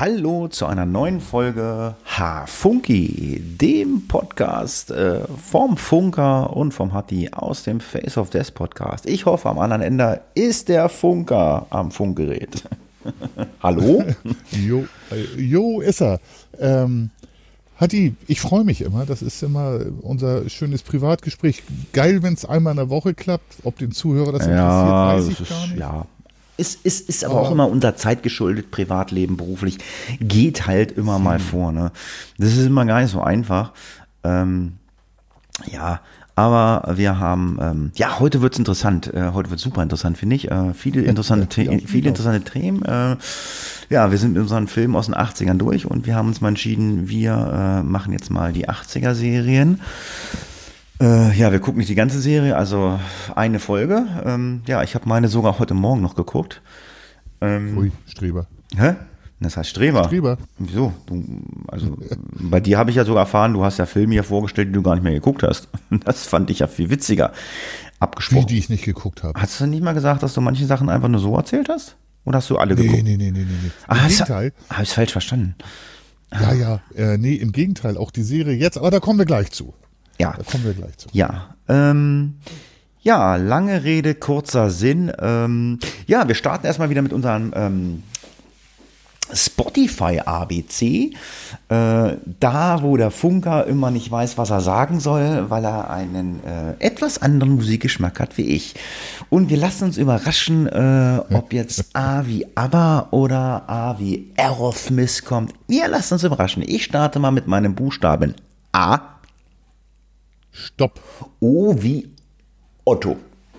Hallo zu einer neuen Folge Funky, dem Podcast vom Funker und vom Hatti aus dem Face of Death Podcast. Ich hoffe, am anderen Ende ist der Funker am Funkgerät. Hallo? Jo, ist er. Hatti, ich freue mich immer. Das ist immer unser schönes Privatgespräch. Geil, wenn es einmal in der Woche klappt. Ob den Zuhörer das interessiert, weiß ich gar nicht. Ja. Ist aber auch immer unter Zeit geschuldet, Privatleben, beruflich, geht halt immer mal vor. Ne? Das ist immer gar nicht so einfach. Aber wir haben, heute wird es interessant. Heute wird es super interessant, finde ich. Viele interessante Themen. Wir sind mit unseren Filmen aus den 80ern durch und wir haben uns mal entschieden, wir machen jetzt mal die 80er-Serien. Wir gucken nicht die ganze Serie, also eine Folge. Ich habe meine sogar heute Morgen noch geguckt. Ui, Streber. Hä? Das heißt Streber. Streber. Wieso? Bei dir habe ich ja sogar erfahren, du hast ja Filme hier vorgestellt, die du gar nicht mehr geguckt hast. Das fand ich ja viel witziger. Abgesprochen. Die ich nicht geguckt habe. Hast du nicht mal gesagt, dass du manche Sachen einfach nur so erzählt hast? Oder hast du alle geguckt? Nee. Im Gegenteil. Habe ich es falsch verstanden? Im Gegenteil. Auch die Serie jetzt, aber da kommen wir gleich zu. Ja. Da kommen wir gleich zu. Ja. Lange Rede, kurzer Sinn. Wir starten erstmal wieder mit unserem Spotify ABC. Da, wo der Funker immer nicht weiß, was er sagen soll, weil er einen etwas anderen Musikgeschmack hat wie ich. Und wir lassen uns überraschen, ob jetzt A wie ABBA oder A wie Aerosmith kommt. Wir lassen uns überraschen. Ich starte mal mit meinem Buchstaben A. Stopp. O wie Otto.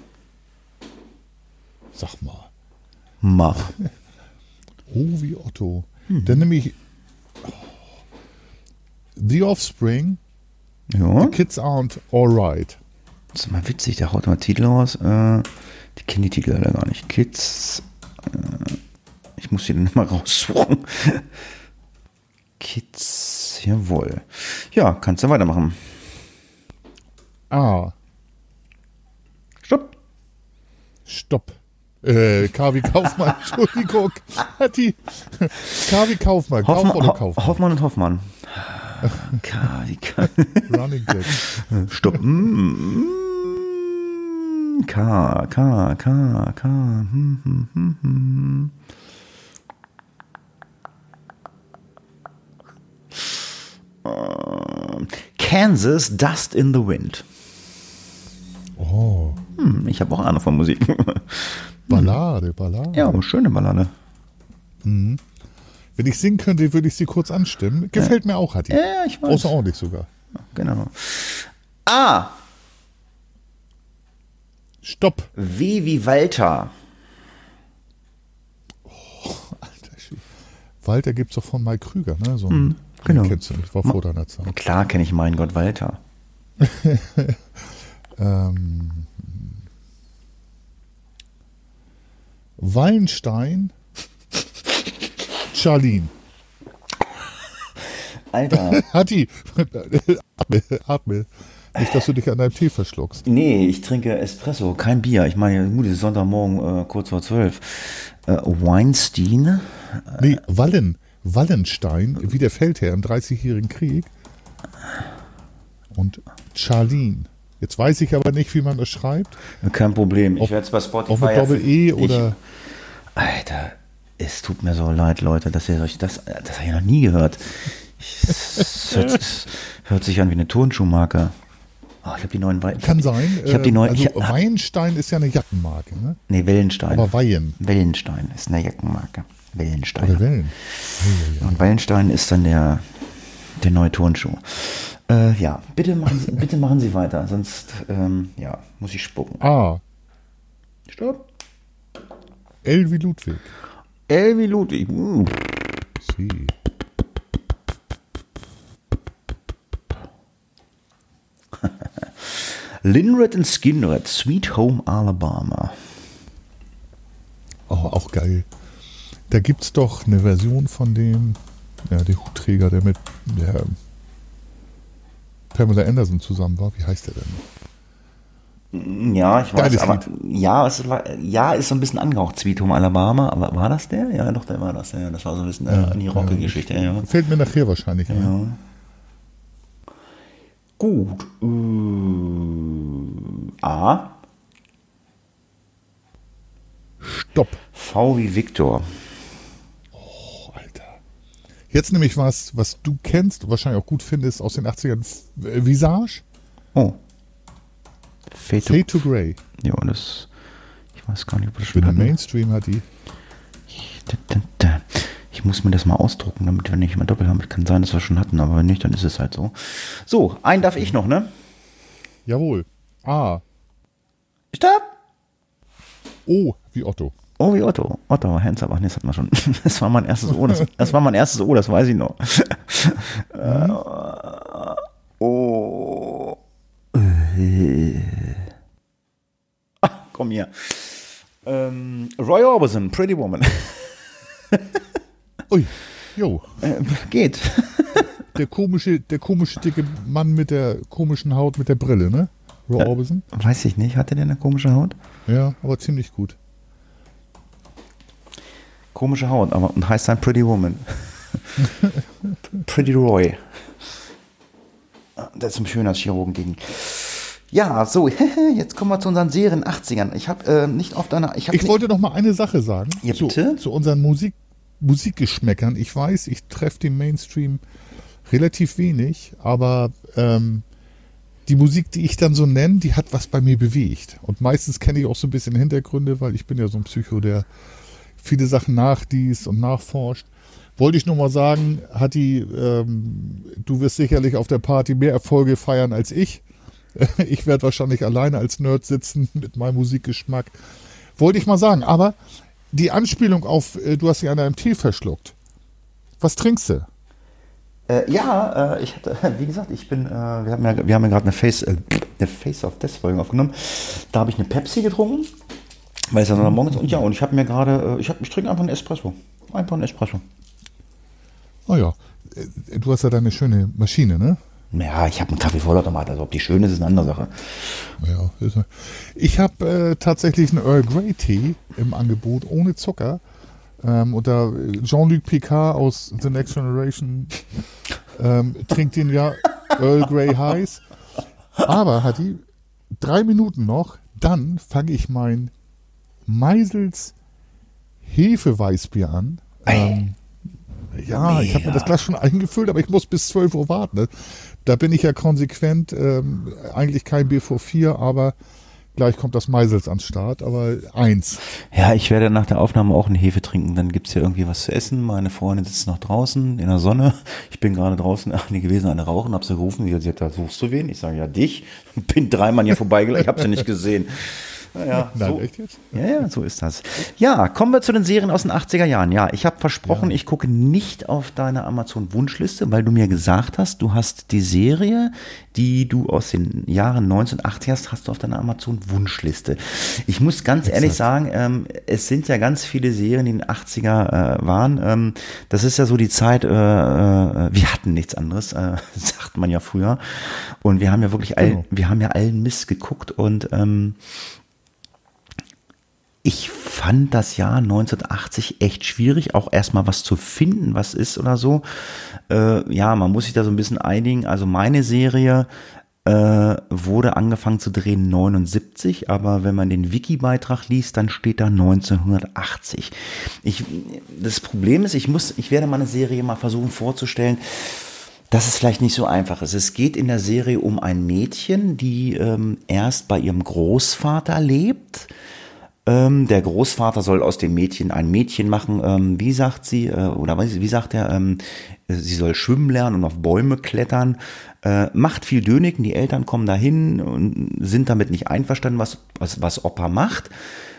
Sag mal. Mach. O wie Otto. Dann nehme ich The Offspring. Ja. The Kids Aren't Alright. Das ist mal witzig, der haut mal Titel raus. Die kennen die Titel leider gar nicht. Kids. Ich muss die dann mal raussuchen. Kids, jawohl. Ja, kannst du weitermachen. A. Stopp. K wie Kaufmann, Entschuldigung. Hatti. K wie Kaufmann. Kaufmann. Hoffmann und Hoffmann. K wie Running Gag. Stopp. K. Kansas, Dust in the Wind. Oh. Ich habe auch Ahnung von Musik. Ballade. Ja, schöne Ballade. Mhm. Wenn ich singen könnte, würde ich sie kurz anstimmen. Gefällt mir auch, Hatti. Ja, ich weiß. Außerordentlich sogar. Genau. A. Stopp. W wie Walter. Oh, alter Schwede. Walter gibt es doch von Mike Krüger, ne? So ein, genau. Kennst du, das war vor deiner Zeit. Klar kenne ich Mein Gott Walter. Wallenstein, Charlene. Alter. Hatti, atme. Nicht, dass du dich an deinem Tee verschluckst. Nee, ich trinke Espresso, kein Bier. Ich meine, gut, es ist Sonntagmorgen, kurz vor 12. Weinstein. Wallenstein, wie der Feldherr im 30-jährigen Krieg. Und Charlene. Jetzt weiß ich aber nicht, wie man das schreibt. Kein Problem. Ich werde es bei Spotify. Auch mit Doppel-E oder. Alter, es tut mir so leid, Leute, dass ihr euch das habe ich noch nie gehört. Es hört sich an wie eine Turnschuhmarke. Oh, ich habe die neuen Kann sein. Ich habe die neuen. Weinstein ist ja eine Jackenmarke, ne? Nee, Wellenstein. Aber Wellenstein ist eine Jackenmarke. Wellenstein. Oder Wellen. Ja. Und Wellenstein ist dann der neue Turnschuh. Bitte machen Sie weiter, sonst muss ich spucken. A. Stopp. L wie Ludwig. L wie Ludwig. C. Linred and Skinred, Sweet Home Alabama. Oh, auch geil. Da gibt's doch eine Version von dem, der Hutträger, der mit der Pamela Anderson zusammen war. Wie heißt der denn? Ja, ich weiß, Geiles aber Lied. ist so ein bisschen angehaucht, Sweet Home Alabama, aber war das der? Ja, doch, der war das. Ja, das war so ein bisschen die Rocky-Geschichte. Ja. Fällt mir nachher wahrscheinlich ein. Ja. Gut. A. Stopp. V wie Victor. Oh, Alter. Jetzt nämlich was du kennst und wahrscheinlich auch gut findest aus den 80ern. Visage? Oh. Fade to Grey. Ja, ich weiß gar nicht, ob das schon hatten. Mainstream hat die. Ich muss mir das mal ausdrucken, damit wir nicht mehr doppelt haben. Kann sein, dass wir schon hatten, aber wenn nicht, dann ist es halt so. So, einen darf ich noch, ne? Jawohl. A. Stopp! O wie Otto. Oh, wie Otto. Otto, Hands up. Ach, nee, das hatten wir schon. Das war mein erstes O. Das war mein erstes O, das weiß ich noch. Oh. Ach, komm hier. Roy Orbison, Pretty Woman. Ui, jo. Geht. Der komische dicke Mann mit der komischen Haut mit der Brille, ne? Roy Orbison? Weiß ich nicht. Hatte der eine komische Haut? Ja, aber ziemlich gut. Komische Haut, aber und heißt dann Pretty Woman. Pretty Roy. Der zum Schönheitschirurgen ging. Ja, so, jetzt kommen wir zu unseren Serien 80ern. Ich habe nicht auf deiner... Ich wollte noch mal eine Sache sagen. Ja, bitte? Zu unseren Musikgeschmäckern. Ich weiß, ich treffe den Mainstream relativ wenig, aber die Musik, die ich dann so nenne, die hat was bei mir bewegt. Und meistens kenne ich auch so ein bisschen Hintergründe, weil ich bin ja so ein Psycho, der viele Sachen nachliest und nachforscht. Wollte ich nur mal sagen, Hatti, du wirst sicherlich auf der Party mehr Erfolge feiern als ich. Ich werde wahrscheinlich alleine als Nerd sitzen mit meinem Musikgeschmack. Wollte ich mal sagen. Aber die Anspielung auf, du hast dich an deinem Tee verschluckt. Was trinkst du? Ich hatte, wie gesagt, wir haben ja gerade eine Face of Death Folge aufgenommen. Da habe ich eine Pepsi getrunken, weil es ja noch morgens und ich habe mir gerade, ich trinke einfach einen Espresso. Einfach einen Espresso. Oh ja, du hast ja deine schöne Maschine, ne? Ja, ich habe einen Kaffeevollautomat, also ob die schön ist, ist eine andere Sache. Ja, ich habe tatsächlich einen Earl Grey Tee im Angebot, ohne Zucker. Und da Jean-Luc Picard aus The Next Generation trinkt den ja Earl Grey heiß. Aber Hatti, 3 Minuten noch, dann fange ich mein Meisels Hefeweißbier an. Ja, ich habe mir das Glas schon eingefüllt, aber ich muss bis 12 Uhr warten. Ne? Da bin ich ja konsequent, eigentlich kein Bier vor 4, aber gleich kommt das Meisels ans Start, aber 1. Ja, ich werde nach der Aufnahme auch einen Hefe trinken, dann gibt's hier irgendwie was zu essen. Meine Freundin sitzt noch draußen in der Sonne. Ich bin gerade draußen gewesen, eine rauchen, hab sie gerufen. Sie hat gesagt, da suchst du wen? Ich sage, ja, dich. Bin 3 Mal hier vorbeigelaufen, ich habe sie nicht gesehen. Ja, Nein, so, echt jetzt? Ja, so ist das. Ja, kommen wir zu den Serien aus den 80er Jahren. Ja, ich habe versprochen, ich gucke nicht auf deine Amazon-Wunschliste, weil du mir gesagt hast, du hast die Serie, die du aus den Jahren 1980 hast du auf deiner Amazon-Wunschliste. Ich muss ganz ehrlich sagen, es sind ja ganz viele Serien, die in den 80er waren. Das ist ja so die Zeit, wir hatten nichts anderes, sagt man ja früher. Und wir haben ja wirklich allen Mist geguckt und ich fand das Jahr 1980 echt schwierig, auch erstmal was zu finden, was ist oder so. Man muss sich da so ein bisschen einigen. Also meine Serie wurde angefangen zu drehen 79, aber wenn man den Wiki-Beitrag liest, dann steht da 1980. Das Problem ist, ich werde meine Serie mal versuchen vorzustellen, dass es vielleicht nicht so einfach ist. Es geht in der Serie um ein Mädchen, die erst bei ihrem Großvater lebt. Der Großvater soll aus dem Mädchen ein Mädchen machen. Wie sagt sie, wie sagt er, sie soll schwimmen lernen und auf Bäume klettern. Macht viel Döniken, die Eltern kommen dahin und sind damit nicht einverstanden, was Opa macht.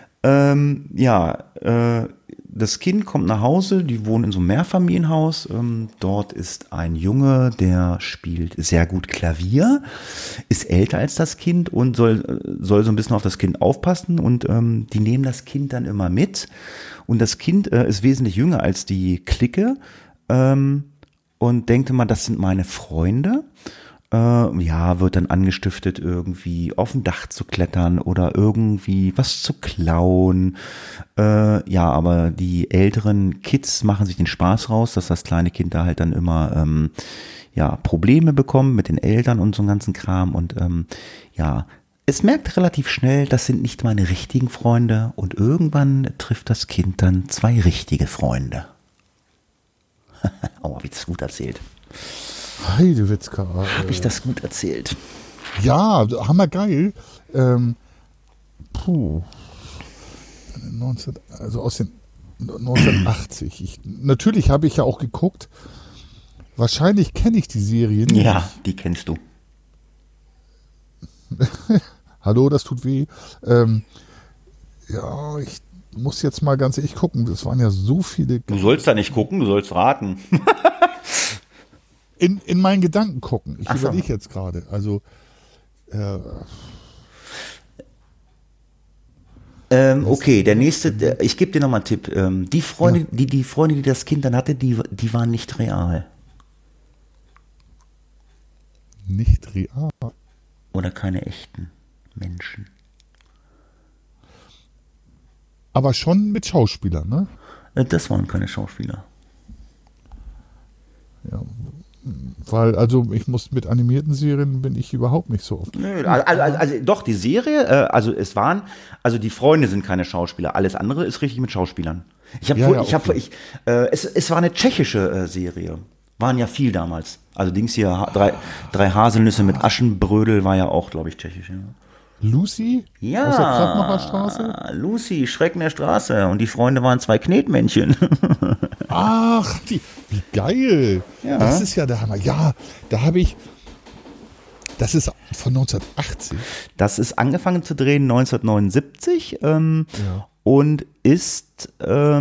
Das Kind kommt nach Hause, die wohnen in so einem Mehrfamilienhaus. Dort ist ein Junge, der spielt sehr gut Klavier, ist älter als das Kind und soll so ein bisschen auf das Kind aufpassen. Und die nehmen das Kind dann immer mit. Und das Kind ist wesentlich jünger als die Clique und denkt immer, das sind meine Freunde. wird dann angestiftet, irgendwie auf ein Dach zu klettern oder irgendwie was zu klauen. Aber die älteren Kids machen sich den Spaß raus, dass das kleine Kind da halt dann immer Probleme bekommt mit den Eltern und so einen ganzen Kram. Und es merkt relativ schnell, das sind nicht meine richtigen Freunde. Und irgendwann trifft das Kind dann 2 richtige Freunde. Oh, hab ich das gut erzählt. Heidewitzka. Habe ich das gut erzählt? Ja, hammergeil. Aus den 1980. Natürlich habe ich ja auch geguckt. Wahrscheinlich kenne ich die Serie nicht. Ja, die kennst du. Hallo, das tut weh. Ich muss jetzt mal ganz ehrlich gucken. Das waren ja so viele. Du sollst da nicht gucken, du sollst raten. In meinen Gedanken gucken. Ich Ach so. überlege jetzt gerade. Also okay, der nächste, ich gebe dir nochmal einen Tipp. Die Freunde, die Freunde, die das Kind dann hatte, die waren nicht real. nicht real. Oder keine echten Menschen. Aber schon mit Schauspielern, ne? Das waren keine Schauspieler. Ja. Weil, also ich muss mit animierten Serien bin ich überhaupt nicht so oft. Nö, also doch, die Serie, die Freunde sind keine Schauspieler, alles andere ist richtig mit Schauspielern. Es war eine tschechische Serie. Waren ja viel damals. Also Dings hier, drei Haselnüsse mit Aschenbrödel war ja auch, glaube ich, tschechisch. Ja. Lucy? Ja, aus der Krapmacher Straße? Lucy, Schrecken der Straße. Und die Freunde waren 2 Knetmännchen. Ach, wie geil. Ja. Das ist ja der Hammer. Ja, das ist von 1980. Das ist angefangen zu drehen 1979 und ist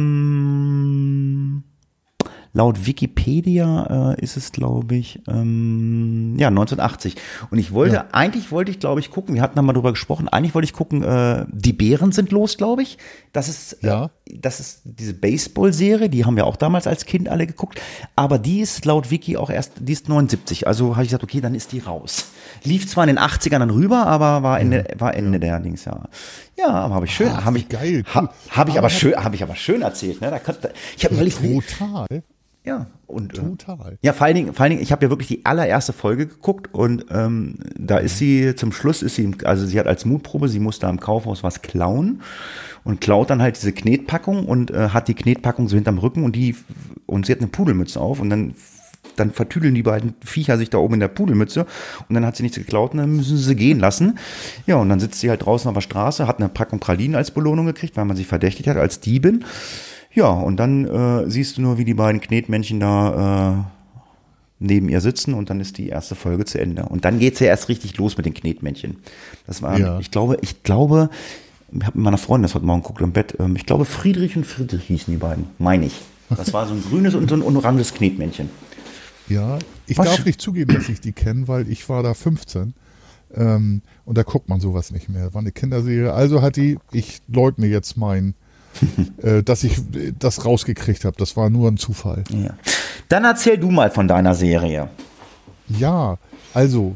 laut Wikipedia ist es, glaube ich, 1980. Und eigentlich wollte ich, glaube ich, gucken, wir hatten da mal drüber gesprochen, eigentlich wollte ich gucken, die Bären sind los, glaube ich. Das ist diese Baseball-Serie, die haben wir auch damals als Kind alle geguckt. Aber die ist laut Wiki auch die ist 79. Also habe ich gesagt, okay, dann ist die raus. Lief zwar in den 80ern dann rüber, aber war Ende der Dings, ja. Ja, aber habe ich schön, geil, cool. Habe ich aber schön erzählt, ne? Ich habe überlegt, total. Ja, und total. Ja, vor allen Dingen, ich habe ja wirklich die allererste Folge geguckt und da ist sie, zum Schluss sie hat als Mutprobe, sie musste am Kaufhaus was klauen und klaut dann halt diese Knetpackung und hat die Knetpackung so hinterm Rücken und sie hat eine Pudelmütze auf und dann vertüdeln die beiden Viecher sich da oben in der Pudelmütze und dann hat sie nichts geklaut und dann müssen sie gehen lassen. Ja, und dann sitzt sie halt draußen auf der Straße, hat eine Packung Pralinen als Belohnung gekriegt, weil man sie verdächtigt hat als Diebin. Ja, und dann siehst du nur, wie die beiden Knetmännchen da neben ihr sitzen und dann ist die erste Folge zu Ende. Und dann geht's ja erst richtig los mit den Knetmännchen. Das war, ich glaube, ich habe mit meiner Freundin das heute Morgen geguckt im Bett, ich glaube Friedrich und Friedrich hießen die beiden, meine ich. Das war so ein grünes und so ein oranges Knetmännchen. Ja, ich darf nicht zugeben, dass ich die kenne, weil ich war da 15 und da guckt man sowas nicht mehr. War eine Kinderserie. Also ich leugne jetzt dass ich das rausgekriegt habe. Das war nur ein Zufall. Ja. Dann erzähl du mal von deiner Serie. Ja, also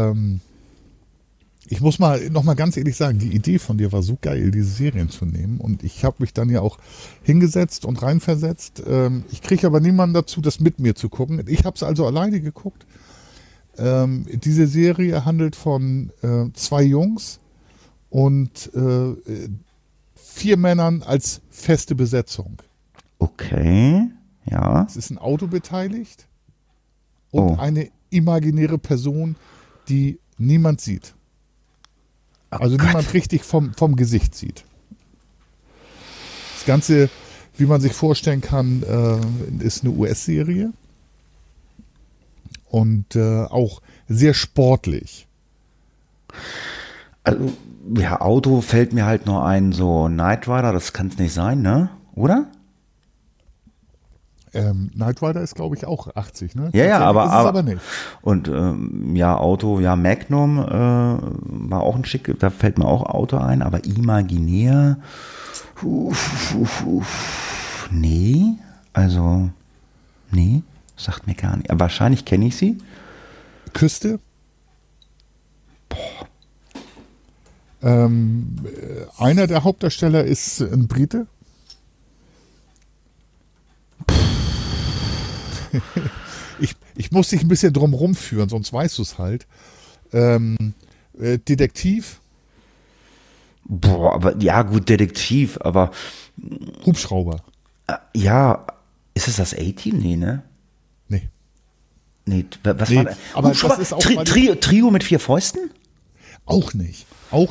ich muss noch mal ganz ehrlich sagen, die Idee von dir war so geil, diese Serien zu nehmen. Und ich habe mich dann ja auch hingesetzt und reinversetzt. Ich kriege aber niemanden dazu, das mit mir zu gucken. Ich habe es also alleine geguckt. Diese Serie handelt von 2 Jungs und 4 Männern als feste Besetzung. Okay, ja. Es ist ein Auto beteiligt und eine imaginäre Person, die niemand sieht. Also niemand richtig vom Gesicht sieht. Das Ganze, wie man sich vorstellen kann, ist eine US-Serie und auch sehr sportlich. Also, ja, Auto fällt mir halt nur ein, so Knight Rider, das kann es nicht sein, ne? Oder? Knight Rider ist, glaube ich, auch 80, ne? Ja, aber nicht. Und Auto, ja, Magnum war auch ein schick, da fällt mir auch Auto ein, aber imaginär, nee, sagt mir gar nicht. Aber wahrscheinlich kenne ich sie. Küste? Einer der Hauptdarsteller ist ein Brite. Ich muss dich ein bisschen drum rumführen, sonst weißt du es halt. Detektiv. Boah, aber ja, gut, Detektiv, aber. Hubschrauber. Ja, ist es das A-Team? Nee, ne? Nee. Nee, was Nee, war das? aber Hubschrauber? das ist auch Trio mit 4 Fäusten? Auch nicht.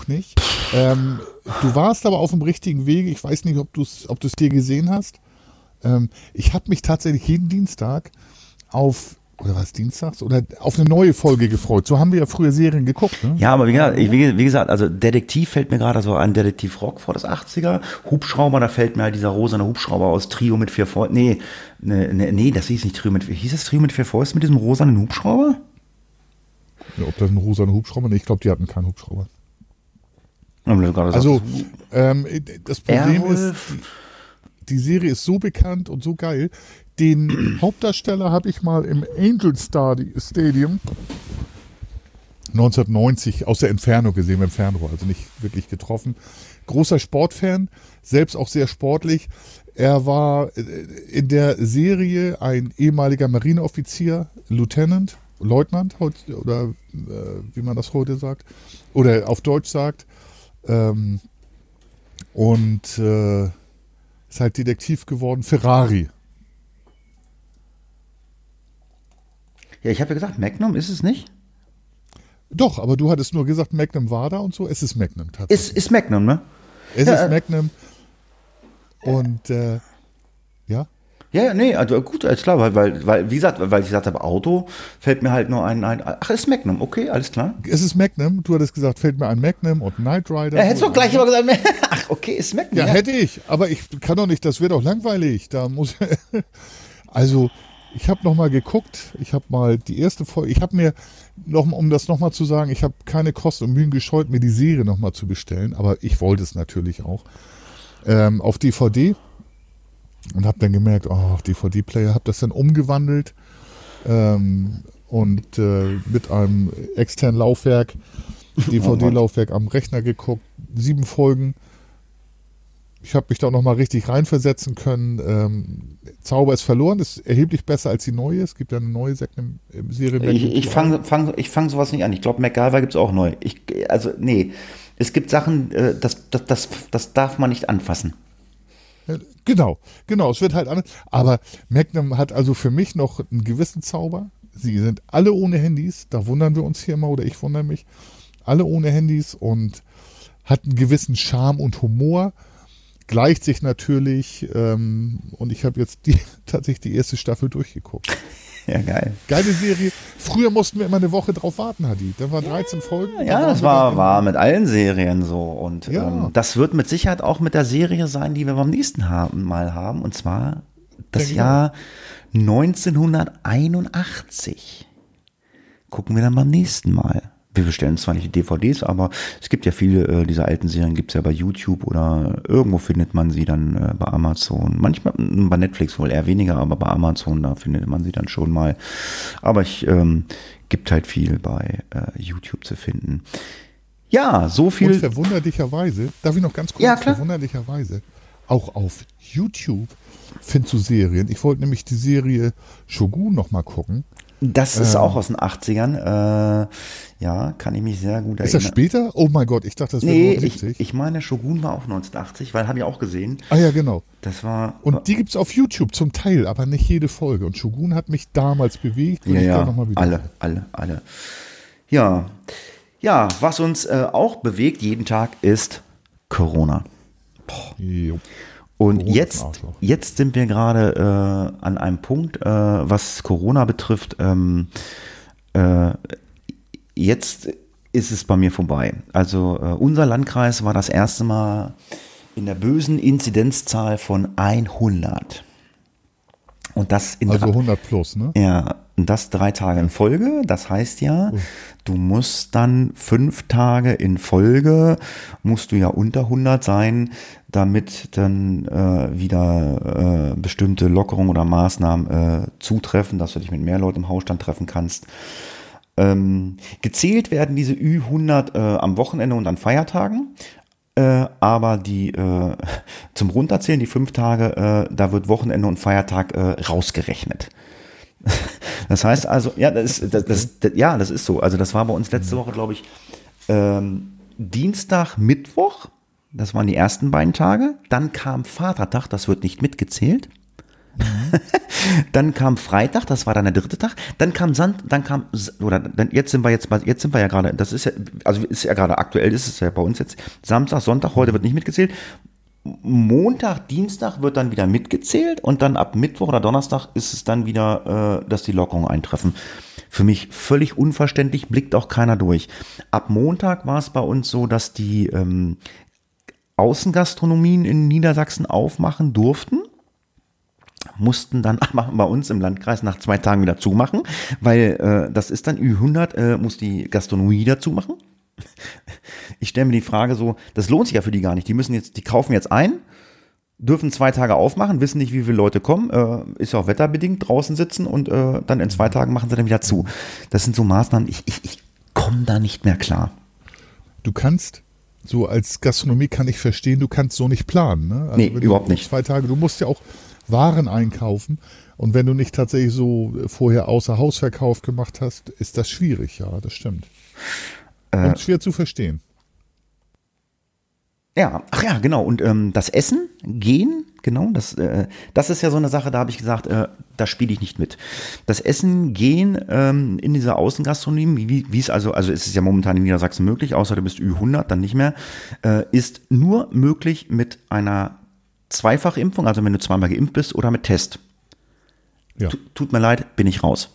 Du warst aber auf dem richtigen Weg. Ich weiß nicht, ob du es dir gesehen hast. Ich habe mich tatsächlich jeden Dienstag auf eine neue Folge gefreut. So haben wir ja früher Serien geguckt. Ne? Ja, aber wie gesagt, also Detektiv fällt mir gerade so an, Detektiv Rockford des 80er. Hubschrauber, da fällt mir halt dieser rosane Hubschrauber aus Trio mit 4 Fäusten. Nee, das hieß nicht Trio mit 4 Fäusten. Hieß es Trio mit 4 Fäusten mit diesem rosanen Hubschrauber? Ja, ob das ein rosaner Hubschrauber? Nee, ich glaube, die hatten keinen Hubschrauber. Also, das Problem ist, die Serie ist so bekannt und so geil. Den Hauptdarsteller habe ich mal im Angel Stadium 1990 aus der Entfernung gesehen, im Fernrohr, also nicht wirklich getroffen. Großer Sportfan, selbst auch sehr sportlich. Er war in der Serie ein ehemaliger Marineoffizier, Leutnant, oder wie man das heute sagt, oder auf Deutsch sagt. Ist halt Detektiv geworden, Ferrari. ja, ich habe ja gesagt, Magnum ist es nicht? Doch, aber du hattest nur gesagt, Magnum war da und so. Es ist Magnum tatsächlich. Ist Magnum, ne? Es ist Magnum. Und ja. Ja, nee, also gut, alles klar, weil wie gesagt, weil ich gesagt habe, Auto, fällt mir halt nur ein, ach, ist Magnum, okay, alles klar. Es ist Magnum, du hattest gesagt, fällt mir ein Magnum und Knight Rider. Ja, hättest du gleich immer gesagt, ach, okay, ist Magnum. Ja, hätte ich, aber ich kann doch nicht, das wäre doch langweilig. Also, ich habe nochmal geguckt, ich habe mal die erste Folge, ich habe mir, um das nochmal zu sagen, ich habe keine Kosten und Mühen gescheut, mir die Serie nochmal zu bestellen, aber ich wollte es natürlich auch, auf DVD. Und habe dann gemerkt, DVD-Player, habe das dann umgewandelt und mit einem externen Laufwerk, DVD-Laufwerk am Rechner geguckt, 7 Folgen. Ich habe mich da nochmal richtig reinversetzen können. Zauber ist verloren, ist erheblich besser als die neue. Es gibt ja eine neue Serie. Ich fang sowas nicht an. Ich glaube, MacGyver gibt es auch neu. Es gibt Sachen, das darf man nicht anfassen. Genau, es wird halt anders. Aber Magnum hat also für mich noch einen gewissen Zauber. Sie sind alle ohne Handys, da wundern wir uns hier immer, oder ich wundere mich. Alle ohne Handys und hat einen gewissen Charme und Humor. Gleicht sich natürlich, und ich habe jetzt tatsächlich die erste Staffel durchgeguckt. Ja, geil. Geile Serie. Früher mussten wir immer eine Woche drauf warten, Hadi. Da waren 13 Folgen. Ja, das war mit allen Serien so. Und das wird mit Sicherheit auch mit der Serie sein, die wir beim nächsten Mal haben. Und zwar das Jahr 1981. Gucken wir dann beim nächsten Mal. Wir bestellen zwar nicht die DVDs, aber es gibt ja viele dieser alten Serien, gibt es ja bei YouTube oder irgendwo findet man sie dann bei Amazon. Manchmal bei Netflix wohl eher weniger, aber bei Amazon, da findet man sie dann schon mal. Aber gibt halt viel bei YouTube zu finden. Ja, so viel. Und verwunderlicherweise, darf ich noch ganz kurz, ja, klar. Verwunderlicherweise, auch auf YouTube findest du Serien. Ich wollte nämlich die Serie Shogun noch mal gucken. Das ist auch aus den 80ern. Ja, kann ich mich sehr gut erinnern. Ist das später? Oh mein Gott, ich dachte, das wäre 79. Ich meine, Shogun war auch 1980, weil habe ich auch gesehen. Ah ja, genau. Das war. Und die gibt es auf YouTube zum Teil, aber nicht jede Folge. Und Shogun hat mich damals bewegt. Ja, noch mal wieder alle. Ja, was uns auch bewegt jeden Tag ist Corona. Und jetzt sind wir gerade an einem Punkt, was Corona betrifft. Jetzt ist es bei mir vorbei. Also unser Landkreis war das erste Mal in der bösen Inzidenzzahl von 100. Und das also 100 plus, ne? Ja, und das 3 Tage in Folge. Das heißt ja, du musst dann 5 Tage in Folge, musst du ja unter 100 sein, damit dann wieder bestimmte Lockerungen oder Maßnahmen zutreffen, dass du dich mit mehr Leuten im Hausstand treffen kannst. Gezählt werden diese Ü100 am Wochenende und an Feiertagen. Aber die zum Runterzählen, die 5 Tage, da wird Wochenende und Feiertag rausgerechnet. Das heißt also, ja, das ist so. Also das war bei uns letzte Woche, glaube ich, Dienstag, Mittwoch. Das waren die ersten beiden Tage. Dann kam Vatertag, das wird nicht mitgezählt. Dann kam Freitag, das war dann der 3. Tag. Dann kam jetzt sind wir ja gerade, das ist ja, also ist ja gerade aktuell, ist es ja bei uns jetzt Samstag, Sonntag, heute wird nicht mitgezählt. Montag, Dienstag wird dann wieder mitgezählt und dann ab Mittwoch oder Donnerstag ist es dann wieder, dass die Lockerungen eintreffen. Für mich völlig unverständlich, blickt auch keiner durch. Ab Montag war es bei uns so, dass die Außengastronomien in Niedersachsen aufmachen durften, mussten dann aber bei uns im Landkreis nach 2 Tagen wieder zumachen, weil das ist dann Ü100, muss die Gastronomie wieder zumachen. Ich stelle mir die Frage so, das lohnt sich ja für die gar nicht. Die kaufen jetzt ein, dürfen 2 Tage aufmachen, wissen nicht, wie viele Leute kommen, ist ja auch wetterbedingt, draußen sitzen und dann in 2 Tagen machen sie dann wieder zu. Das sind so Maßnahmen, ich komme da nicht mehr klar. Du kannst, so als Gastronomie kann ich verstehen, du kannst so nicht planen. Ne? Also nee, überhaupt nicht. 2 Tage, du musst ja auch Waren einkaufen und wenn du nicht tatsächlich so vorher außer Hausverkauf gemacht hast, ist das schwierig, ja, das stimmt. Und schwer zu verstehen. Ja, ach ja, genau. Und das Essen, Gehen, genau, das ist ja so eine Sache, da habe ich gesagt, da spiele ich nicht mit. Das Essen, Gehen in dieser Außengastronomie, wie es also ist es ja momentan in Niedersachsen möglich, außer du bist Ü100, dann nicht mehr, ist nur möglich mit einer Zweifachimpfung, also wenn du 2-mal geimpft bist oder mit Test. Ja. Tut mir leid, bin ich raus.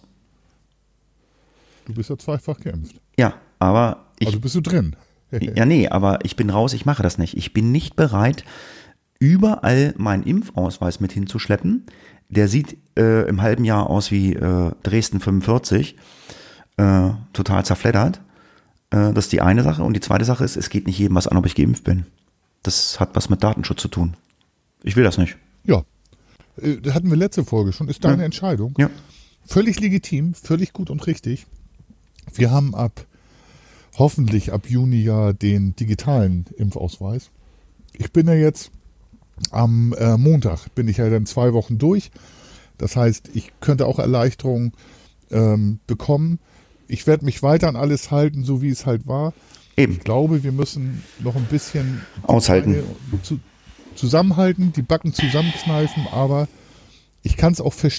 Du bist ja 2-fach geimpft. Ja, aber also bist du drin. Ja, nee, aber ich bin raus, ich mache das nicht. Ich bin nicht bereit, überall meinen Impfausweis mit hinzuschleppen. Der sieht im halben Jahr aus wie Dresden 45, total zerfleddert. Das ist die eine Sache. Und die zweite Sache ist, es geht nicht jedem was an, ob ich geimpft bin. Das hat was mit Datenschutz zu tun. Ich will das nicht. Ja, hatten wir letzte Folge schon. Ist deine Entscheidung. Ja. Völlig legitim, völlig gut und richtig. Wir haben hoffentlich ab Juni ja den digitalen Impfausweis. Ich bin ja jetzt am Montag, bin ich ja dann 2 Wochen durch. Das heißt, ich könnte auch Erleichterung bekommen. Ich werde mich weiter an alles halten, so wie es halt war. Eben. Ich glaube, wir müssen noch ein bisschen aushalten. Zusammenhalten, die Backen zusammenkneifen, aber ich kann es auch verstehen.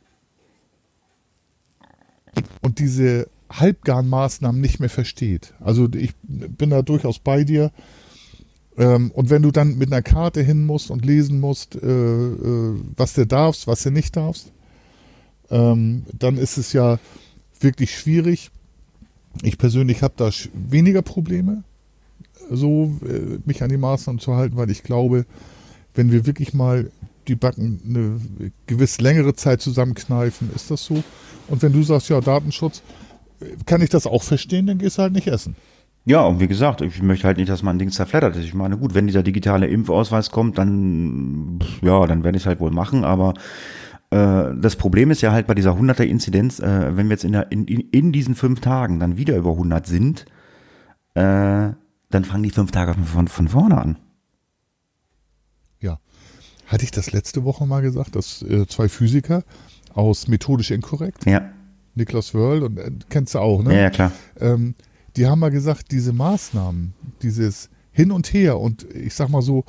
Und diese Halbgarn-Maßnahmen nicht mehr versteht. Also ich bin da durchaus bei dir. Und wenn du dann mit einer Karte hin musst und lesen musst, was du darfst, was du nicht darfst, dann ist es ja wirklich schwierig. Ich persönlich habe da weniger Probleme, so mich an die Maßnahmen zu halten, weil ich glaube, wenn wir wirklich mal die Backen eine gewiss längere Zeit zusammenkneifen, ist das so. Und wenn du sagst, ja, Datenschutz, kann ich das auch verstehen, dann gehst du halt nicht essen. Ja, und wie gesagt, ich möchte halt nicht, dass mein Ding zerfleddert ist. Ich meine, gut, wenn dieser digitale Impfausweis kommt, dann werde ich es halt wohl machen, aber das Problem ist ja halt bei dieser 100er-Inzidenz, wenn wir jetzt in diesen 5 Tagen dann wieder über 100 sind, dann fangen die 5 Tage von vorne an. Ja. Hatte ich das letzte Woche mal gesagt, dass 2 Physiker aus Methodisch Inkorrekt, ja. Niklas Wörl, und kennst du auch, ne? Ja, klar. Die haben mal gesagt, diese Maßnahmen, dieses Hin und Her und ich sag mal so,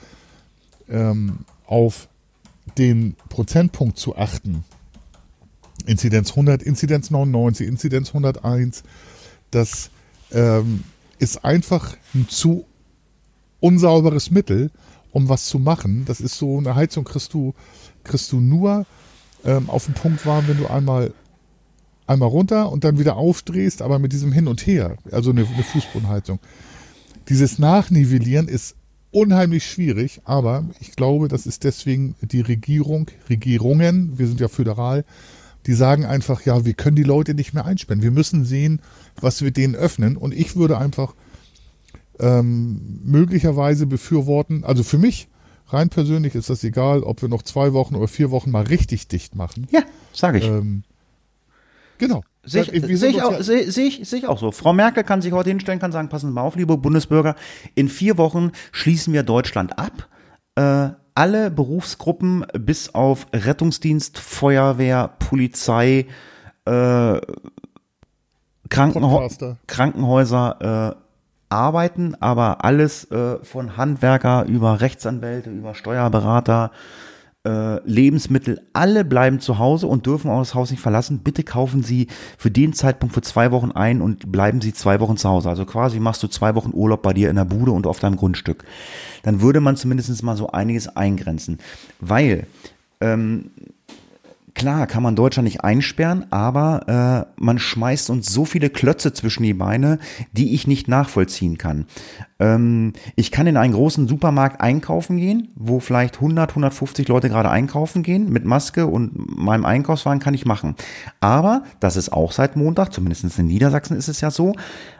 auf den Prozentpunkt zu achten, Inzidenz 100, Inzidenz 99, Inzidenz 101, das ist einfach ein zu unsauberes Mittel, um was zu machen. Das ist so, eine Heizung kriegst du nur auf den Punkt warm, wenn du einmal runter und dann wieder aufdrehst, aber mit diesem Hin und Her, also eine Fußbodenheizung. Dieses Nachnivellieren ist unheimlich schwierig, aber ich glaube, das ist deswegen die Regierungen, wir sind ja föderal, die sagen einfach, ja, wir können die Leute nicht mehr einsperren. Wir müssen sehen, was wir denen öffnen. Und ich würde einfach möglicherweise befürworten, also für mich rein persönlich ist das egal, ob wir noch 2 Wochen oder 4 Wochen mal richtig dicht machen. Ja, sage ich. Genau. Sehe ich auch so. Frau Merkel kann sich heute hinstellen, kann sagen, passen Sie mal auf, liebe Bundesbürger, in 4 Wochen schließen wir Deutschland ab. Alle Berufsgruppen bis auf Rettungsdienst, Feuerwehr, Polizei, Krankenhäuser arbeiten, aber alles von Handwerker über Rechtsanwälte, über Steuerberater, Lebensmittel, alle bleiben zu Hause und dürfen auch das Haus nicht verlassen. Bitte kaufen Sie für den Zeitpunkt für 2 Wochen ein und bleiben Sie 2 Wochen zu Hause. Also quasi machst du 2 Wochen Urlaub bei dir in der Bude und auf deinem Grundstück. Dann würde man zumindest mal so einiges eingrenzen. Weil, klar kann man Deutschland nicht einsperren, aber man schmeißt uns so viele Klötze zwischen die Beine, die ich nicht nachvollziehen kann. Ich kann in einen großen Supermarkt einkaufen gehen, wo vielleicht 150 Leute gerade einkaufen gehen, mit Maske und meinem Einkaufswagen kann ich machen. Aber, das ist auch seit Montag, zumindest in Niedersachsen ist es ja so,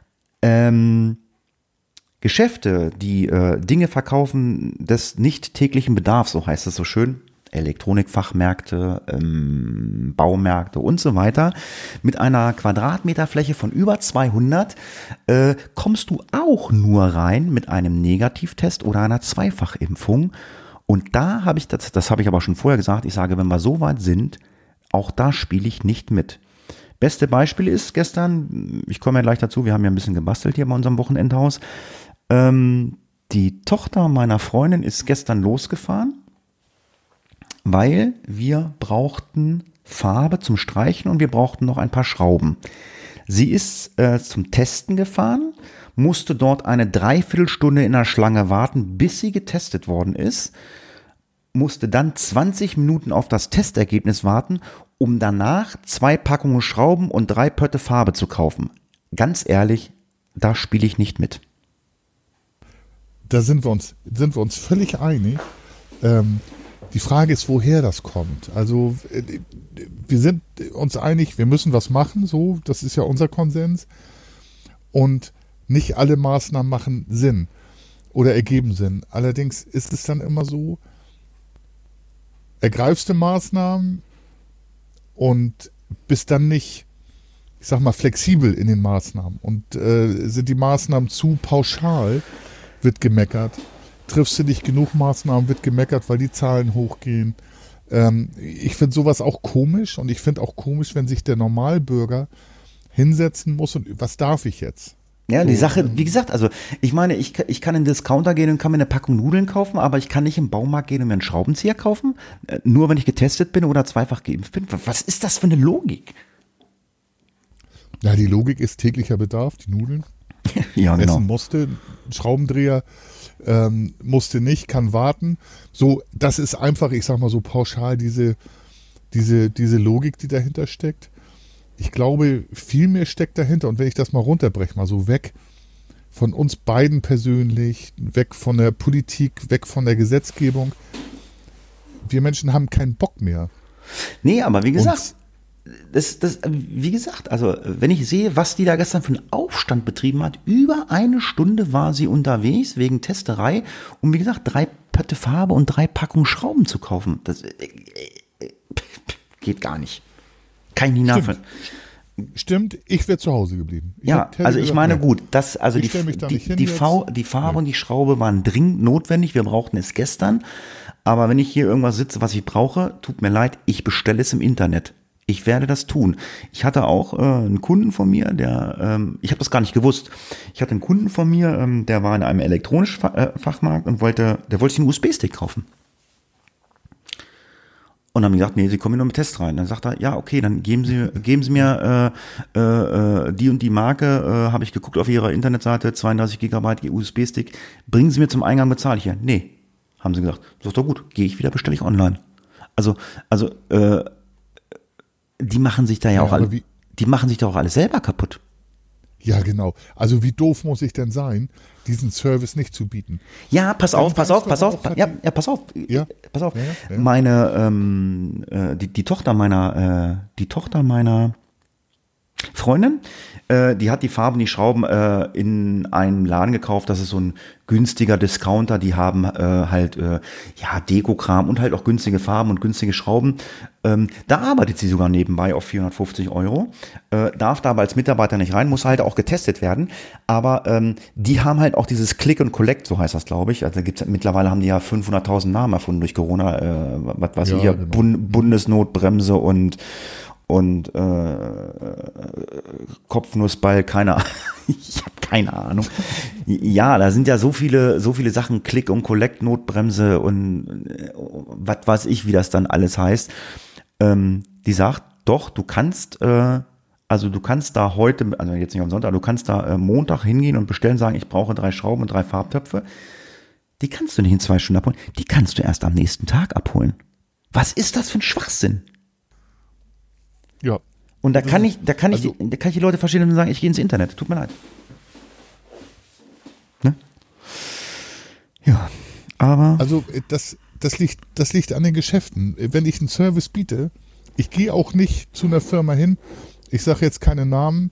Geschäfte, die Dinge verkaufen des nicht täglichen Bedarfs, so heißt es so schön, Elektronikfachmärkte, Baumärkte und so weiter, mit einer Quadratmeterfläche von über 200 kommst du auch nur rein mit einem Negativtest oder einer Zweifachimpfung. Und da habe ich, das habe ich aber schon vorher gesagt, ich sage, wenn wir so weit sind, auch da spiele ich nicht mit. Beste Beispiel ist gestern, ich komme ja gleich dazu, wir haben ja ein bisschen gebastelt hier bei unserem Wochenendhaus. Die Tochter meiner Freundin ist gestern losgefahren, weil wir brauchten Farbe zum Streichen und wir brauchten noch ein paar Schrauben. Sie ist zum Testen gefahren, musste dort eine Dreiviertelstunde in der Schlange warten, bis sie getestet worden ist, musste dann 20 Minuten auf das Testergebnis warten, um danach 2 Packungen Schrauben und 3 Pötte Farbe zu kaufen. Ganz ehrlich, da spiele ich nicht mit. Da sind wir uns völlig einig. Die Frage ist, woher das kommt. Also wir sind uns einig, wir müssen was machen, so, das ist ja unser Konsens. Und nicht alle Maßnahmen machen Sinn oder ergeben Sinn. Allerdings ist es dann immer so, ergreifst du Maßnahmen und bist dann nicht, ich sag mal, flexibel in den Maßnahmen. Und sind die Maßnahmen zu pauschal, wird gemeckert. Triffst du nicht genug Maßnahmen, wird gemeckert, weil die Zahlen hochgehen. Ich finde sowas auch komisch und ich finde auch komisch, wenn sich der Normalbürger hinsetzen muss und was darf ich jetzt? Ja, die Sache, wie gesagt, also ich meine, ich kann in den Discounter gehen und kann mir eine Packung Nudeln kaufen, aber ich kann nicht im Baumarkt gehen und mir einen Schraubenzieher kaufen, nur wenn ich getestet bin oder zweifach geimpft bin. Was ist das für eine Logik? Ja, die Logik ist täglicher Bedarf, die Nudeln. Ja, genau. Essen musste, Schraubendreher musste nicht, kann warten. So, das ist einfach, ich sag mal so pauschal, diese Logik, die dahinter steckt. Ich glaube, viel mehr steckt dahinter. Und wenn ich das mal runterbreche, mal so weg von uns beiden persönlich, weg von der Politik, weg von der Gesetzgebung. Wir Menschen haben keinen Bock mehr. Nee, aber wie gesagt, wie gesagt, also wenn ich sehe, was die da gestern für einen Aufstand betrieben hat, über 1 Stunde war sie unterwegs wegen Testerei, um wie gesagt 3 Pötte Farbe und 3 Packungen Schrauben zu kaufen. Das geht gar nicht. Kann ich nicht nachvollziehen. Stimmt, ich wäre zu Hause geblieben. Also ich meine, gut, die Farbe und die Schraube waren dringend notwendig, wir brauchten es gestern, aber wenn ich hier irgendwas sitze, was ich brauche, tut mir leid, ich bestelle es im Internet. Ich werde das tun. Ich hatte auch einen Kunden von mir, ich habe das gar nicht gewusst. Ich hatte einen Kunden von mir, der war in einem elektronischen Fachmarkt und wollte sich einen USB-Stick kaufen. Und dann haben die gesagt, nee, Sie kommen hier nur mit Test rein. Dann sagt er, ja, okay, dann geben Sie mir die und die Marke, habe ich geguckt auf Ihrer Internetseite, 32 Gigabyte USB-Stick, bringen Sie mir zum Eingang, bezahle ich ja. Nee, haben sie gesagt. Sagt doch gut, gehe ich wieder, bestelle ich online. Also die machen sich da ja auch die machen sich da auch alles selber kaputt. Ja, genau. Also wie doof muss ich denn sein, diesen Service nicht zu bieten? Ja, pass auf. Ja, pass auf. Ja? Pass auf. Ja. Meine, die Tochter meiner Freundin, die hat die Farben, die Schrauben in einem Laden gekauft. Das ist so ein günstiger Discounter. Die haben Dekokram und halt auch günstige Farben und günstige Schrauben. Da arbeitet sie sogar nebenbei auf 450 €. Darf da aber als Mitarbeiter nicht rein, muss halt auch getestet werden. Aber die haben halt auch dieses Click and Collect, so heißt das, glaube ich. Also mittlerweile haben die ja 500.000 Namen erfunden durch Corona. Was weiß ich hier, genau. Bundesnotbremse und Kopfnussball, keine Ahnung. Ich habe keine Ahnung. Ja, da sind ja so viele Sachen, Click und Collect, Notbremse und was weiß ich, wie das dann alles heißt. Die sagt, doch, du kannst da heute, also jetzt nicht am Sonntag, du kannst da Montag hingehen und bestellen, sagen, ich brauche 3 Schrauben und 3 Farbtöpfe. Die kannst du nicht in 2 Stunden abholen. Die kannst du erst am nächsten Tag abholen. Was ist das für ein Schwachsinn? Ja. Und da kann ich die Leute verstehen und sagen, ich gehe ins Internet. Tut mir leid. Ne? Ja, aber. Also das liegt an den Geschäften. Wenn ich einen Service biete, ich gehe auch nicht zu einer Firma hin, ich sage jetzt keine Namen,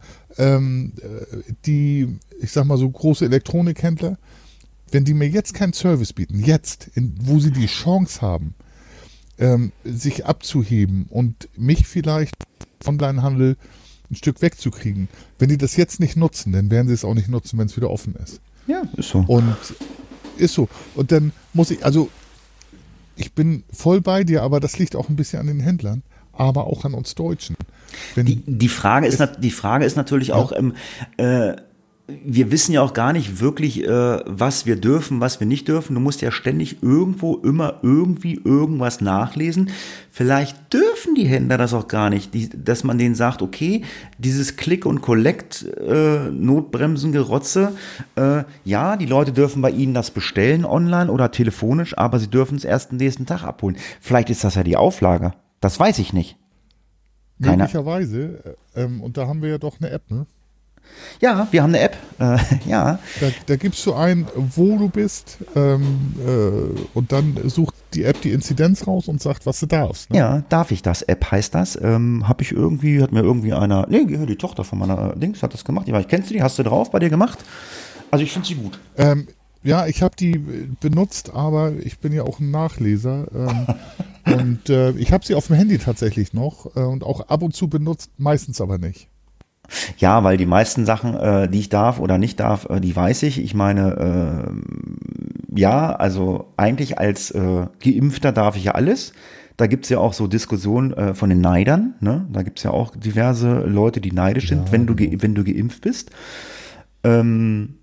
die, ich sag mal so große Elektronikhändler, wenn die mir jetzt keinen Service bieten, wo sie die Chance haben, sich abzuheben und mich vielleicht Onlinehandel ein Stück wegzukriegen. Wenn die das jetzt nicht nutzen, dann werden sie es auch nicht nutzen, wenn es wieder offen ist. Ja, ist so. Und ist so. Und dann muss ich bin voll bei dir, aber das liegt auch ein bisschen an den Händlern, aber auch an uns Deutschen. Die Frage ist natürlich auch, wir wissen ja auch gar nicht wirklich, was wir dürfen, was wir nicht dürfen. Du musst ja ständig irgendwo immer irgendwie irgendwas nachlesen. Vielleicht dürfen die Händler das auch gar nicht, dass man denen sagt, okay, dieses Click und Collect, Notbremsengerotze, ja, die Leute dürfen bei ihnen das bestellen online oder telefonisch, aber sie dürfen es erst am nächsten Tag abholen. Vielleicht ist das ja die Auflage. Das weiß ich nicht. Möglicherweise. Und da haben wir ja doch eine App, ne? Ja, wir haben eine App, ja. Da gibst du ein, wo du bist, und dann sucht die App die Inzidenz raus und sagt, was du darfst. Ne? Ja, darf ich das? App heißt das. Hat mir irgendwie einer, die Tochter von meiner Dings hat das gemacht. Kennst du die? Hast du drauf bei dir gemacht? Also ich finde sie gut. Ja, ich habe die benutzt, aber ich bin ja auch ein Nachleser. Und ich habe sie auf dem Handy tatsächlich noch und auch ab und zu benutzt, meistens aber nicht. Ja, weil die meisten Sachen, die ich darf oder nicht darf, die weiß ich. Ich meine, ja, also eigentlich als Geimpfter darf ich ja alles. Da gibt's ja auch so Diskussionen von den Neidern. Ne? Da gibt's ja auch diverse Leute, die neidisch sind, wenn du geimpft bist. Und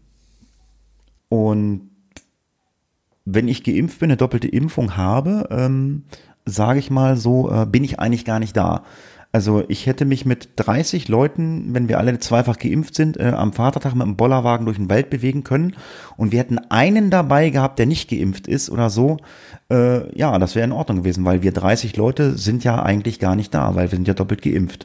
wenn ich geimpft bin, eine doppelte Impfung habe, sage ich mal so, bin ich eigentlich gar nicht da. Also ich hätte mich mit 30 Leuten, wenn wir alle zweifach geimpft sind, am Vatertag mit einem Bollerwagen durch den Wald bewegen können und wir hätten einen dabei gehabt, der nicht geimpft ist oder so, ja, das wäre in Ordnung gewesen, weil wir 30 Leute sind ja eigentlich gar nicht da, weil wir sind ja doppelt geimpft.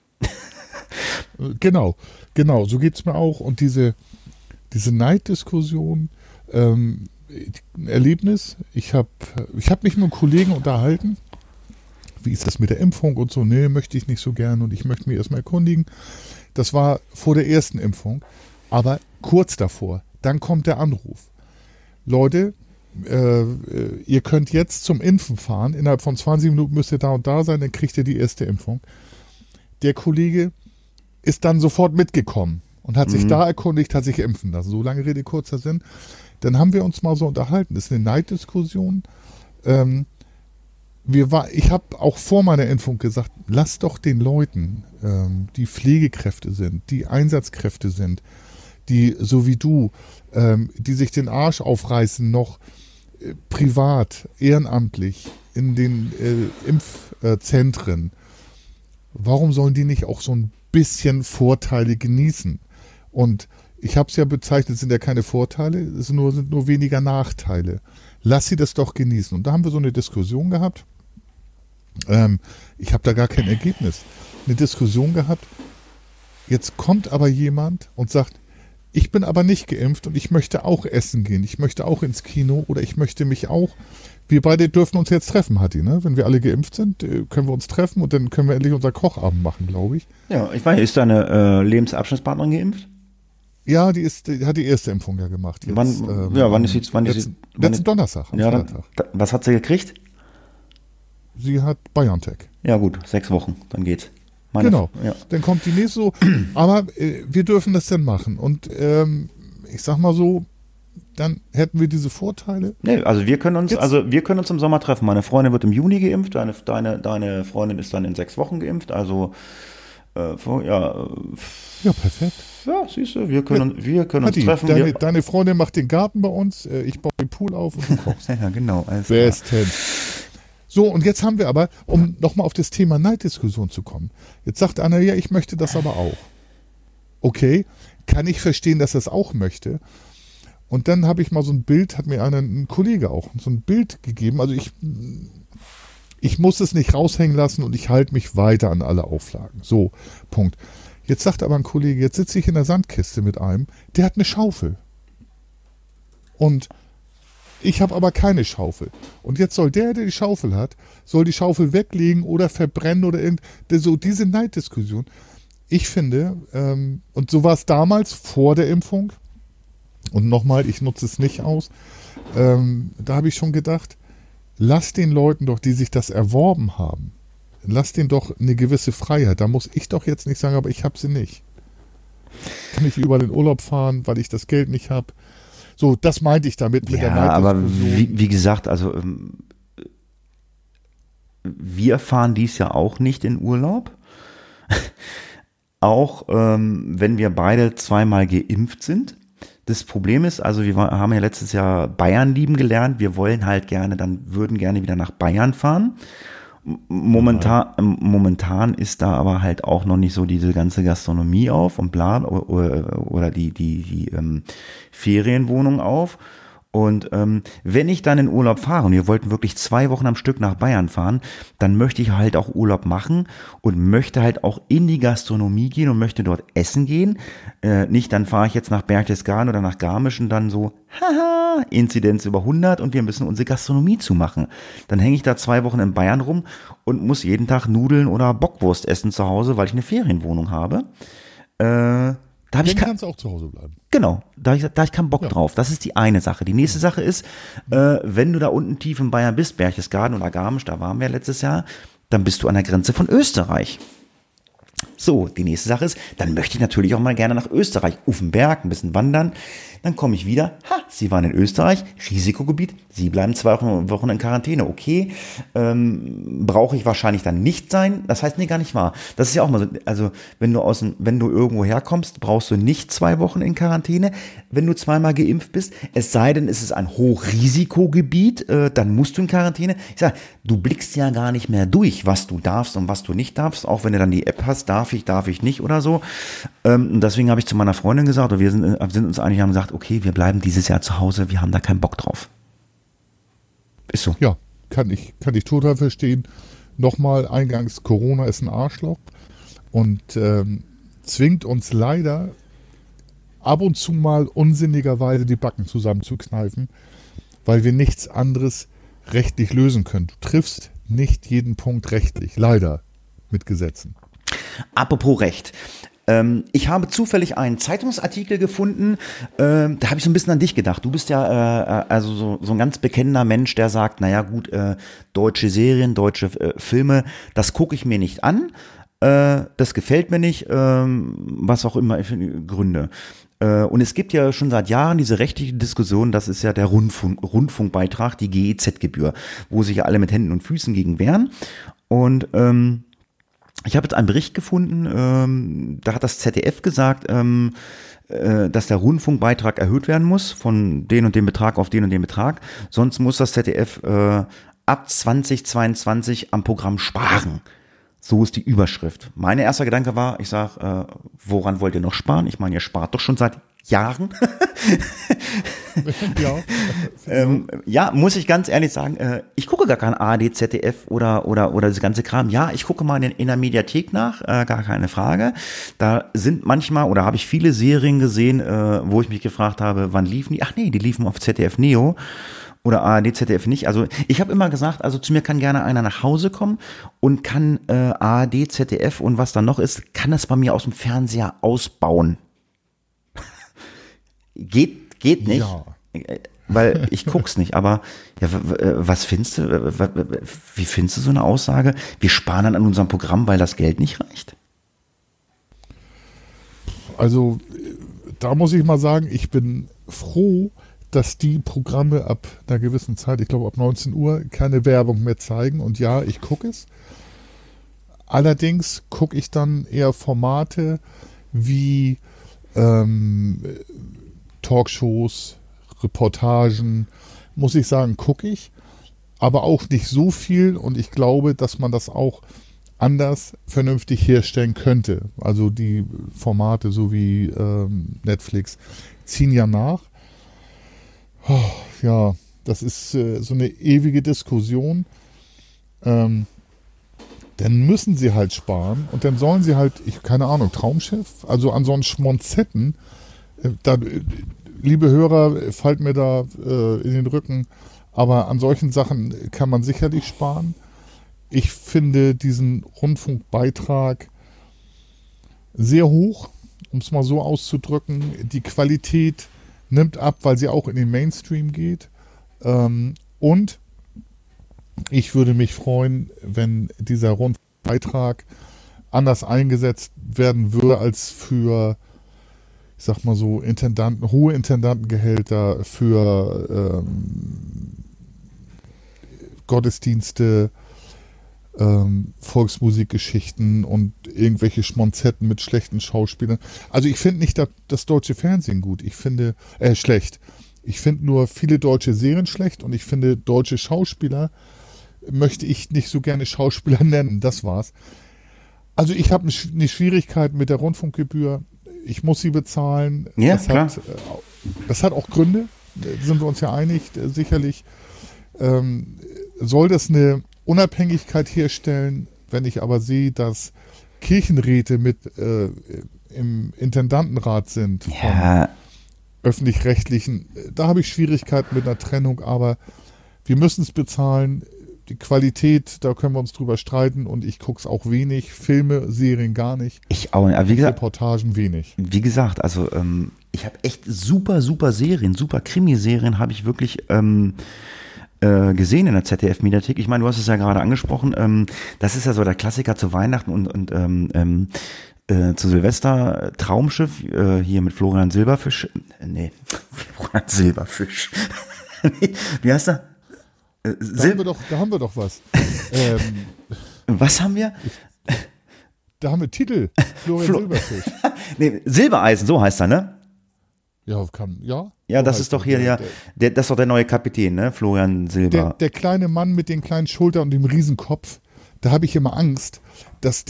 Genau, so geht's mir auch. Und diese Neiddiskussion, Erlebnis, ich hab mich mit einem Kollegen unterhalten, wie ist das mit der Impfung und so, nee, möchte ich nicht so gern und ich möchte mich erstmal erkundigen. Das war vor der ersten Impfung, aber kurz davor, dann kommt der Anruf. Leute, ihr könnt jetzt zum Impfen fahren, innerhalb von 20 Minuten müsst ihr da und da sein, dann kriegt ihr die erste Impfung. Der Kollege ist dann sofort mitgekommen und hat sich da erkundigt, hat sich impfen lassen. So lange Rede, kurzer Sinn. Dann haben wir uns mal so unterhalten. Das ist eine Neiddiskussion. Ich habe auch vor meiner Impfung gesagt, lass doch den Leuten, die Pflegekräfte sind, die Einsatzkräfte sind, die so wie du, die sich den Arsch aufreißen, noch privat, ehrenamtlich in den Impfzentren, warum sollen die nicht auch so ein bisschen Vorteile genießen? Und ich habe es ja bezeichnet, es sind ja keine Vorteile, es sind nur weniger Nachteile. Lass sie das doch genießen. Und da haben wir so eine Diskussion gehabt. Ich habe da gar kein Ergebnis. Eine Diskussion gehabt. Jetzt kommt aber jemand und sagt, Ich bin aber nicht geimpft und ich möchte auch essen gehen. Ich möchte auch ins Kino oder ich möchte mich auch. Wir beide dürfen uns jetzt treffen, Hatti, ne? Wenn wir alle geimpft sind, können wir uns treffen und dann können wir endlich unser Kochabend machen, glaube ich. Ja, ich weiß, ist deine Lebensabschnittspartnerin geimpft? Ja, die hat die erste Impfung ja gemacht. Jetzt, wann ist jetzt? Letzten Donnerstag, am Feiertag. Was hat sie gekriegt? Sie hat BioNTech. Ja gut, 6 Wochen, dann geht's. Genau, dann kommt die nächste so. Aber wir dürfen das dann machen. Und ich sag mal so, dann hätten wir diese Vorteile. Nee, also wir können uns im Sommer treffen. Meine Freundin wird im Juni geimpft, deine Freundin ist dann in 6 Wochen geimpft. Also ja, perfekt. Ja, siehst du, wir können uns treffen. Deine Freundin macht den Garten bei uns, ich baue den Pool auf und du kochst. Ja, genau. Bestens. So, und jetzt haben wir aber, um nochmal auf das Thema Neiddiskussion zu kommen, jetzt sagt einer, ja, ich möchte das aber auch. Okay, kann ich verstehen, dass er es auch möchte. Und dann habe ich mal so ein Bild, hat mir ein Kollege auch so ein Bild gegeben. Also ich muss es nicht raushängen lassen und ich halte mich weiter an alle Auflagen. So, Punkt. Jetzt sagt aber ein Kollege, jetzt sitze ich in der Sandkiste mit einem, der hat eine Schaufel. Und ich habe aber keine Schaufel. Und jetzt soll der die Schaufel hat, soll die Schaufel weglegen oder verbrennen oder so diese Neiddiskussion. Ich finde, und so war es damals vor der Impfung, und nochmal, ich nutze es nicht aus, da habe ich schon gedacht, lass den Leuten doch, die sich das erworben haben, lass denen doch eine gewisse Freiheit. Da muss ich doch jetzt nicht sagen, aber ich habe sie nicht. Kann ich überall in Urlaub fahren, weil ich das Geld nicht habe. So, das meinte ich damit mit der Neiddiskussion. Aber wie gesagt, also wir fahren dies Jahr auch nicht in Urlaub. Auch wenn wir beide zweimal geimpft sind. Das Problem ist, also wir haben ja letztes Jahr Bayern lieben gelernt. Wir wollen halt würden gerne wieder nach Bayern fahren. Momentan ist da aber halt auch noch nicht so diese ganze Gastronomie auf und bla oder die Ferienwohnung auf. Und wenn ich dann in Urlaub fahre, und wir wollten wirklich 2 Wochen am Stück nach Bayern fahren, dann möchte ich halt auch Urlaub machen und möchte halt auch in die Gastronomie gehen und möchte dort essen gehen. Nicht, dann fahre ich jetzt nach Berchtesgaden oder nach Garmisch und dann so, haha, Inzidenz über 100 und wir müssen unsere Gastronomie zumachen. Dann hänge ich da 2 Wochen in Bayern rum und muss jeden Tag Nudeln oder Bockwurst essen zu Hause, weil ich eine Ferienwohnung habe. Dann kannst du auch zu Hause bleiben. Genau, da hab ich keinen Bock drauf. Das ist die eine Sache. Die nächste Sache ist, wenn du da unten tief in Bayern bist, Berchtesgaden oder Garmisch, da waren wir letztes Jahr, dann bist du an der Grenze von Österreich. So, die nächste Sache ist, dann möchte ich natürlich auch mal gerne nach Österreich, auf den Berg, ein bisschen wandern. Dann komme ich wieder, Sie waren in Österreich, Risikogebiet, Sie bleiben 2 Wochen in Quarantäne, okay, brauche ich wahrscheinlich dann nicht sein, das heißt, nee, gar nicht wahr. Das ist ja auch mal so, also wenn du irgendwo herkommst, brauchst du nicht 2 Wochen in Quarantäne, wenn du zweimal geimpft bist, es sei denn, es ist ein Hochrisikogebiet, dann musst du in Quarantäne. Ich sage, du blickst ja gar nicht mehr durch, was du darfst und was du nicht darfst, auch wenn du dann die App hast, darf ich nicht oder so. Und deswegen habe ich zu meiner Freundin gesagt, oder wir sind uns einig, haben gesagt, okay, wir bleiben dieses Jahr zu Hause, wir haben da keinen Bock drauf. Ist so. Ja, kann ich total verstehen. Nochmal eingangs, Corona ist ein Arschloch und zwingt uns leider ab und zu mal unsinnigerweise die Backen zusammenzukneifen, weil wir nichts anderes rechtlich lösen können. Du triffst nicht jeden Punkt rechtlich, leider, mit Gesetzen. Apropos Recht. Ich habe zufällig einen Zeitungsartikel gefunden, da habe ich so ein bisschen an dich gedacht. Du bist ja also so ein ganz bekennender Mensch, der sagt, naja gut, deutsche Serien, deutsche Filme, das gucke ich mir nicht an, das gefällt mir nicht, was auch immer für Gründe. Und es gibt ja schon seit Jahren diese rechtliche Diskussion, das ist ja der Rundfunkbeitrag, die GEZ-Gebühr, wo sich ja alle mit Händen und Füßen gegen wehren. Und ich habe jetzt einen Bericht gefunden, da hat das ZDF gesagt, dass der Rundfunkbeitrag erhöht werden muss von den und dem Betrag auf den und den Betrag. Sonst muss das ZDF ab 2022 am Programm sparen. So ist die Überschrift. Mein erster Gedanke war, ich sage, woran wollt ihr noch sparen? Ich meine, ihr spart doch schon seit Jahren. Ja, muss ich ganz ehrlich sagen, ich gucke gar kein ARD, ZDF oder das ganze Kram. Ja, ich gucke mal in der Mediathek nach, gar keine Frage. Da sind manchmal, oder habe ich viele Serien gesehen, wo ich mich gefragt habe, wann liefen die? Ach nee, die liefen auf ZDF Neo. Oder ARD, ZDF nicht. Also ich habe immer gesagt, also zu mir kann gerne einer nach Hause kommen und kann ARD, ZDF und was dann noch ist, kann das bei mir aus dem Fernseher ausbauen. Geht nicht, ja. Weil ich guck's nicht. Aber ja, was findest du? Wie findest du so eine Aussage? Wir sparen dann an unserem Programm, weil das Geld nicht reicht? Also da muss ich mal sagen, ich bin froh, dass die Programme ab einer gewissen Zeit, ich glaube ab 19 Uhr, keine Werbung mehr zeigen. Und ja, ich gucke es. Allerdings gucke ich dann eher Formate wie Talkshows, Reportagen, muss ich sagen, gucke ich. Aber auch nicht so viel. Und ich glaube, dass man das auch anders vernünftig herstellen könnte. Also die Formate so wie Netflix ziehen ja nach. Oh, ja, das ist so eine ewige Diskussion. Dann müssen sie halt sparen und dann sollen sie halt, keine Ahnung, Traumschiff, also an so einen Schmonzetten, liebe Hörer, fallt mir da in den Rücken, aber an solchen Sachen kann man sicherlich sparen. Ich finde diesen Rundfunkbeitrag sehr hoch, um es mal so auszudrücken. Die Qualität nimmt ab, weil sie auch in den Mainstream geht. Und ich würde mich freuen, wenn dieser Rundfunkbeitrag anders eingesetzt werden würde als für, ich sag mal so, hohe Intendantengehälter für Gottesdienste, Volksmusikgeschichten und irgendwelche Schmonzetten mit schlechten Schauspielern. Also ich finde nicht das deutsche Fernsehen gut. Ich finde, schlecht. Ich finde nur viele deutsche Serien schlecht und ich finde deutsche Schauspieler möchte ich nicht so gerne Schauspieler nennen. Das war's. Also ich habe eine Schwierigkeit mit der Rundfunkgebühr. Ich muss sie bezahlen. Ja, das hat auch Gründe. Sind wir uns ja einig. Sicherlich soll das eine Unabhängigkeit herstellen, wenn ich aber sehe, dass Kirchenräte mit im Intendantenrat sind von öffentlich-rechtlichen, da habe ich Schwierigkeiten mit einer Trennung, aber wir müssen es bezahlen. Die Qualität, da können wir uns drüber streiten und ich gucke es auch wenig. Filme, Serien gar nicht. Ich auch nicht. Aber wie gesagt, Reportagen wenig. Wie gesagt, also ich habe echt super Serien, super Krimiserien habe ich wirklich gesehen in der ZDF-Mediathek. Ich meine, du hast es ja gerade angesprochen. Das ist ja so der Klassiker zu Weihnachten und zu Silvester. Traumschiff, hier mit Florian Silberfisch. Florian Silberfisch. Wie heißt er? Da haben wir doch was. Was haben wir? Da haben wir Titel. Florian Silberfisch. Silbereisen, so heißt er, ne? Ja, Ja, das ist doch hier das ist doch der neue Kapitän, ne? Florian Silber. Der kleine Mann mit den kleinen Schultern und dem Riesenkopf. Da habe ich immer Angst, dass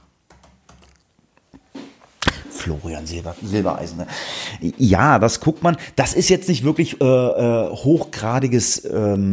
Florian Silbereisen. Ne? Ja, das guckt man. Das ist jetzt nicht wirklich hochgradiges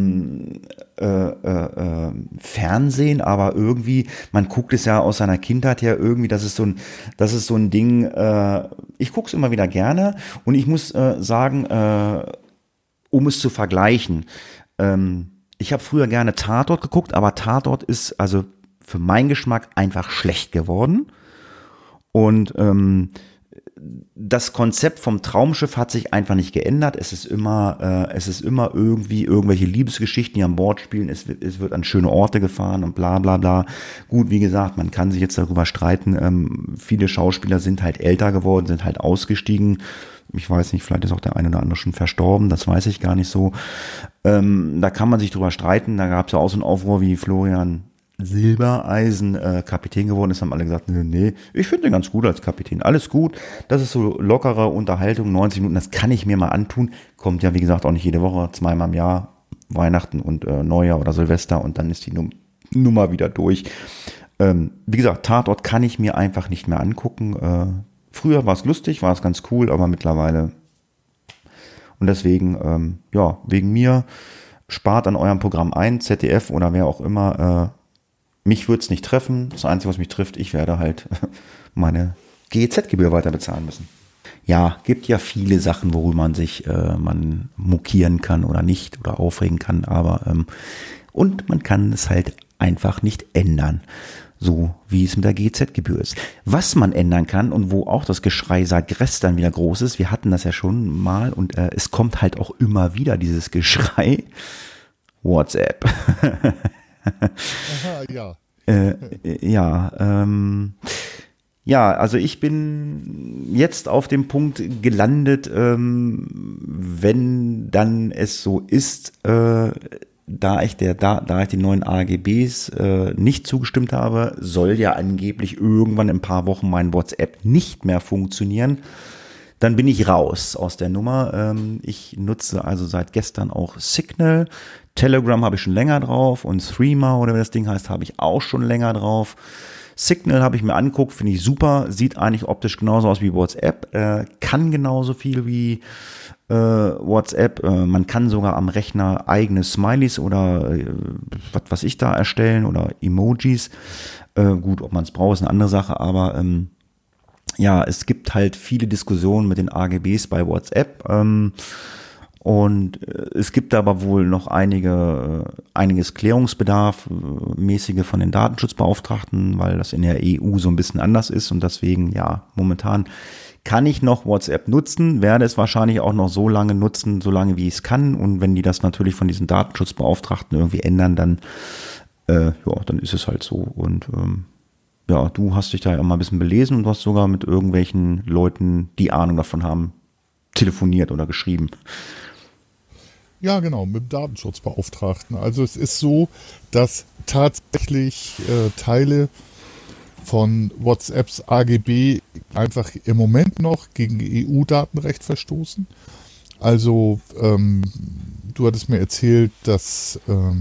Fernsehen, aber irgendwie, man guckt es ja aus seiner Kindheit her irgendwie, das ist so ein Ding, ich gucke es immer wieder gerne und ich muss sagen, um es zu vergleichen, ich habe früher gerne Tatort geguckt, aber Tatort ist also für meinen Geschmack einfach schlecht geworden. Und das Konzept vom Traumschiff hat sich einfach nicht geändert. Es ist immer irgendwie irgendwelche Liebesgeschichten, die an Bord spielen. Es wird an schöne Orte gefahren und bla bla bla. Gut, wie gesagt, man kann sich jetzt darüber streiten. Viele Schauspieler sind halt älter geworden, sind halt ausgestiegen. Ich weiß nicht, vielleicht ist auch der eine oder andere schon verstorben, das weiß ich gar nicht so. Da kann man sich drüber streiten. Da gab es ja auch so einen Aufruhr wie Florian Silbereisen Kapitän geworden ist, haben alle gesagt, nee, ich finde den ganz gut als Kapitän. Alles gut, das ist so lockere Unterhaltung, 90 Minuten, das kann ich mir mal antun. Kommt ja, wie gesagt, auch nicht jede Woche, zweimal im Jahr, Weihnachten und Neujahr oder Silvester und dann ist die Nummer wieder durch. Wie gesagt, Tatort kann ich mir einfach nicht mehr angucken. Früher war es lustig, war es ganz cool, aber mittlerweile Und deswegen, wegen mir, spart an eurem Programm ein, ZDF oder wer auch immer. Mich würde es nicht treffen. Das Einzige, was mich trifft, ich werde halt meine GEZ-Gebühr weiter bezahlen müssen. Ja, gibt ja viele Sachen, worüber man sich man mokieren kann oder nicht oder aufregen kann, aber und man kann es halt einfach nicht ändern, so wie es mit der GEZ-Gebühr ist. Was man ändern kann und wo auch das Geschrei seit gestern wieder groß ist, wir hatten das ja schon mal und es kommt halt auch immer wieder dieses Geschrei, WhatsApp. Aha, ja. Ja, also ich bin jetzt auf dem Punkt gelandet, wenn dann es so ist, da ich den neuen AGBs nicht zugestimmt habe, soll ja angeblich irgendwann in ein paar Wochen mein WhatsApp nicht mehr funktionieren. Dann bin ich raus aus der Nummer. Ich nutze also seit gestern auch Signal. Telegram habe ich schon länger drauf und Threema oder wie das Ding heißt, habe ich auch schon länger drauf. Signal habe ich mir angeguckt, finde ich super, sieht eigentlich optisch genauso aus wie WhatsApp, kann genauso viel wie WhatsApp. Man kann sogar am Rechner eigene Smileys oder was weiß ich da erstellen oder Emojis. Gut, ob man es braucht, ist eine andere Sache, aber ja, es gibt halt viele Diskussionen mit den AGBs bei WhatsApp. Und es gibt aber wohl noch einiges Klärungsbedarf, mäßige von den Datenschutzbeauftragten, weil das in der EU so ein bisschen anders ist und deswegen, ja, momentan kann ich noch WhatsApp nutzen, werde es wahrscheinlich auch noch so lange nutzen, solange wie ich es kann und wenn die das natürlich von diesen Datenschutzbeauftragten irgendwie ändern, dann dann ist es halt so und ja, du hast dich da ja mal ein bisschen belesen und du hast sogar mit irgendwelchen Leuten, die Ahnung davon haben, telefoniert oder geschrieben. Ja, genau, mit dem Datenschutzbeauftragten. Also es ist so, dass tatsächlich Teile von WhatsApps AGB einfach im Moment noch gegen EU-Datenrecht verstoßen. Also du hattest mir erzählt, dass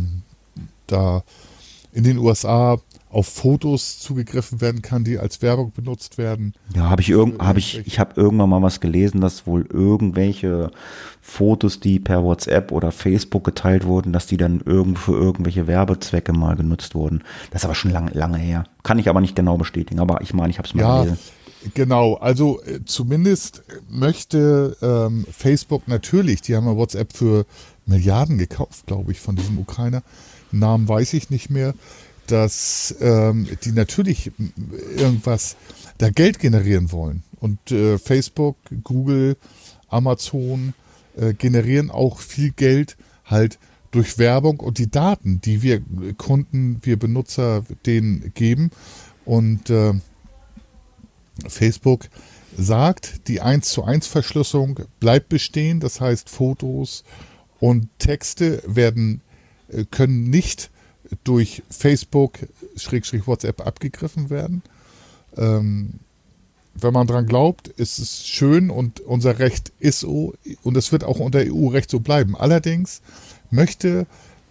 da in den USA auf Fotos zugegriffen werden kann, die als Werbung benutzt werden. Ja, ich habe irgendwann mal was gelesen, dass wohl irgendwelche Fotos, die per WhatsApp oder Facebook geteilt wurden, dass die dann für irgendwelche Werbezwecke mal genutzt wurden. Das ist aber schon lange her. Kann ich aber nicht genau bestätigen, aber ich meine, ich habe es mal gelesen. Genau, also zumindest möchte Facebook natürlich, die haben ja WhatsApp für Milliarden gekauft, glaube ich, von diesem Ukrainer. Namen weiß ich nicht mehr. Dass die natürlich irgendwas da Geld generieren wollen. Und Facebook, Google, Amazon generieren auch viel Geld halt durch Werbung und die Daten, die wir Kunden, wir Benutzer denen geben. Und Facebook sagt, die 1:1 Verschlüsselung bleibt bestehen. Das heißt, Fotos und Texte können nicht durch Facebook/WhatsApp abgegriffen werden. Wenn man dran glaubt, ist es schön und unser Recht ist so und es wird auch unter EU-Recht so bleiben. Allerdings möchte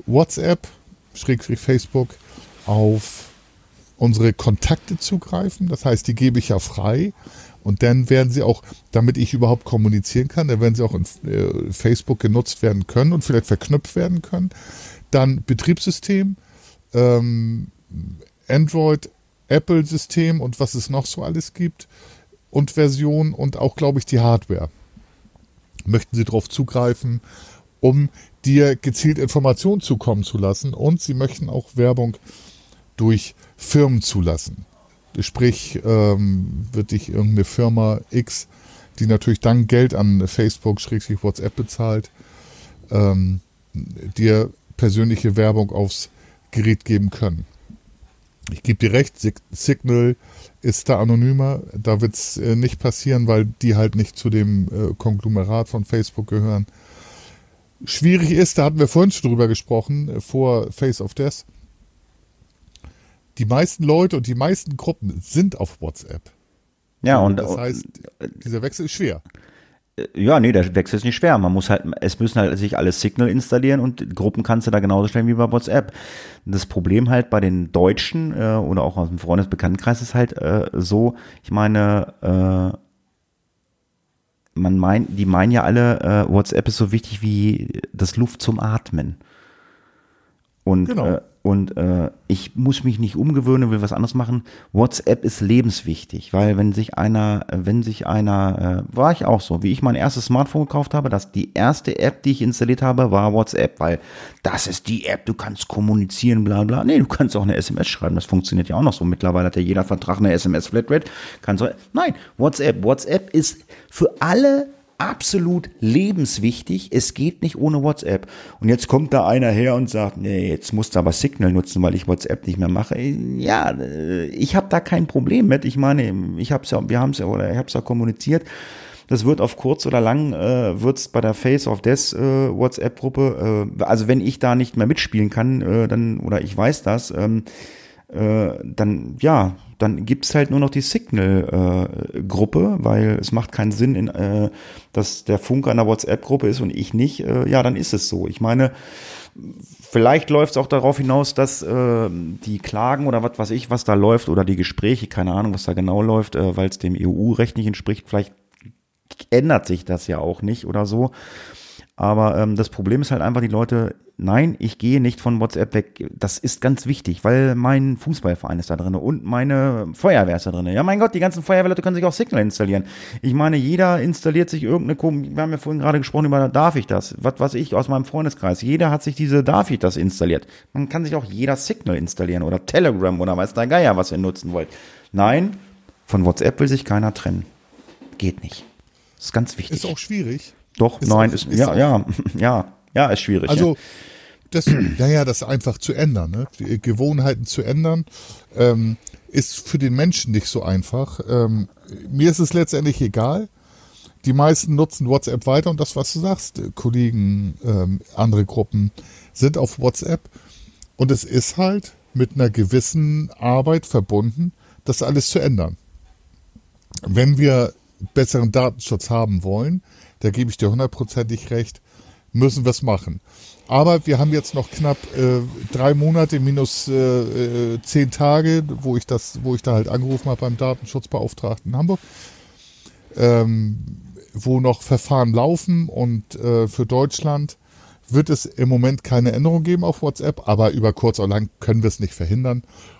WhatsApp/Facebook auf unsere Kontakte zugreifen. Das heißt, die gebe ich ja frei und dann werden sie auch, damit ich überhaupt kommunizieren kann, dann werden sie auch in Facebook genutzt werden können und vielleicht verknüpft werden können. Dann Betriebssystem, Android, Apple-System und was es noch so alles gibt und Version und auch, glaube ich, die Hardware. Möchten Sie darauf zugreifen, um dir gezielt Informationen zukommen zu lassen und Sie möchten auch Werbung durch Firmen zulassen. Sprich, wird dich irgendeine Firma X, die natürlich dann Geld an Facebook/WhatsApp bezahlt, dir persönliche Werbung aufs Gerät geben können. Ich gebe dir recht, Signal ist da anonymer, da wird es nicht passieren, weil die halt nicht zu dem Konglomerat von Facebook gehören. Schwierig ist, da hatten wir vorhin schon drüber gesprochen, vor Face of Death, die meisten Leute und die meisten Gruppen sind auf WhatsApp. Ja, und das heißt, dieser Wechsel ist schwer. Ja, nee, der Wechsel ist nicht schwer. Es müssen halt sich alle Signal installieren und Gruppen kannst du da genauso stellen wie bei WhatsApp. Das Problem halt bei den Deutschen oder auch aus dem Freundesbekanntenkreis ist halt so, ich meine, die meinen ja alle, WhatsApp ist so wichtig wie das Luft zum Atmen. Und, Genau. Ich muss mich nicht umgewöhnen, will was anderes machen. WhatsApp ist lebenswichtig, weil wenn sich einer, war ich auch so, wie ich mein erstes Smartphone gekauft habe, die erste App, die ich installiert habe, war WhatsApp, weil das ist die App, du kannst kommunizieren, bla bla. Nee, du kannst auch eine SMS schreiben, das funktioniert ja auch noch so. Mittlerweile hat ja jeder Vertrag eine SMS-Flatrate. Nein, WhatsApp ist für alle absolut lebenswichtig. Es geht nicht ohne WhatsApp. Und jetzt kommt da einer her und sagt, nee, jetzt musst du aber Signal nutzen, weil ich WhatsApp nicht mehr mache. Ja, ich habe da kein Problem mit. Ich meine, ich habe es ja kommuniziert. Das wird auf kurz oder lang, wird's bei der Face of Death WhatsApp-Gruppe, also wenn ich da nicht mehr mitspielen kann, oder ich weiß das, dann gibt's halt nur noch die Signal-Gruppe, weil es macht keinen Sinn, dass der Funke in der WhatsApp-Gruppe ist und ich nicht. Dann ist es so. Ich meine, vielleicht läuft es auch darauf hinaus, dass die Klagen oder was weiß ich, was da läuft, oder die Gespräche, keine Ahnung, was da genau läuft, weil es dem EU-Recht nicht entspricht, vielleicht ändert sich das ja auch nicht oder so. Aber das Problem ist halt einfach, die Leute, nein, ich gehe nicht von WhatsApp weg. Das ist ganz wichtig, weil mein Fußballverein ist da drin und meine Feuerwehr ist da drin. Ja, mein Gott, die ganzen Feuerwehrleute können sich auch Signal installieren. Ich meine, jeder installiert sich wir haben ja vorhin gerade gesprochen über, darf ich das? Was weiß ich, aus meinem Freundeskreis. Jeder hat sich darf ich das installiert. Man kann sich auch jeder Signal installieren oder Telegram oder weiß der Geier, was ihr nutzen wollt. Nein, von WhatsApp will sich keiner trennen. Geht nicht. Das ist ganz wichtig. Ist auch schwierig. Doch, ist schwierig. Also, das einfach zu ändern, ne? Die Gewohnheiten zu ändern, ist für den Menschen nicht so einfach. Mir ist es letztendlich egal. Die meisten nutzen WhatsApp weiter und das, was du sagst, Kollegen, andere Gruppen sind auf WhatsApp. Und es ist halt mit einer gewissen Arbeit verbunden, das alles zu ändern. Wenn wir besseren Datenschutz haben wollen, da gebe ich dir 100%ig recht, müssen wir es machen. Aber wir haben jetzt noch knapp 3 Monate minus 10 Tage, wo ich da halt angerufen habe beim Datenschutzbeauftragten in Hamburg, wo noch Verfahren laufen, und für Deutschland wird es im Moment keine Änderung geben auf WhatsApp, aber über kurz oder lang können wir es nicht verhindern,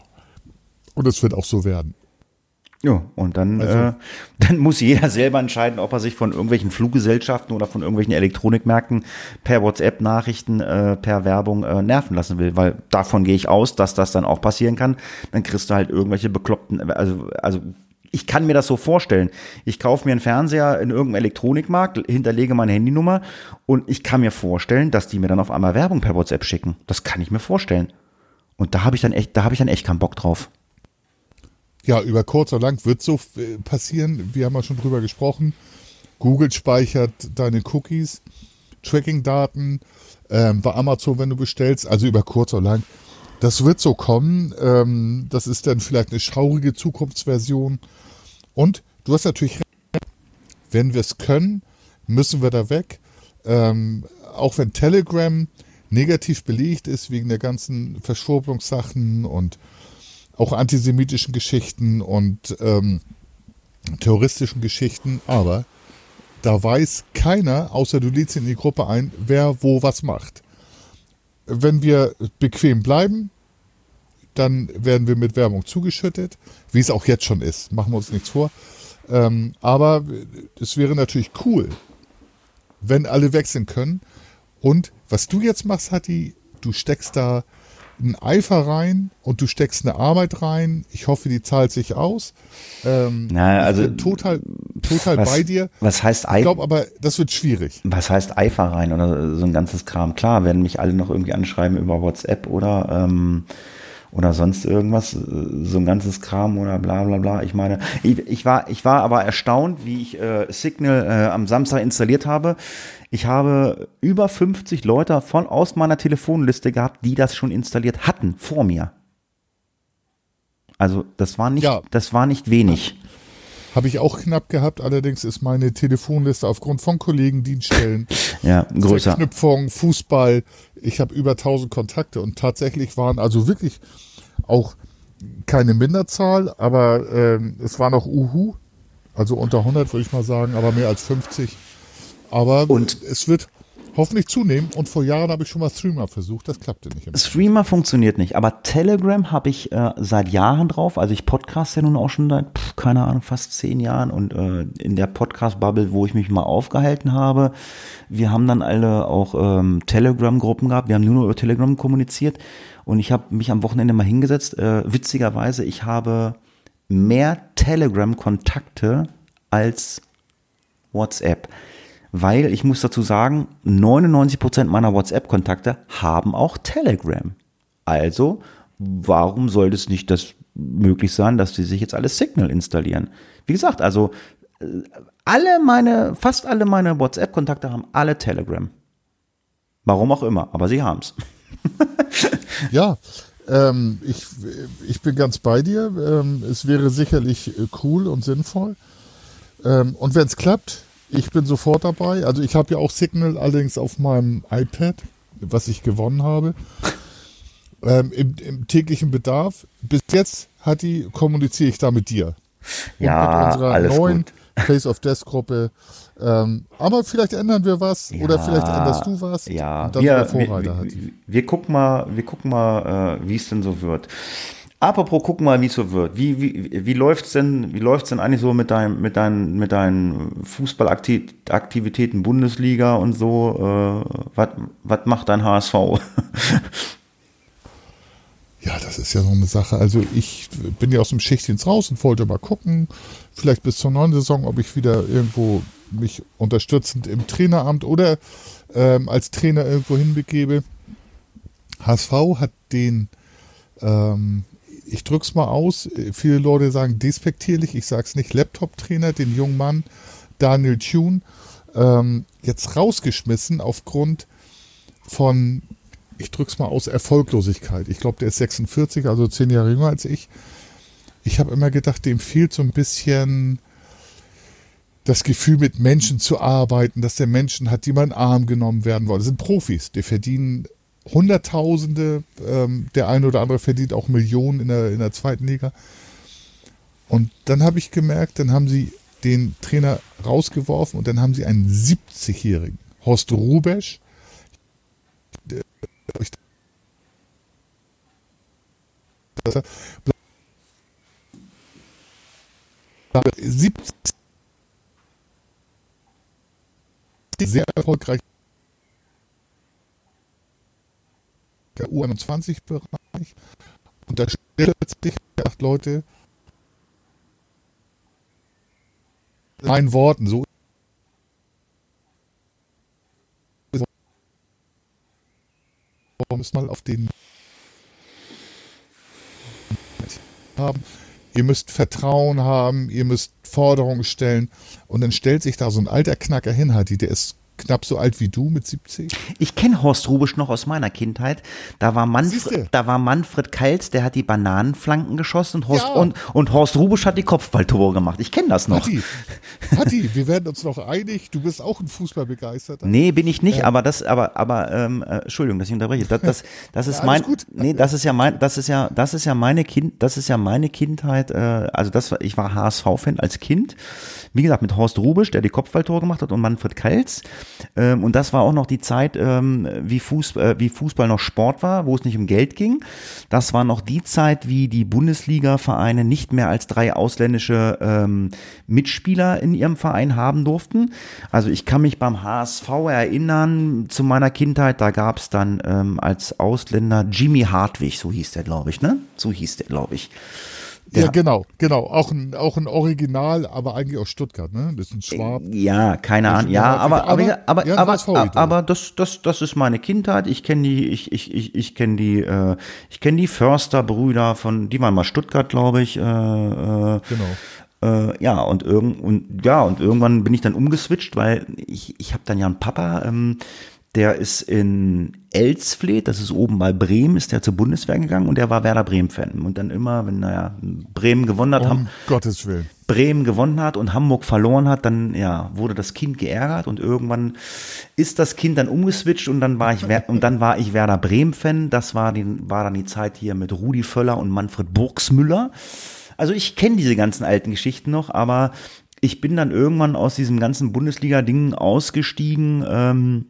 und es wird auch so werden. Ja, und dann muss jeder selber entscheiden, ob er sich von irgendwelchen Fluggesellschaften oder von irgendwelchen Elektronikmärkten per WhatsApp-Nachrichten, per Werbung nerven lassen will, weil davon gehe ich aus, dass das dann auch passieren kann. Dann kriegst du halt irgendwelche bekloppten, also ich kann mir das so vorstellen. Ich kaufe mir einen Fernseher in irgendeinem Elektronikmarkt, hinterlege meine Handynummer und ich kann mir vorstellen, dass die mir dann auf einmal Werbung per WhatsApp schicken. Das kann ich mir vorstellen. Und da habe ich dann echt keinen Bock drauf. Ja, über kurz oder lang wird so passieren. Wir haben ja schon drüber gesprochen. Google speichert deine Cookies, Tracking-Daten, bei Amazon, wenn du bestellst, also über kurz oder lang. Das wird so kommen. Das ist dann vielleicht eine schaurige Zukunftsversion. Und du hast natürlich recht, wenn wir es können, müssen wir da weg. Auch wenn Telegram negativ belegt ist wegen der ganzen Verschwurbelungssachen und auch antisemitischen Geschichten und terroristischen Geschichten, aber da weiß keiner, außer du lädst in die Gruppe ein, wer wo was macht. Wenn wir bequem bleiben, dann werden wir mit Werbung zugeschüttet, wie es auch jetzt schon ist, machen wir uns nichts vor. Aber es wäre natürlich cool, wenn alle wechseln können. Und was du jetzt machst, Hatti, du steckst da einen Eifer rein und du steckst eine Arbeit rein. Ich hoffe, die zahlt sich aus. Also ich bin total bei dir. Was heißt Eifer? Ich glaube aber, das wird schwierig. Was heißt Eifer rein oder so ein ganzes Kram? Klar, werden mich alle noch irgendwie anschreiben über WhatsApp oder sonst irgendwas, so ein ganzes Kram oder bla bla bla. Ich meine, ich war aber erstaunt, wie ich Signal am Samstag installiert habe. Ich habe über 50 Leute aus meiner Telefonliste gehabt, die das schon installiert hatten, vor mir. Also das war nicht wenig. Habe ich auch knapp gehabt, allerdings ist meine Telefonliste aufgrund von Kollegen, Dienststellen, größer. Verknüpfung, Fußball, ich habe über 1000 Kontakte und tatsächlich waren also wirklich auch keine Minderzahl, aber es war noch Uhu. Also unter 100 würde ich mal sagen, aber mehr als 50. Aber es wird hoffentlich zunehmen. Und vor Jahren habe ich schon mal Streamer versucht, das klappte nicht. Streamer funktioniert nicht, aber Telegram habe ich seit Jahren drauf. Also ich podcaste ja nun auch schon seit, keine Ahnung, fast 10 Jahren. Und in der Podcast-Bubble, wo ich mich mal aufgehalten habe, wir haben dann alle auch Telegram-Gruppen gehabt. Wir haben nur über Telegram kommuniziert. Und ich habe mich am Wochenende mal hingesetzt. Witzigerweise, ich habe mehr Telegram-Kontakte als WhatsApp. Weil, ich muss dazu sagen, 99% meiner WhatsApp-Kontakte haben auch Telegram. Also, warum sollte es nicht möglich sein, dass die sich jetzt alle Signal installieren? Wie gesagt, also fast alle meine WhatsApp-Kontakte haben alle Telegram. Warum auch immer, aber sie haben's. Ja, ich bin ganz bei dir. Es wäre sicherlich cool und sinnvoll. Und wenn es klappt, ich bin sofort dabei. Also ich habe ja auch Signal, allerdings auf meinem iPad, was ich gewonnen habe. Im täglichen Bedarf. Bis jetzt, kommuniziere ich da mit dir. Ja, und mit unserer alles neuen gut. Face of Death Gruppe. Aber vielleicht ändern wir was oder vielleicht änderst du was. Ja, und dann der Vorreiter hat. Wir gucken mal, wie es denn so wird. Apropos, gucken mal, wie es so wird. Wie läuft's denn eigentlich so mit deinen Fußballaktivitäten Bundesliga und so? Was macht dein HSV? Ja, das ist ja so eine Sache. Also ich bin ja aus dem Schichtdienst raus und wollte mal gucken, vielleicht bis zur neuen Saison, ob ich wieder irgendwo mich unterstützend im Traineramt oder als Trainer irgendwo hinbegebe. HSV hat den, ich drück's mal aus, viele Leute sagen despektierlich, ich sag's nicht, Laptop-Trainer, den jungen Mann Daniel Thune, jetzt rausgeschmissen aufgrund von, ich drück's mal aus, Erfolglosigkeit. Ich glaube, der ist 46, also 10 Jahre jünger als ich. Ich habe immer gedacht, dem fehlt so ein bisschen das Gefühl, mit Menschen zu arbeiten, dass der Menschen hat, die mal in den Arm genommen werden wollen. Das sind Profis, die verdienen Hunderttausende, der eine oder andere verdient auch Millionen in der zweiten Liga. Und dann habe ich gemerkt, dann haben sie den Trainer rausgeworfen und dann haben sie einen 70-Jährigen, Horst Hrubesch, 70, sehr erfolgreich der U21-Bereich und da stellt plötzlich 8 Leute meinen Worten so mal auf den haben. Ihr müsst Vertrauen haben, ihr müsst Forderungen stellen und dann stellt sich da so ein alter Knacker hin, der ist knapp so alt wie du mit 70. Ich kenne Horst Hrubesch noch aus meiner Kindheit. Da war Manfred Kals, der hat die Bananenflanken geschossen und Horst Hrubesch hat die Kopfballtore gemacht. Ich kenne das noch. Hatti, wir werden uns noch einig. Du bist auch ein Fußballbegeisterter. Nee, bin ich nicht, aber Entschuldigung, dass ich unterbreche. Das ist ja, mein, gut. Nee, das ist ja meine Kindheit, ich war HSV-Fan als Kind. Wie gesagt, mit Horst Hrubesch, der die Kopfballtore gemacht hat und Manfred Kals. Und das war auch noch die Zeit, wie Fußball noch Sport war, wo es nicht um Geld ging. Das war noch die Zeit, wie die Bundesliga-Vereine nicht mehr als 3 ausländische Mitspieler in ihrem Verein haben durften. Also ich kann mich beim HSV erinnern, zu meiner Kindheit, da gab es dann als Ausländer Jimmy Hartwig, so hieß der, glaube ich, ne? So hieß der, glaube ich. Ja, genau. Auch ein Original, aber eigentlich aus Stuttgart, ne? Das ist ein Schwab. Ja, keine Ahnung. Ja, aber das ist meine Kindheit. Ich kenne die Förster-Brüder die waren mal Stuttgart, glaube ich. Genau. Und irgendwann bin ich dann umgeswitcht, weil ich habe dann ja einen Papa, der ist in Elsfleth, das ist oben bei Bremen, ist der zur Bundeswehr gegangen und der war Werder Bremen-Fan. Und dann immer, wenn Bremen gewonnen hat, Gottes Willen. Bremen gewonnen hat und Hamburg verloren hat, dann wurde das Kind geärgert und irgendwann ist das Kind dann umgeswitcht und dann war ich Werder Bremen-Fan. Das war dann die Zeit hier mit Rudi Völler und Manfred Burgsmüller. Also ich kenne diese ganzen alten Geschichten noch, aber ich bin dann irgendwann aus diesem ganzen Bundesliga-Ding ausgestiegen,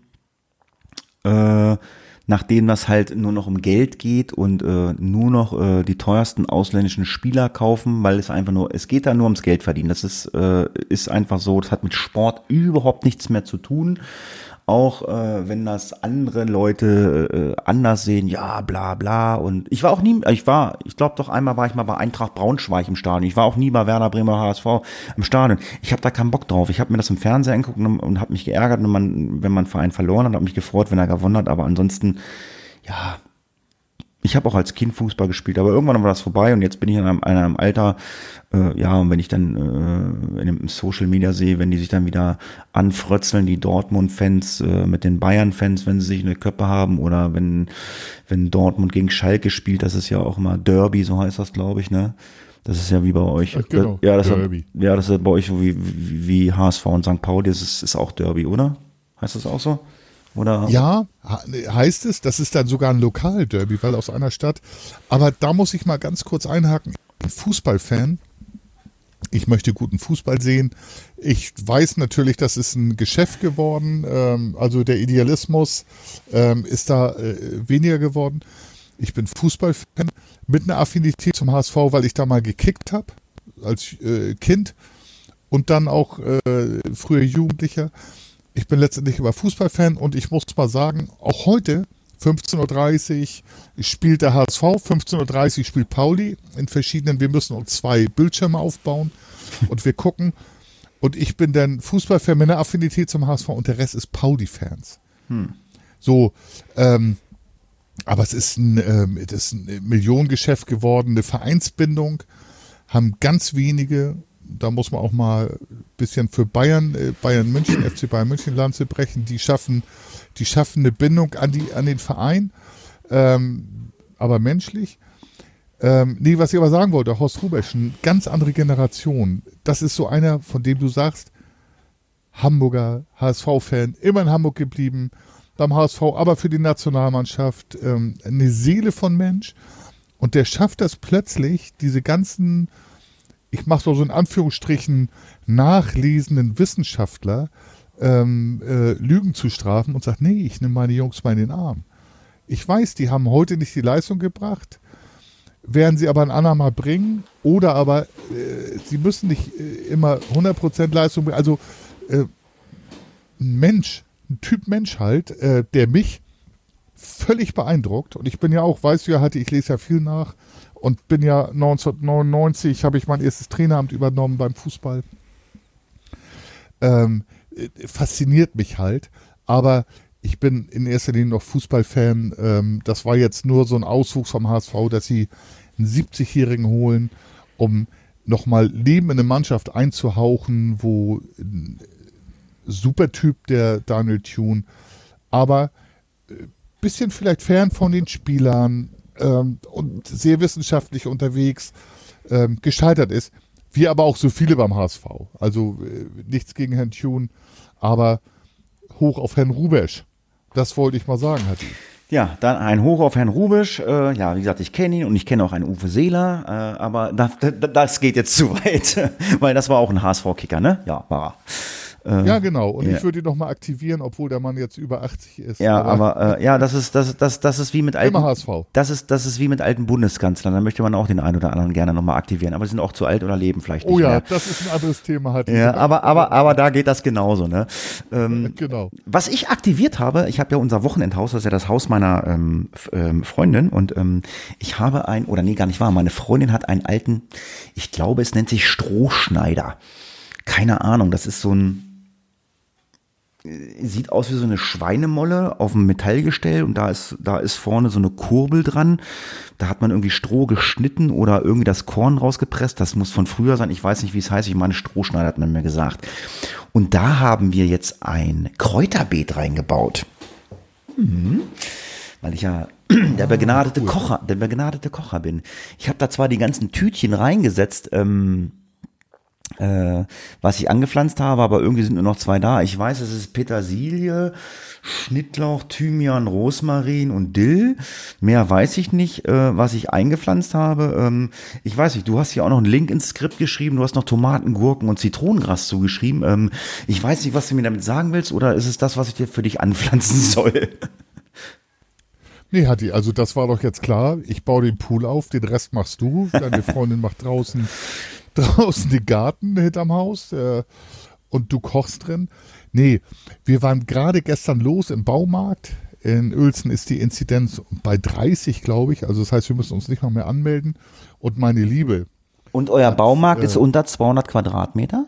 nachdem das halt nur noch um Geld geht und nur noch die teuersten ausländischen Spieler kaufen, weil es geht da nur ums Geld verdienen. Das ist einfach so, das hat mit Sport überhaupt nichts mehr zu tun. Auch wenn das andere Leute anders sehen, ja, bla bla. Und ich glaube doch einmal war ich mal bei Eintracht Braunschweig im Stadion. Ich war auch nie bei Werder Bremer HSV im Stadion. Ich habe da keinen Bock drauf. Ich habe mir das im Fernsehen angeguckt und habe mich geärgert, wenn man Verein verloren hat, habe mich gefreut, wenn er gewonnen hat. Aber ansonsten, ja, ich habe auch als Kind Fußball gespielt, aber irgendwann war das vorbei und jetzt bin ich in einem Alter, und wenn ich dann in dem Social Media sehe, wenn die sich dann wieder anfrötzeln, die Dortmund-Fans mit den Bayern-Fans, wenn sie sich eine Köppe haben oder wenn Dortmund gegen Schalke spielt, das ist ja auch immer Derby, so heißt das, glaube ich, ne? Das ist ja wie bei euch. Genau, Derby. Das ist bei euch so wie HSV und St. Pauli, das ist auch Derby, oder? Heißt das auch so? Oder? Ja, heißt es. Das ist dann sogar ein Lokalderby, weil aus einer Stadt. Aber da muss ich mal ganz kurz einhaken. Ich bin Fußballfan. Ich möchte guten Fußball sehen. Ich weiß natürlich, das ist ein Geschäft geworden. Also der Idealismus ist da weniger geworden. Ich bin Fußballfan mit einer Affinität zum HSV, weil ich da mal gekickt habe als Kind und dann auch früher Jugendlicher. Ich bin letztendlich aber Fußballfan und ich muss mal sagen, auch heute 15:30 Uhr spielt der HSV, 15:30 Uhr spielt Pauli in verschiedenen, wir müssen uns 2 Bildschirme aufbauen und wir gucken. Und ich bin dann Fußballfan mit einer Affinität zum HSV und der Rest ist Pauli-Fans. So, aber es ist das ist ein Millionengeschäft geworden, eine Vereinsbindung, haben ganz wenige. Da muss man auch mal ein bisschen für Bayern München, FC Bayern München Lanze brechen. Die schaffen eine Bindung an den Verein, aber menschlich. Was ich aber sagen wollte, Horst Hrubesch, eine ganz andere Generation. Das ist so einer, von dem du sagst, Hamburger, HSV-Fan, immer in Hamburg geblieben, beim HSV, aber für die Nationalmannschaft, eine Seele von Mensch. Und der schafft das plötzlich, diese ganzen, ich mache so in Anführungsstrichen, nachlesenden Wissenschaftler Lügen zu strafen und sagt, nee, ich nehme meine Jungs mal in den Arm. Ich weiß, die haben heute nicht die Leistung gebracht, werden sie aber ein andermal bringen oder aber sie müssen nicht immer 100% Leistung bringen. Also ein Typ Mensch halt, der mich völlig beeindruckt und ich bin ja auch, weißt du ja, ich lese ja viel nach und bin ja 1999, habe ich mein erstes Traineramt übernommen beim Fußball. Fasziniert mich halt, aber ich bin in erster Linie noch Fußballfan. Das war jetzt nur so ein Auswuchs vom HSV, dass sie einen 70-Jährigen holen, um nochmal Leben in eine Mannschaft einzuhauchen, wo ein super Typ, der Daniel Thune, aber bisschen vielleicht fern von den Spielern und sehr wissenschaftlich unterwegs gescheitert ist. Wie aber auch so viele beim HSV. Also nichts gegen Herrn Thune, aber hoch auf Herrn Hrubesch. Das wollte ich mal sagen, Hatti. Ja, dann ein Hoch auf Herrn Hrubesch. Wie gesagt, ich kenne ihn und ich kenne auch einen Uwe Seeler, aber das geht jetzt zu weit, weil das war auch ein HSV-Kicker, ne? Ja, war er. Ja, genau. Und ich würde ihn nochmal aktivieren, obwohl der Mann jetzt über 80 ist. Ja, aber das ist wie mit alten. Immer HSV. Das ist wie mit alten Bundeskanzlern. Da möchte man auch den einen oder anderen gerne nochmal aktivieren. Aber sie sind auch zu alt oder leben vielleicht nicht mehr. Das ist ein anderes Thema halt. Ja, aber da geht das genauso, ne? Genau. Was ich aktiviert habe, ich habe ja unser Wochenendhaus, das ist ja das Haus meiner Freundin und ich habe meine Freundin hat einen alten, ich glaube, es nennt sich Strohschneider. Keine Ahnung, das ist so ein, sieht aus wie so eine Schweinemolle auf dem Metallgestell und da ist vorne so eine Kurbel dran. Da hat man irgendwie Stroh geschnitten oder irgendwie das Korn rausgepresst. Das muss von früher sein. Ich weiß nicht, wie es heißt. Ich meine, Strohschneider hat man mir gesagt. Und da haben wir jetzt ein Kräuterbeet reingebaut. Weil ich ja der begnadete Kocher bin. Ich habe da zwar die ganzen Tütchen reingesetzt, was ich angepflanzt habe, aber irgendwie sind nur noch 2 da. Ich weiß, es ist Petersilie, Schnittlauch, Thymian, Rosmarin und Dill. Mehr weiß ich nicht, was ich eingepflanzt habe. Ich weiß nicht, du hast hier auch noch einen Link ins Skript geschrieben, du hast noch Tomaten, Gurken und Zitronengras zugeschrieben. Ich weiß nicht, was du mir damit sagen willst, oder ist es das, was ich dir für dich anpflanzen soll? Nee, Hatti, also das war doch jetzt klar. Ich baue den Pool auf, den Rest machst du. Deine Freundin macht draußen den Garten hinterm Haus und du kochst drin. Nee, wir waren gerade gestern los im Baumarkt. In Uelzen ist die Inzidenz bei 30, glaube ich. Also das heißt, wir müssen uns nicht mal mehr anmelden. Und meine Liebe. Und euer Baumarkt ist unter 200 Quadratmeter?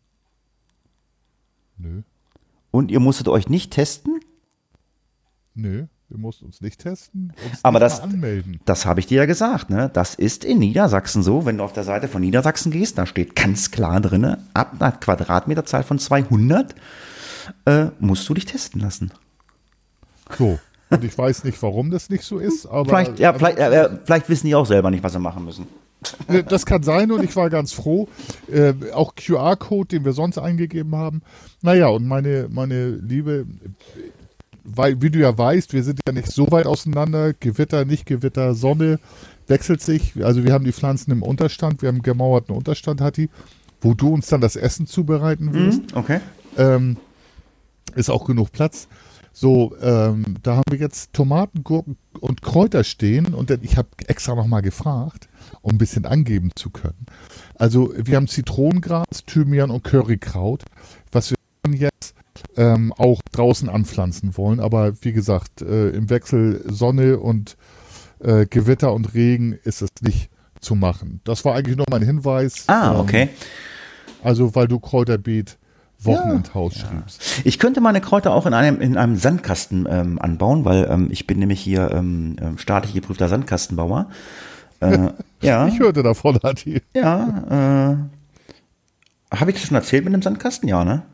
Nö. Und ihr musstet euch nicht testen? Nö. Wir mussten uns nicht testen, uns aber nicht mal anmelden. Das habe ich dir ja gesagt, ne? Das ist in Niedersachsen so. Wenn du auf der Seite von Niedersachsen gehst, da steht ganz klar drin, ab einer Quadratmeterzahl von 200 musst du dich testen lassen. So, und ich weiß nicht, warum das nicht so ist. Aber vielleicht wissen die auch selber nicht, was sie machen müssen. Das kann sein und ich war ganz froh. Auch QR-Code, den wir sonst eingegeben haben. Naja, und meine Liebe... Weil, wie du ja weißt, wir sind ja nicht so weit auseinander, Gewitter, nicht Gewitter, Sonne wechselt sich, also wir haben die Pflanzen im Unterstand, wir haben einen gemauerten Unterstand, Hatti, wo du uns dann das Essen zubereiten wirst. Okay. Ist auch genug Platz. So, da haben wir jetzt Tomaten, Gurken und Kräuter stehen und ich habe extra nochmal gefragt, um ein bisschen angeben zu können. Also wir haben Zitronengras, Thymian und Currykraut, was wir jetzt auch draußen anpflanzen wollen. Aber wie gesagt, im Wechsel Sonne und Gewitter und Regen ist es nicht zu machen. Das war eigentlich nur mein Hinweis. Okay. Also weil du Kräuterbeet Wochenendhaus schriebst. Ich könnte meine Kräuter auch in einem Sandkasten anbauen, weil ich bin nämlich hier staatlich geprüfter Sandkastenbauer. Ja. Ich hörte davon, Hatti. Ja. Habe ich das schon erzählt mit dem Sandkasten? Ja, ne?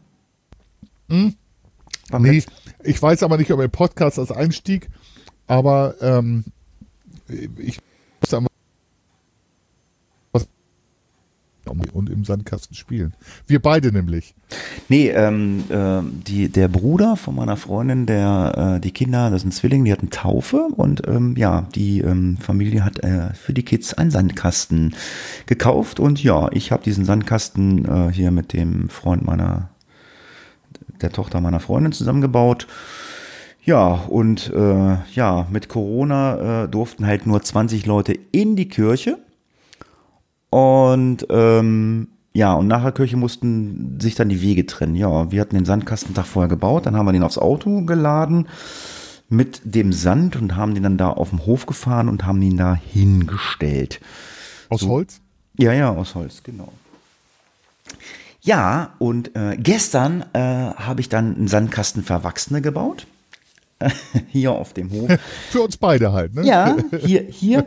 Nee, ich weiß aber nicht, ob ein Podcast als Einstieg, aber ich muss einmal und im Sandkasten spielen. Wir beide nämlich. Nee, der Bruder von meiner Freundin, die Kinder, das sind Zwillinge, die hatten Taufe und die Familie hat für die Kids einen Sandkasten gekauft und ja, ich habe diesen Sandkasten hier mit dem Freund der Tochter meiner Freundin zusammengebaut. Ja, und mit Corona durften halt nur 20 Leute in die Kirche. Und und nach der Kirche mussten sich dann die Wege trennen. Ja, wir hatten den Sandkasten einen Tag vorher gebaut, dann haben wir den aufs Auto geladen mit dem Sand und haben den dann da auf dem Hof gefahren und haben ihn da hingestellt. Aus Holz? Ja, aus Holz, genau. Ja, und gestern habe ich dann einen Sandkasten für Erwachsene gebaut. Hier auf dem Hof. Für uns beide halt, ne? Ja, hier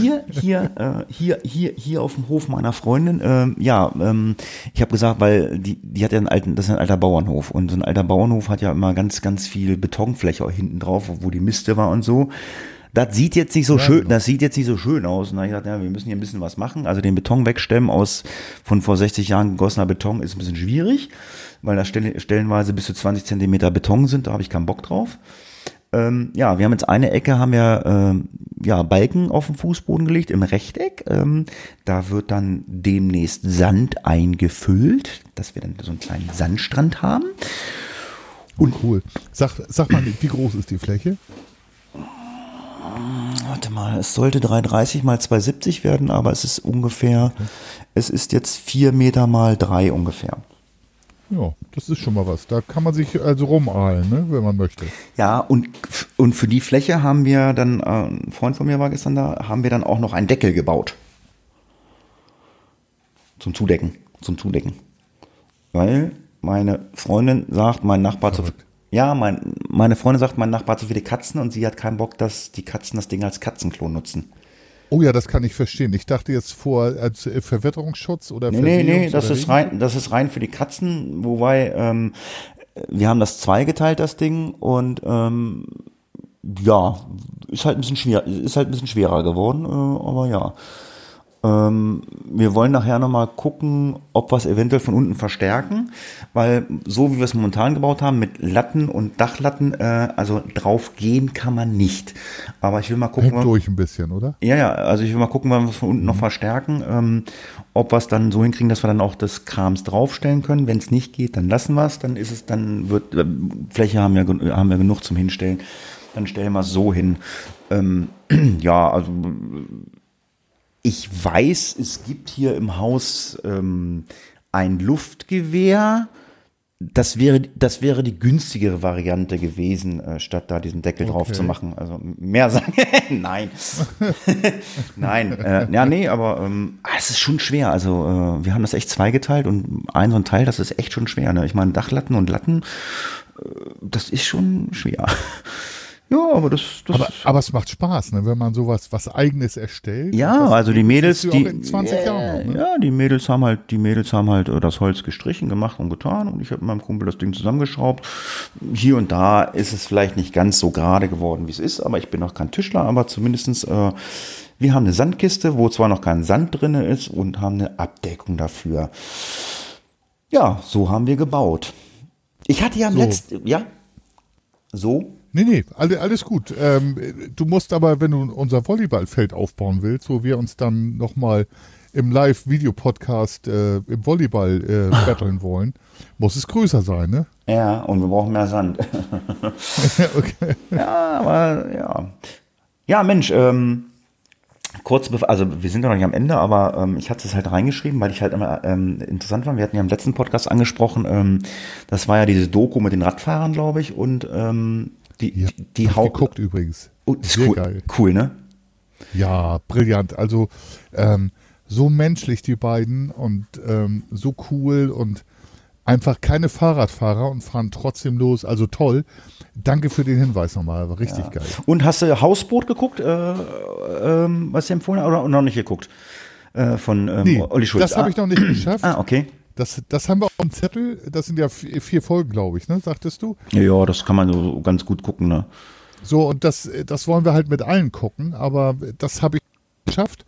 auf dem Hof meiner Freundin. Ich habe gesagt, weil die hat ja das ist ein alter Bauernhof und so ein alter Bauernhof hat ja immer ganz, ganz viel Betonfläche auch hinten drauf, wo die Miste war und so. Das sieht jetzt nicht so schön, genau. Das sieht jetzt nicht so schön aus. Und da habe ich gesagt, wir müssen hier ein bisschen was machen. Also den Beton wegstemmen von vor 60 Jahren gegossener Beton ist ein bisschen schwierig, weil da stellenweise bis zu 20 Zentimeter Beton sind. Da habe ich keinen Bock drauf. Wir haben jetzt eine Ecke, haben wir Balken auf den Fußboden gelegt im Rechteck. Da wird dann demnächst Sand eingefüllt, dass wir dann so einen kleinen Sandstrand haben. Und cool. Sag mal, wie groß ist die Fläche? Warte mal, es sollte 3,30 mal 2,70 werden, aber es ist es ist jetzt 4 Meter mal 3 ungefähr. Ja, das ist schon mal was. Da kann man sich also rumahlen, ne, wenn man möchte. Ja, und für die Fläche haben wir dann, ein Freund von mir war gestern da, haben wir dann auch noch einen Deckel gebaut. Zum Zudecken. Weil meine Freundin sagt, mein Nachbar meine Freundin sagt, mein Nachbar hat zu viele Katzen und sie hat keinen Bock, dass die Katzen das Ding als Katzenklo nutzen. Oh ja, das kann ich verstehen. Ich dachte jetzt als Verwitterungsschutz oder Nee, das ist rein für die Katzen, wobei wir haben das zweigeteilt, das Ding, und ist halt ein bisschen schwerer geworden, aber ja. Wir wollen nachher nochmal gucken, ob wir es eventuell von unten verstärken, weil so wie wir es momentan gebaut haben, mit Latten und Dachlatten, also drauf gehen kann man nicht. Aber ich will mal gucken. Hängt durch ein bisschen, oder? Ja, also ich will mal gucken, wann wir es von unten noch verstärken, ob wir es dann so hinkriegen, dass wir dann auch das Krams draufstellen können. Wenn es nicht geht, dann lassen wir es, Fläche haben wir genug zum Hinstellen, dann stellen wir es so hin. Ja, also ich weiß, es gibt hier im Haus ein Luftgewehr. Das wäre die günstigere Variante gewesen, statt da diesen Deckel drauf zu machen. Also mehr sagen, nein. Nein, aber es ist schon schwer. Also wir haben das echt zweigeteilt und so ein Teil, das ist echt schon schwer. Ne? Ich meine, Dachlatten und Latten, das ist schon schwer. Ja, aber aber es macht Spaß, ne, wenn man sowas was Eigenes erstellt. Ja, also die Mädels, die in 20 Jahren noch, ne? Ja, die Mädels haben halt das Holz gestrichen, gemacht und getan und ich habe mit meinem Kumpel das Ding zusammengeschraubt. Hier und da ist es vielleicht nicht ganz so gerade geworden, wie es ist, aber ich bin auch kein Tischler, aber zumindestens wir haben eine Sandkiste, wo zwar noch kein Sand drin ist und haben eine Abdeckung dafür. Ja, so haben wir gebaut. Ich hatte ja Nee, alles gut. Du musst aber, wenn du unser Volleyballfeld aufbauen willst, wo wir uns dann nochmal im Live-Video-Podcast im Volleyball battlen wollen, muss es größer sein, ne? Ja, und wir brauchen mehr Sand. Okay. Ja, aber ja. Ja, Mensch, also wir sind ja noch nicht am Ende, aber ich hatte es halt reingeschrieben, weil ich halt immer interessant war. Wir hatten ja im letzten Podcast angesprochen, das war ja diese Doku mit den Radfahrern, glaube ich, und die geguckt übrigens. Oh, das ist cool. Geil. Cool, ne? Ja, brillant. Also so menschlich die beiden und so cool und einfach keine Fahrradfahrer und fahren trotzdem los. Also toll. Danke für den Hinweis nochmal. War richtig geil. Und hast du Hausboot geguckt, was du empfohlen hast, oder noch nicht geguckt? Von Olli Schulz. Das habe ich noch nicht geschafft. Okay. Das haben wir auf dem Zettel. Das sind ja 4 Folgen, glaube ich, ne? Sagtest du? Ja, das kann man so ganz gut gucken, ne? So, und das wollen wir halt mit allen gucken, aber das habe ich geschafft.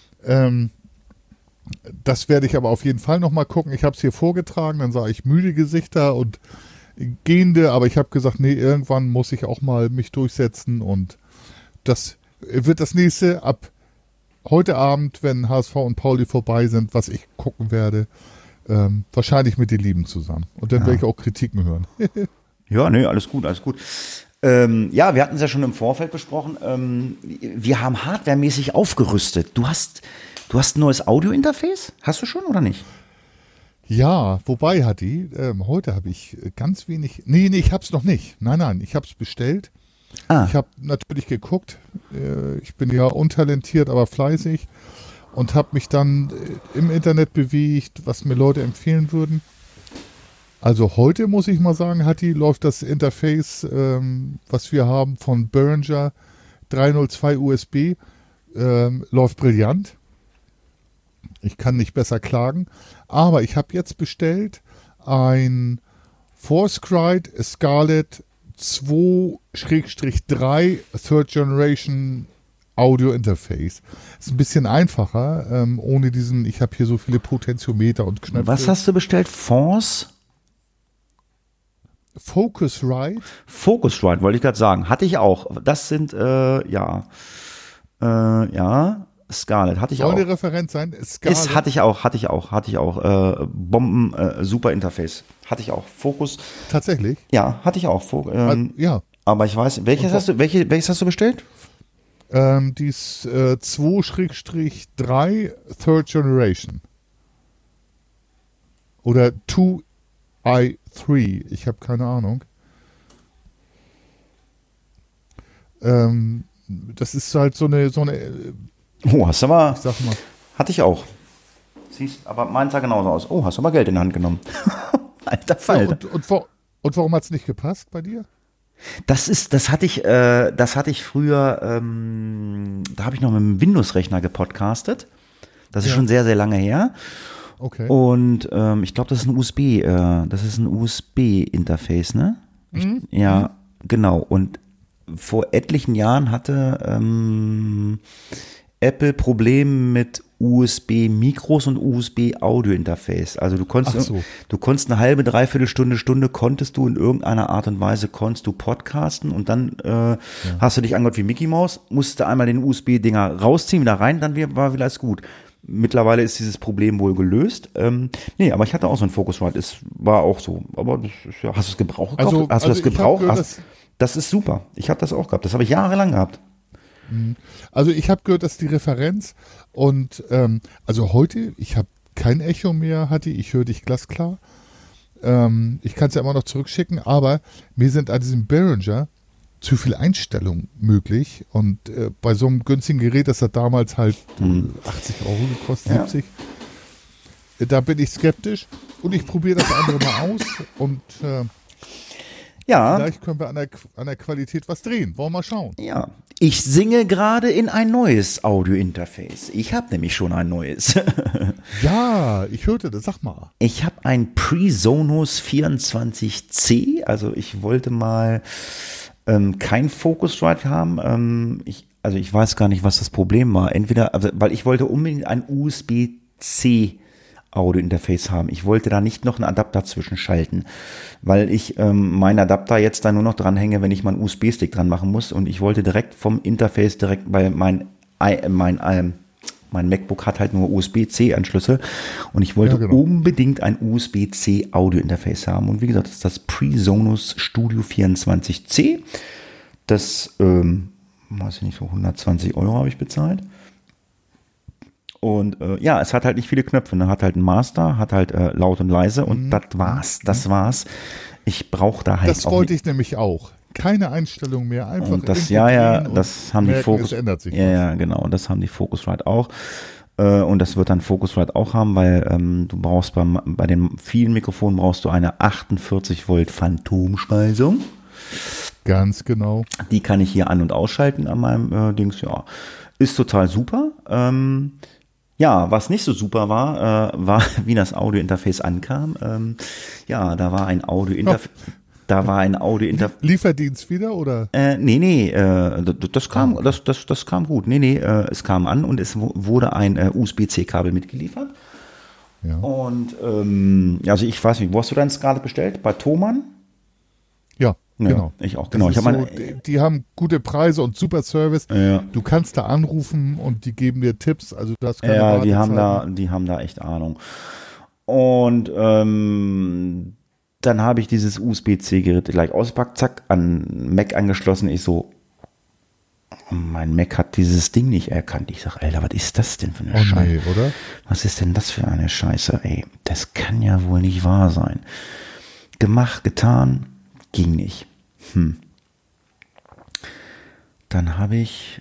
Das werde ich aber auf jeden Fall nochmal gucken. Ich habe es hier vorgetragen, dann sah ich müde Gesichter und gehende, aber ich habe gesagt, nee, irgendwann muss ich auch mal mich durchsetzen und das wird das nächste ab heute Abend, wenn HSV und Pauli vorbei sind, was ich gucken werde. Wahrscheinlich mit den Lieben zusammen. Und dann werde ich auch Kritiken hören. Ja, nee, alles gut, alles gut. Ja, wir hatten es ja schon im Vorfeld besprochen. Wir haben hardwaremäßig aufgerüstet. Du hast ein neues Audio-Interface? Hast du schon oder nicht? Ja, wobei, Hatti, heute habe ich ganz wenig. Nee, ich habe es noch nicht. Nein, ich habe es bestellt. Ich habe natürlich geguckt. Ich bin ja untalentiert, aber fleißig. Und habe mich dann im Internet bewegt, was mir Leute empfehlen würden. Also heute muss ich mal sagen, Hatti, läuft das Interface, was wir haben von Behringer 302 USB, läuft brillant. Ich kann nicht besser klagen. Aber ich habe jetzt bestellt ein Foursquare Scarlett 2/3 Third Generation Audio Interface. Ist ein bisschen einfacher, ohne diesen, ich habe hier so viele Potentiometer und Knöpfe. Was hast du bestellt? Focusrite? Focusrite, wollte ich gerade sagen. Hatte ich auch. Das sind, Scarlett hatte ich Soll auch. eine Referenz sein? Scarlett. Hatte ich auch. Bomben, super Interface. Hatte ich auch. Fokus. Tatsächlich? Ja, hatte ich auch. Ja. Aber ich weiß, welches hast du bestellt? Die ist 2/3 Third Generation. Oder 2i3. Ich habe keine Ahnung. Das ist halt so eine Oh, hast du aber. Ich sag mal. Hatte ich auch. Siehst, aber meins sah genauso aus. Oh, hast du aber Geld in die Hand genommen. Alter Falter. Ja, und warum hat es nicht gepasst bei dir? Das hatte ich früher, da habe ich noch mit einem Windows-Rechner gepodcastet. Das ist schon sehr, sehr lange her. Okay. Und ich glaube, das ist ein USB-Interface, ne? Ja, genau. Und vor etlichen Jahren hatte Apple Probleme mit USB-Mikros und USB-Audio-Interface. Also du konntest eine halbe, dreiviertel Stunde konntest du in irgendeiner Art und Weise podcasten und dann hast du dich angehört wie Mickey Mouse, musste einmal den USB-Dinger rausziehen, wieder rein, dann war wieder alles gut. Mittlerweile ist dieses Problem wohl gelöst. Nee, aber ich hatte auch so ein Focusrite. Es war auch so. Aber das ist ja, hast du es gebraucht gekauft? Hast du das gebraucht? Das ist super. Ich habe das auch gehabt. Das habe ich jahrelang gehabt. Also ich habe gehört, dass die Referenz und also heute, ich habe kein Echo mehr, ich höre dich glasklar. Ich kann es ja immer noch zurückschicken, aber mir sind an diesem Behringer zu viel Einstellungen möglich und bei so einem günstigen Gerät, das hat damals halt 80 € gekostet, 70. Da bin ich skeptisch und ich probiere das andere mal aus und vielleicht können wir an der Qualität was drehen. Wollen wir mal schauen. Ja, ich singe gerade in ein neues Audio-Interface. Ich habe nämlich schon ein neues. Ja, ich hörte das. Sag mal. Ich habe ein PreSonus 24C. Also ich wollte mal kein Focusrite haben. Ich weiß gar nicht, was das Problem war. Entweder, weil ich wollte unbedingt ein USB-C Audio-Interface haben. Ich wollte da nicht noch einen Adapter zwischenschalten, weil ich meinen Adapter jetzt da nur noch dranhänge, wenn ich mal einen USB-Stick dran machen muss und ich wollte direkt vom Interface weil mein MacBook hat halt nur USB-C-Anschlüsse und ich wollte unbedingt ein USB-C Audio-Interface haben und wie gesagt, das ist das PreSonus Studio 24C. Das, weiß ich nicht, so 120 € habe ich bezahlt. Und es hat halt nicht viele Knöpfe. Ne? Hat halt einen Master, hat halt laut und leise und das war's. Ich brauche da halt das auch wollte ich nämlich auch. Keine Einstellung mehr, einfach und das haben die Focus. Ändert sich ja, genau, das haben die Focusrite auch. Und das wird dann Focusrite auch haben, weil du brauchst bei den vielen Mikrofonen brauchst du eine 48 Volt Phantomspeisung. Ganz genau. Die kann ich hier an- und ausschalten an meinem Dings, ja. Ist total super. Was nicht so super war, wie das Audio-Interface ankam. Da war ein Audio-Interface. Lieferdienst wieder, oder? Nee, das kam gut. Nee, es kam an und es wurde ein USB-C-Kabel mitgeliefert. Ja. Und ich weiß nicht, wo hast du dein Scarlett bestellt? Bei Thomann? Ja, genau. Ich auch, genau. Die haben gute Preise und super Service. Ja. Du kannst da anrufen und die geben dir Tipps. Also du hast keine Wartezeiten. Die haben da echt Ahnung. Und dann habe ich dieses USB-C-Gerät gleich ausgepackt, zack, an Mac angeschlossen. Ich so, mein Mac hat dieses Ding nicht erkannt. Ich sage, Alter, was ist das denn für eine Scheiße? Nee, oder? Was ist denn das für eine Scheiße? Ey, das kann ja wohl nicht wahr sein. Gemacht, getan, ging nicht. Dann habe ich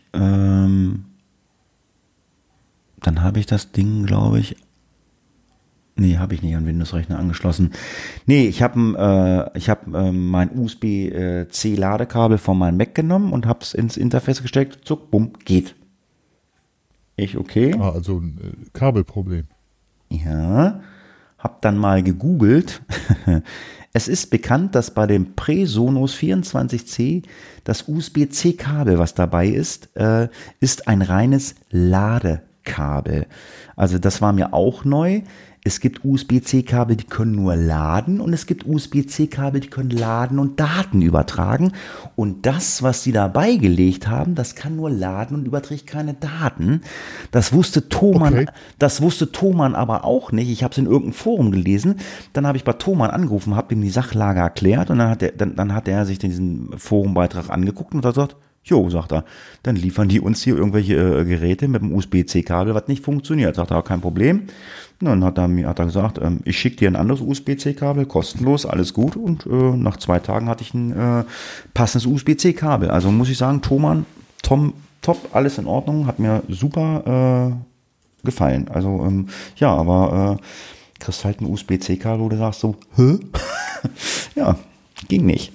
das Ding, glaube ich, habe ich nicht an Windows-Rechner angeschlossen. Ich habe mein USB-C-Ladekabel von meinem Mac genommen und habe es ins Interface gesteckt. Zuck, bumm, geht. Okay. Also ein Kabelproblem. Ja, habe dann mal gegoogelt. Es ist bekannt, dass bei dem PreSonus 24C das USB-C-Kabel, was dabei ist ein reines Ladekabel. Also das war mir auch neu. Es gibt USB-C-Kabel, die können nur laden und es gibt USB-C-Kabel, die können laden und Daten übertragen. Und das, was sie da beigelegt haben, das kann nur laden und überträgt keine Daten. Das wusste Thomann aber auch nicht. Ich habe es in irgendeinem Forum gelesen. Dann habe ich bei Thomann angerufen, habe ihm die Sachlage erklärt und dann hat er sich diesen Forumbeitrag angeguckt und hat gesagt, jo, sagt er, dann liefern die uns hier irgendwelche Geräte mit dem USB-C-Kabel, was nicht funktioniert. Sagt er, kein Problem. Dann hat er gesagt, ich schicke dir ein anderes USB-C-Kabel, kostenlos, alles gut. Und nach 2 Tagen hatte ich ein passendes USB-C-Kabel. Also muss ich sagen, Thomann, top, alles in Ordnung, hat mir super gefallen. Also aber kriegst halt ein USB-C-Kabel, wo du sagst so, hä? Ja, ging nicht.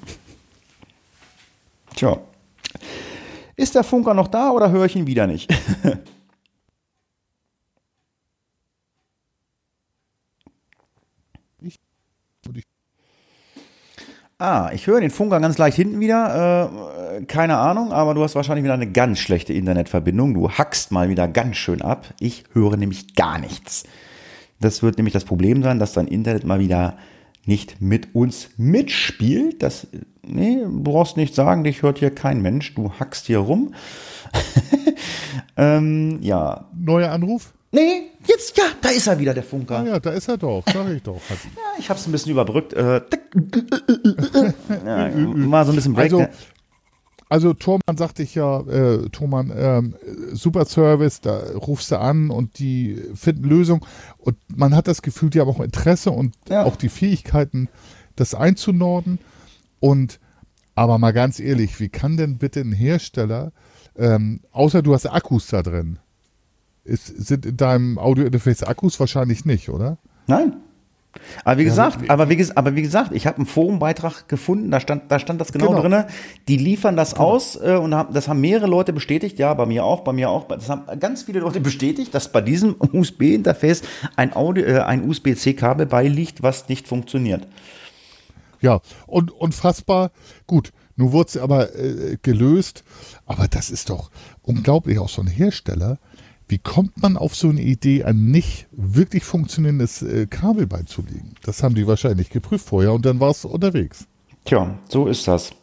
Tja. Ist der Funker noch da oder höre ich ihn wieder nicht? Ich höre den Funker ganz leicht hinten wieder. keine Ahnung, aber du hast wahrscheinlich wieder eine ganz schlechte Internetverbindung. Du hackst mal wieder ganz schön ab. Ich höre nämlich gar nichts. Das wird nämlich das Problem sein, dass dein Internet mal wieder nicht mit uns mitspielt. Du brauchst nicht sagen, dich hört hier kein Mensch. Du hackst hier rum. Ja. Neuer Anruf? Nee, jetzt, ja, da ist er wieder, der Funker. Ah ja, da ist er doch, sag ich doch. Ja, ich hab's ein bisschen überbrückt. Ja, mal so ein bisschen Break. Also Thormann sagte ich ja, super Service, da rufst du an und die finden Lösungen. Und man hat das Gefühl, die haben auch Interesse und auch die Fähigkeiten, das einzunorden. Aber mal ganz ehrlich, wie kann denn bitte ein Hersteller, außer du hast Akkus da drin, sind in deinem Audio-Interface Akkus wahrscheinlich nicht, oder? Nein. Aber wie gesagt, ich habe einen Forenbeitrag gefunden, da stand das genau drin. Die liefern das aus und das haben mehrere Leute bestätigt. Ja, bei mir auch. Das haben ganz viele Leute bestätigt, dass bei diesem USB-Interface ein USB-C-Kabel beiliegt, was nicht funktioniert. Ja, und unfassbar. Gut, nun wurde es aber gelöst. Aber das ist doch unglaublich, auch so ein Hersteller. Wie kommt man auf so eine Idee, ein nicht wirklich funktionierendes Kabel beizulegen? Das haben die wahrscheinlich geprüft vorher und dann war es unterwegs. Tja, so ist das.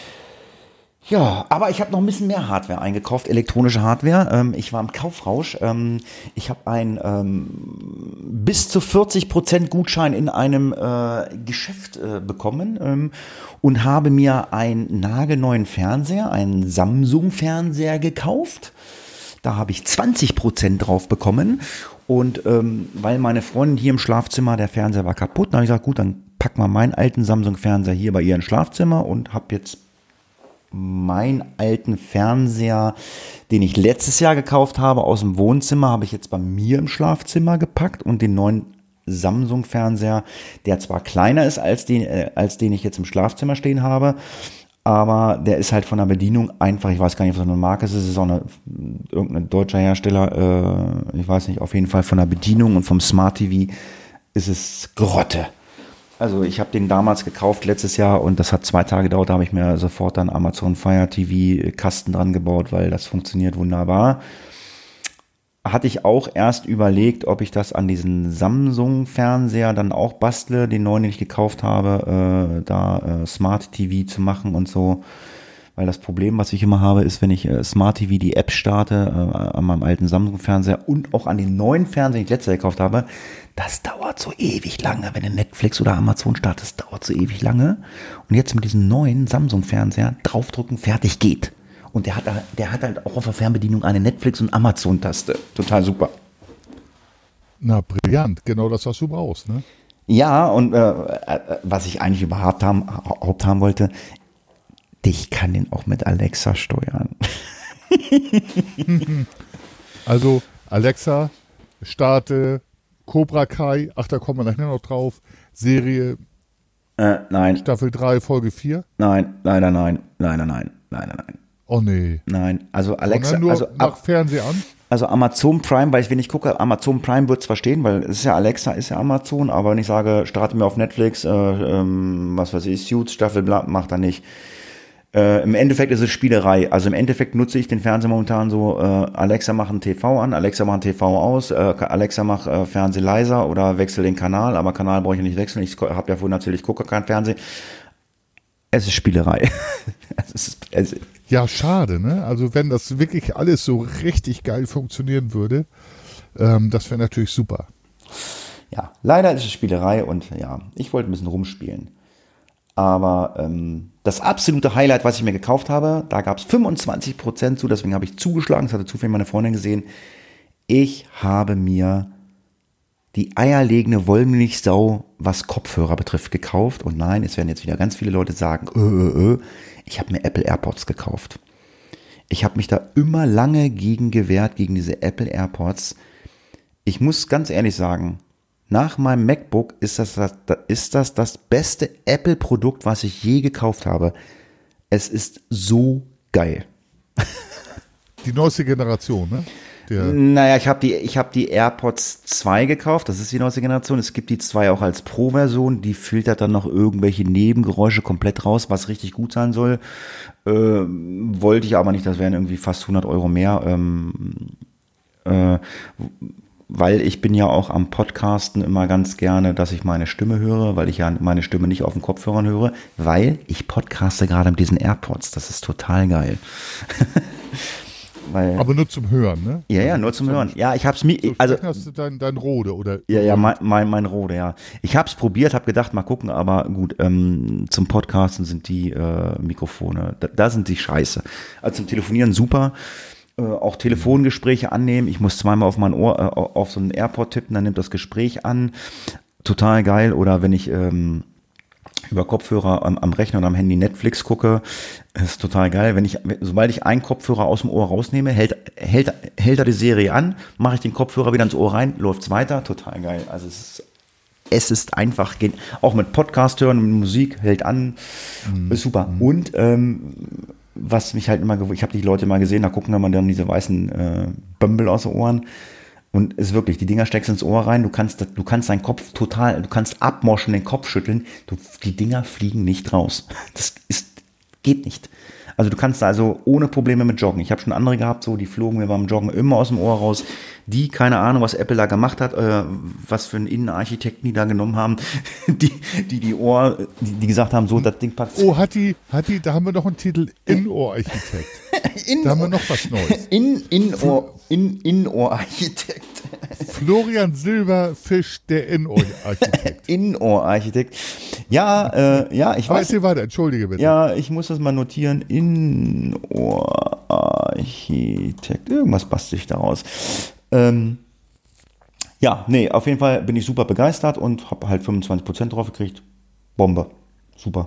Ja, aber ich habe noch ein bisschen mehr Hardware eingekauft, elektronische Hardware. Ich war im Kaufrausch. Ich habe einen bis zu 40% Gutschein in einem Geschäft bekommen und habe mir einen nagelneuen Fernseher, einen Samsung-Fernseher gekauft. Da habe ich 20% drauf bekommen und weil meine Freundin hier im Schlafzimmer, der Fernseher war kaputt, dann habe ich gesagt, gut, dann pack mal meinen alten Samsung-Fernseher hier bei ihr ins Schlafzimmer und habe jetzt meinen alten Fernseher, den ich letztes Jahr gekauft habe, aus dem Wohnzimmer, habe ich jetzt bei mir im Schlafzimmer gepackt und den neuen Samsung-Fernseher, der zwar kleiner ist als den ich jetzt im Schlafzimmer stehen habe, aber der ist halt von der Bedienung einfach, ich weiß gar nicht, was eine Marke ist, es ist auch irgendein deutscher Hersteller, ich weiß nicht, auf jeden Fall von der Bedienung und vom Smart TV ist es Grotte. Also ich habe den damals gekauft, letztes Jahr, und das hat 2 Tage gedauert, da habe ich mir sofort dann Amazon Fire TV Kasten dran gebaut, weil das funktioniert wunderbar. Hatte ich auch erst überlegt, ob ich das an diesen Samsung-Fernseher dann auch bastle, den neuen, den ich gekauft habe, Smart TV zu machen und so. Weil das Problem, was ich immer habe, ist, wenn ich Smart TV die App starte, an meinem alten Samsung-Fernseher und auch an den neuen Fernseher, den ich letztes Jahr gekauft habe, das dauert so ewig lange. Wenn du Netflix oder Amazon startest, dauert so ewig lange. Und jetzt mit diesem neuen Samsung-Fernseher draufdrücken, fertig geht. Und der hat halt auch auf der Fernbedienung eine Netflix- und Amazon-Taste. Total super. Na, brillant. Genau das, was du brauchst, ne? Ja, und was ich eigentlich überhaupt haben wollte, ich kann den auch mit Alexa steuern. Also, Alexa, starte Cobra Kai. Ach, da kommen wir nachher noch drauf. Serie Nein. Staffel 3, Folge 4. Nein, leider nein. Oh nee. Nein, also Alexa, nur also nach Fernseher an? Also Amazon Prime, weil ich, wenn ich gucke, Amazon Prime wird es verstehen, weil es ist ja Alexa, ist ja Amazon, aber wenn ich sage, starte mir auf Netflix, was weiß ich, Suits, Staffel, bla, macht er nicht. Im Endeffekt ist es Spielerei. Also im Endeffekt nutze ich den Fernseher momentan so, Alexa mach einen TV an, Alexa mach einen TV aus, Alexa mach Fernseh leiser oder wechsel den Kanal, aber Kanal brauche ich nicht wechseln. Ich habe ja vorhin natürlich, ich gucke kein Fernsehen. Es ist Spielerei. Ja, schade, ne? Also wenn das wirklich alles so richtig geil funktionieren würde, das wäre natürlich super. Ja, leider ist es Spielerei und ja, ich wollte ein bisschen rumspielen. Aber das absolute Highlight, was ich mir gekauft habe, da gab es 25% zu, deswegen habe ich zugeschlagen, das hatte zufällig meine Freundin gesehen. Ich habe mir die eierlegende Wollmilchsau, was Kopfhörer betrifft, gekauft. Und nein, es werden jetzt wieder ganz viele Leute sagen, ich habe mir Apple AirPods gekauft. Ich habe mich da immer lange gegen gewehrt, gegen diese Apple AirPods. Ich muss ganz ehrlich sagen, nach meinem MacBook ist das beste Apple-Produkt, was ich je gekauft habe. Es ist so geil. Die neueste Generation, ne? Naja, ich hab die AirPods 2 gekauft, das ist die neueste Generation. Es gibt die 2 auch als Pro-Version, die filtert dann noch irgendwelche Nebengeräusche komplett raus, was richtig gut sein soll. Wollte ich aber nicht, das wären irgendwie fast 100 Euro mehr. Weil ich bin ja auch am Podcasten immer ganz gerne, dass ich meine Stimme höre, weil ich ja meine Stimme nicht auf den Kopfhörern höre, weil ich podcaste gerade mit diesen AirPods. Das ist total geil. Aber nur zum Hören, ne? Ja, nur zum Hören. Ja, ich hab's mir, also hast du dein Rode oder? Ja, mein Rode, ja. Ich hab's probiert, hab gedacht, mal gucken, aber gut, zum Podcasten sind die Mikrofone, da sind die scheiße. Also zum Telefonieren super. Auch Telefongespräche annehmen. Ich muss zweimal auf mein Ohr, auf so einen AirPod tippen, dann nimmt das Gespräch an. Total geil. Oder wenn ich über Kopfhörer am Rechner und am Handy Netflix gucke, ist total geil. Sobald ich einen Kopfhörer aus dem Ohr rausnehme, hält er die Serie an, mache ich den Kopfhörer wieder ins Ohr rein, läuft's weiter. Total geil. Also es ist einfach, auch mit Podcast hören, mit Musik, hält an. Ist super. Und was mich halt immer ich habe die Leute mal gesehen, da gucken dann diese weißen Bömbel aus den Ohren und ist wirklich, die Dinger steckst ins Ohr rein, du kannst deinen Kopf total, du kannst abmoschen, den Kopf schütteln, die Dinger fliegen nicht raus. Geht nicht. Also du kannst da also ohne Probleme mit joggen. Ich habe schon andere gehabt, so die flogen mir beim Joggen immer aus dem Ohr raus. Die, keine Ahnung, was Apple da gemacht hat, was für einen Innenarchitekten die da genommen haben, die gesagt haben, so, das Ding packt. Oh, Hatti, da haben wir noch einen Titel, Innenohrarchitekt. Da haben wir noch was Neues. Innenohrarchitekt. Florian Silberfisch, der Innenohrarchitekt. Innenohrarchitekt. Ja, ich weiß. Erzähl weiter, entschuldige bitte. Ja, ich muss das mal notieren. Innenohrarchitekt. Irgendwas bastel ich daraus. Ja, nee, auf jeden Fall bin ich super begeistert und habe halt 25% drauf gekriegt. Bombe. Super.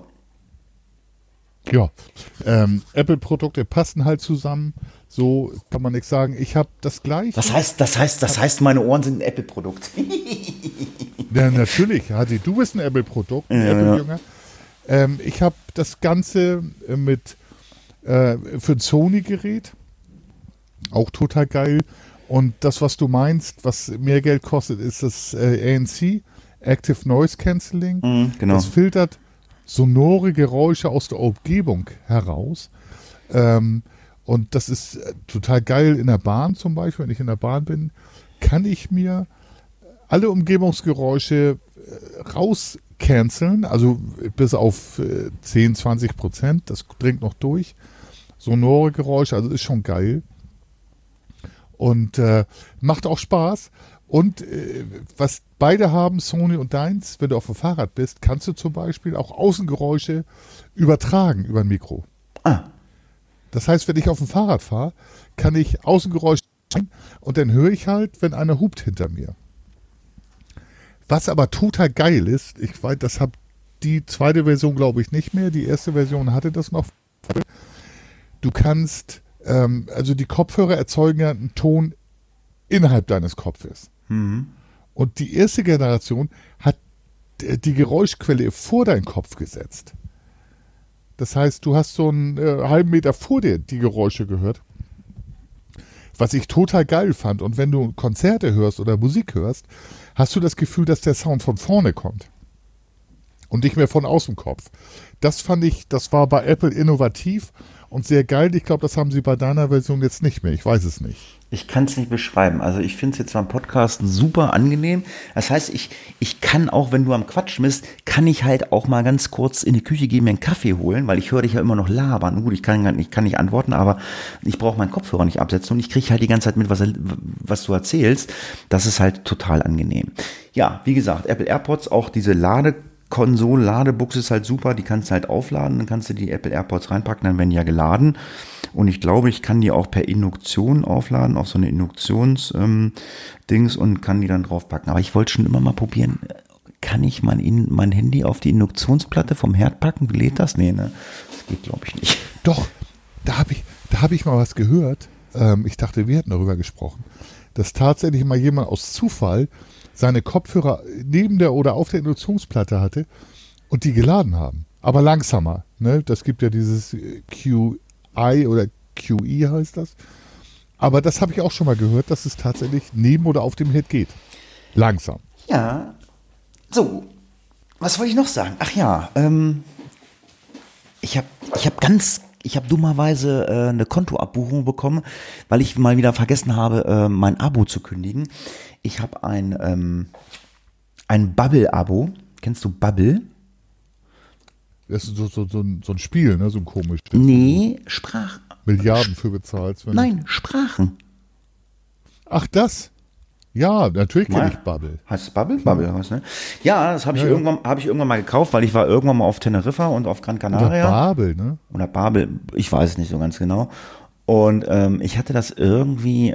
Ja, Apple-Produkte passen halt zusammen. So kann man nichts sagen. Ich habe das Gleiche. Das heißt, meine Ohren sind ein Apple-Produkt. Ja, natürlich, Hadi, du bist ein Apple-Produkt, ein Apple-Jünger. Ich habe das Ganze für ein Sony-Gerät. Auch total geil. Und das, was du meinst, was mehr Geld kostet, ist das ANC, Active Noise Cancelling. Genau. Das filtert sonore Geräusche aus der Umgebung heraus. Und das ist total geil in der Bahn zum Beispiel. Wenn ich in der Bahn bin, kann ich mir alle Umgebungsgeräusche rauscanceln, also bis auf 10-20%. Das dringt noch durch. Sonore Geräusche, also ist schon geil. Und macht auch Spaß. Und was beide haben, Sony und deins, wenn du auf dem Fahrrad bist, kannst du zum Beispiel auch Außengeräusche übertragen über ein Mikro. Das heißt, wenn ich auf dem Fahrrad fahre, kann ich Außengeräusche und dann höre ich halt, wenn einer hupt hinter mir. Was aber total geil ist, ich weiß, das hat die zweite Version, glaube ich, nicht mehr. Die erste Version hatte das noch. Du kannst also die Kopfhörer erzeugen ja einen Ton innerhalb deines Kopfes. Mhm. Und die erste Generation hat die Geräuschquelle vor deinen Kopf gesetzt. Das heißt, du hast so einen halben Meter vor dir die Geräusche gehört. Was ich total geil fand. Und wenn du Konzerte hörst oder Musik hörst, hast du das Gefühl, dass der Sound von vorne kommt. Und nicht mehr von außen Kopf. Das fand ich, das war bei Apple innovativ und sehr geil. Ich glaube, das haben sie bei deiner Version jetzt nicht mehr. Ich weiß es nicht. Ich kann es nicht beschreiben. Also ich finde es jetzt beim Podcasten super angenehm. Das heißt, ich kann auch, wenn du am Quatschen bist, kann ich halt auch mal ganz kurz in die Küche gehen, mir einen Kaffee holen, weil ich höre dich ja immer noch labern. Gut, ich kann nicht antworten, aber ich brauche meinen Kopfhörer nicht absetzen und ich kriege halt die ganze Zeit mit, was du erzählst. Das ist halt total angenehm. Ja, wie gesagt, Apple AirPods, auch diese Ladekonsole-Ladebuchse ist halt super, die kannst du halt aufladen, dann kannst du die Apple AirPods reinpacken, dann werden die ja geladen. Und ich glaube, ich kann die auch per Induktion aufladen, auf so eine Induktions-Dings und kann die dann draufpacken. Aber ich wollte schon immer mal probieren, kann ich mein Handy auf die Induktionsplatte vom Herd packen? Wie lädt das? Nee, ne? Das geht, glaube ich, nicht. Doch, da hab ich mal was gehört. Ich dachte, wir hätten darüber gesprochen, dass tatsächlich mal jemand aus Zufall seine Kopfhörer neben der oder auf der Induktionsplatte hatte und die geladen haben. Aber langsamer. Ne? Das gibt ja dieses QI oder QI heißt das. Aber das habe ich auch schon mal gehört, dass es tatsächlich neben oder auf dem Herd geht. Langsam. Ja. So, was wollte ich noch sagen? Ach ja, ich habe dummerweise eine Kontoabbuchung bekommen, weil ich mal wieder vergessen habe, mein Abo zu kündigen. Ich habe ein Bubble-Abo. Kennst du Bubble? Das ist so ein Spiel, ne? So ein komisches. Nee, Sprachen. Milliarden für bezahlst. Nein, Sprachen. Ach, das? Ja, natürlich kenne ich Bubble. Heißt es Bubble? Bubble heißt, ne? Ja, das habe ich irgendwann mal gekauft, weil ich war irgendwann mal auf Teneriffa und auf Gran Canaria. Oder Babel, ne? Oder Babel, ich weiß es nicht so ganz genau. Und ich hatte das irgendwie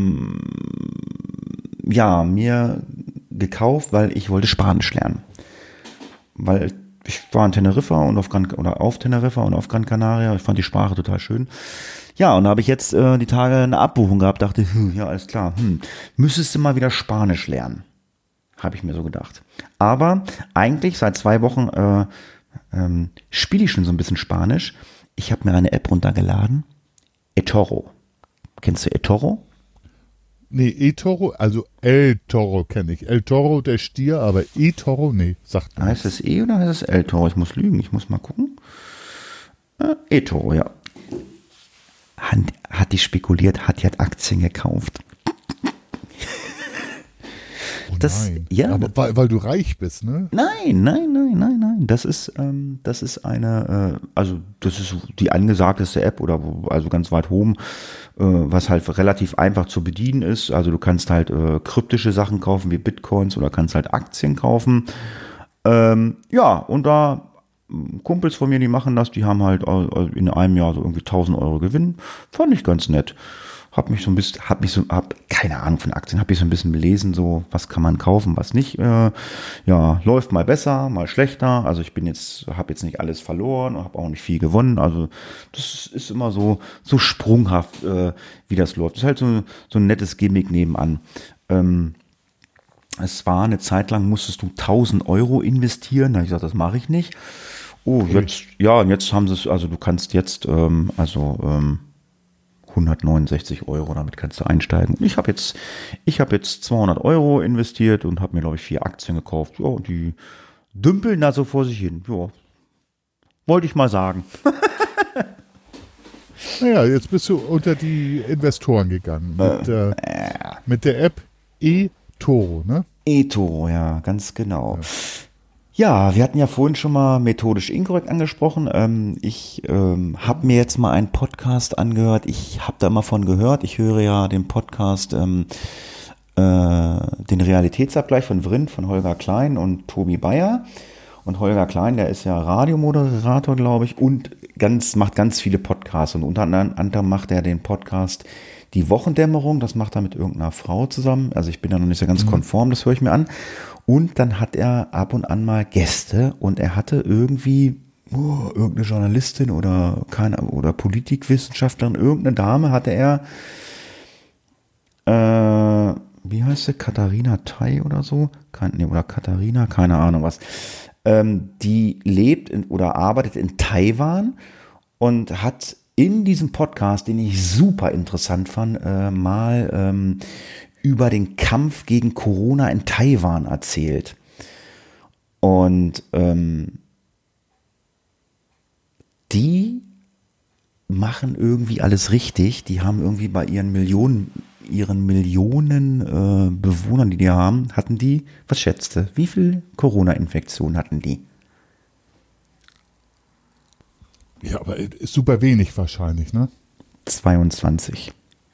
mir gekauft, weil ich wollte Spanisch lernen. Weil ich war in Teneriffa und auf Teneriffa und auf Gran Canaria. Ich fand die Sprache total schön. Ja, und da habe ich jetzt die Tage eine Abbuchung gehabt, dachte, ja, alles klar, müsstest du mal wieder Spanisch lernen. Habe ich mir so gedacht. Aber eigentlich seit 2 Wochen spiele ich schon so ein bisschen Spanisch. Ich habe mir eine App runtergeladen. eToro. Kennst du eToro? Nee, eToro, also El Toro kenne ich. El Toro, der Stier, aber eToro, nee, sagt man. Heißt es E oder heißt es El Toro? Ich muss lügen, ich muss mal gucken. eToro, ja. Hat die spekuliert, die hat Aktien gekauft. Oh nein. Aber weil du reich bist, ne? Nein. Das ist eine, das ist die angesagteste App also ganz weit oben, was halt relativ einfach zu bedienen ist. Also du kannst halt kryptische Sachen kaufen wie Bitcoins oder kannst halt Aktien kaufen. Und da Kumpels von mir, die machen das, die haben halt in einem Jahr so irgendwie 1.000 Euro Gewinn. Fand ich ganz nett. Hab keine Ahnung von Aktien, hab mich so ein bisschen belesen, so, was kann man kaufen, was nicht. Läuft mal besser, mal schlechter. Also ich habe jetzt nicht alles verloren und habe auch nicht viel gewonnen. Also das ist immer so sprunghaft, wie das läuft. Das ist halt so ein nettes Gimmick nebenan. Es war eine Zeit lang, musstest du 1.000 Euro investieren. Da habe ich gesagt, das mache ich nicht. Oh, jetzt haben sie es, also du kannst jetzt 169 Euro, damit kannst du einsteigen. Ich habe jetzt 200 Euro investiert und habe mir, glaube ich, 4 Aktien gekauft. Ja, und die dümpeln da so vor sich hin. Ja, wollte ich mal sagen. Naja, jetzt bist du unter die Investoren gegangen mit der App eToro, ne? eToro, ja, ganz genau. Ja, wir hatten ja vorhin schon mal methodisch inkorrekt angesprochen. Ich habe mir jetzt mal einen Podcast angehört. Ich habe da immer von gehört. Ich höre ja den Podcast, den Realitätsabgleich von Vrindt, von Holger Klein und Tobi Bayer. Und Holger Klein, der ist ja Radiomoderator, glaube ich, und macht ganz viele Podcasts. Und unter anderem macht er den Podcast Die Wochendämmerung. Das macht er mit irgendeiner Frau zusammen. Also ich bin da noch nicht so ganz konform, das höre ich mir an. Und dann hat er ab und an mal Gäste und er hatte irgendwie irgendeine Journalistin oder Politikwissenschaftlerin, irgendeine Dame hatte er, wie heißt sie, Katharina Tai oder so? Oder Katharina, keine Ahnung was. Die lebt oder arbeitet in Taiwan und hat in diesem Podcast, den ich super interessant fand, mal über den Kampf gegen Corona in Taiwan erzählt. Und die machen irgendwie alles richtig. Die haben irgendwie bei ihren Millionen Bewohnern, die haben, hatten die, was schätzt du, wie viel Corona-Infektionen hatten die? Ja, aber ist super wenig wahrscheinlich, ne? 22.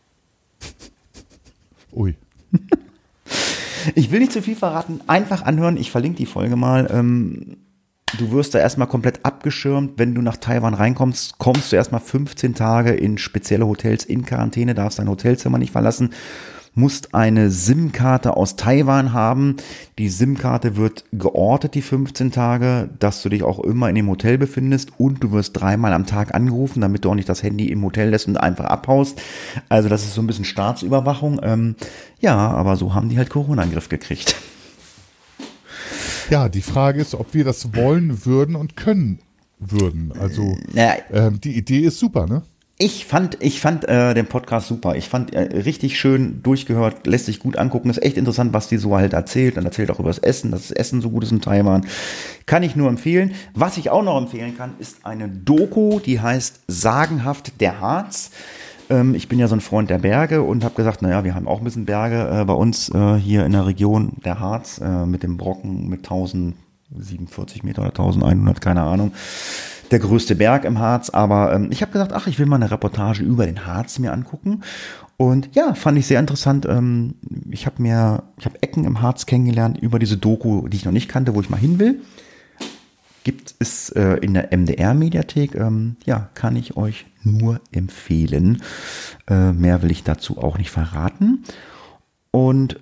Ui. Ich will nicht zu viel verraten, einfach anhören, ich verlinke die Folge mal. Du wirst da erstmal komplett abgeschirmt. Wenn du nach Taiwan reinkommst, kommst du erstmal 15 Tage in spezielle Hotels in Quarantäne, darfst dein Hotelzimmer nicht verlassen, musst eine SIM-Karte aus Taiwan haben. Die SIM-Karte wird geortet, die 15 Tage, dass du dich auch immer in dem Hotel befindest und du wirst 3-mal am Tag angerufen, damit du auch nicht das Handy im Hotel lässt und einfach abhaust. Also das ist so ein bisschen Staatsüberwachung. Aber so haben die halt Corona in den Griff gekriegt. Ja, die Frage ist, ob wir das wollen würden und können würden. Also die Idee ist super, ne? Ich fand den Podcast super. Ich fand richtig schön durchgehört, lässt sich gut angucken. Ist echt interessant, was die so halt erzählt. Und erzählt auch über das Essen, dass das Essen so gut ist in Taiwan. Kann ich nur empfehlen. Was ich auch noch empfehlen kann, ist eine Doku, die heißt Sagenhaft der Harz. Ich bin ja so ein Freund der Berge und habe gesagt, naja, wir haben auch ein bisschen Berge bei uns hier in der Region der Harz mit dem Brocken mit 1047 Meter oder 1100, keine Ahnung. Der größte Berg im Harz, aber ich habe gesagt, ach, ich will mal eine Reportage über den Harz mir angucken und ja, fand ich sehr interessant. Ich habe Ecken im Harz kennengelernt über diese Doku, die ich noch nicht kannte, wo ich mal hin will. Gibt es in der MDR-Mediathek, ja, kann ich euch nur empfehlen. Mehr will ich dazu auch nicht verraten. Und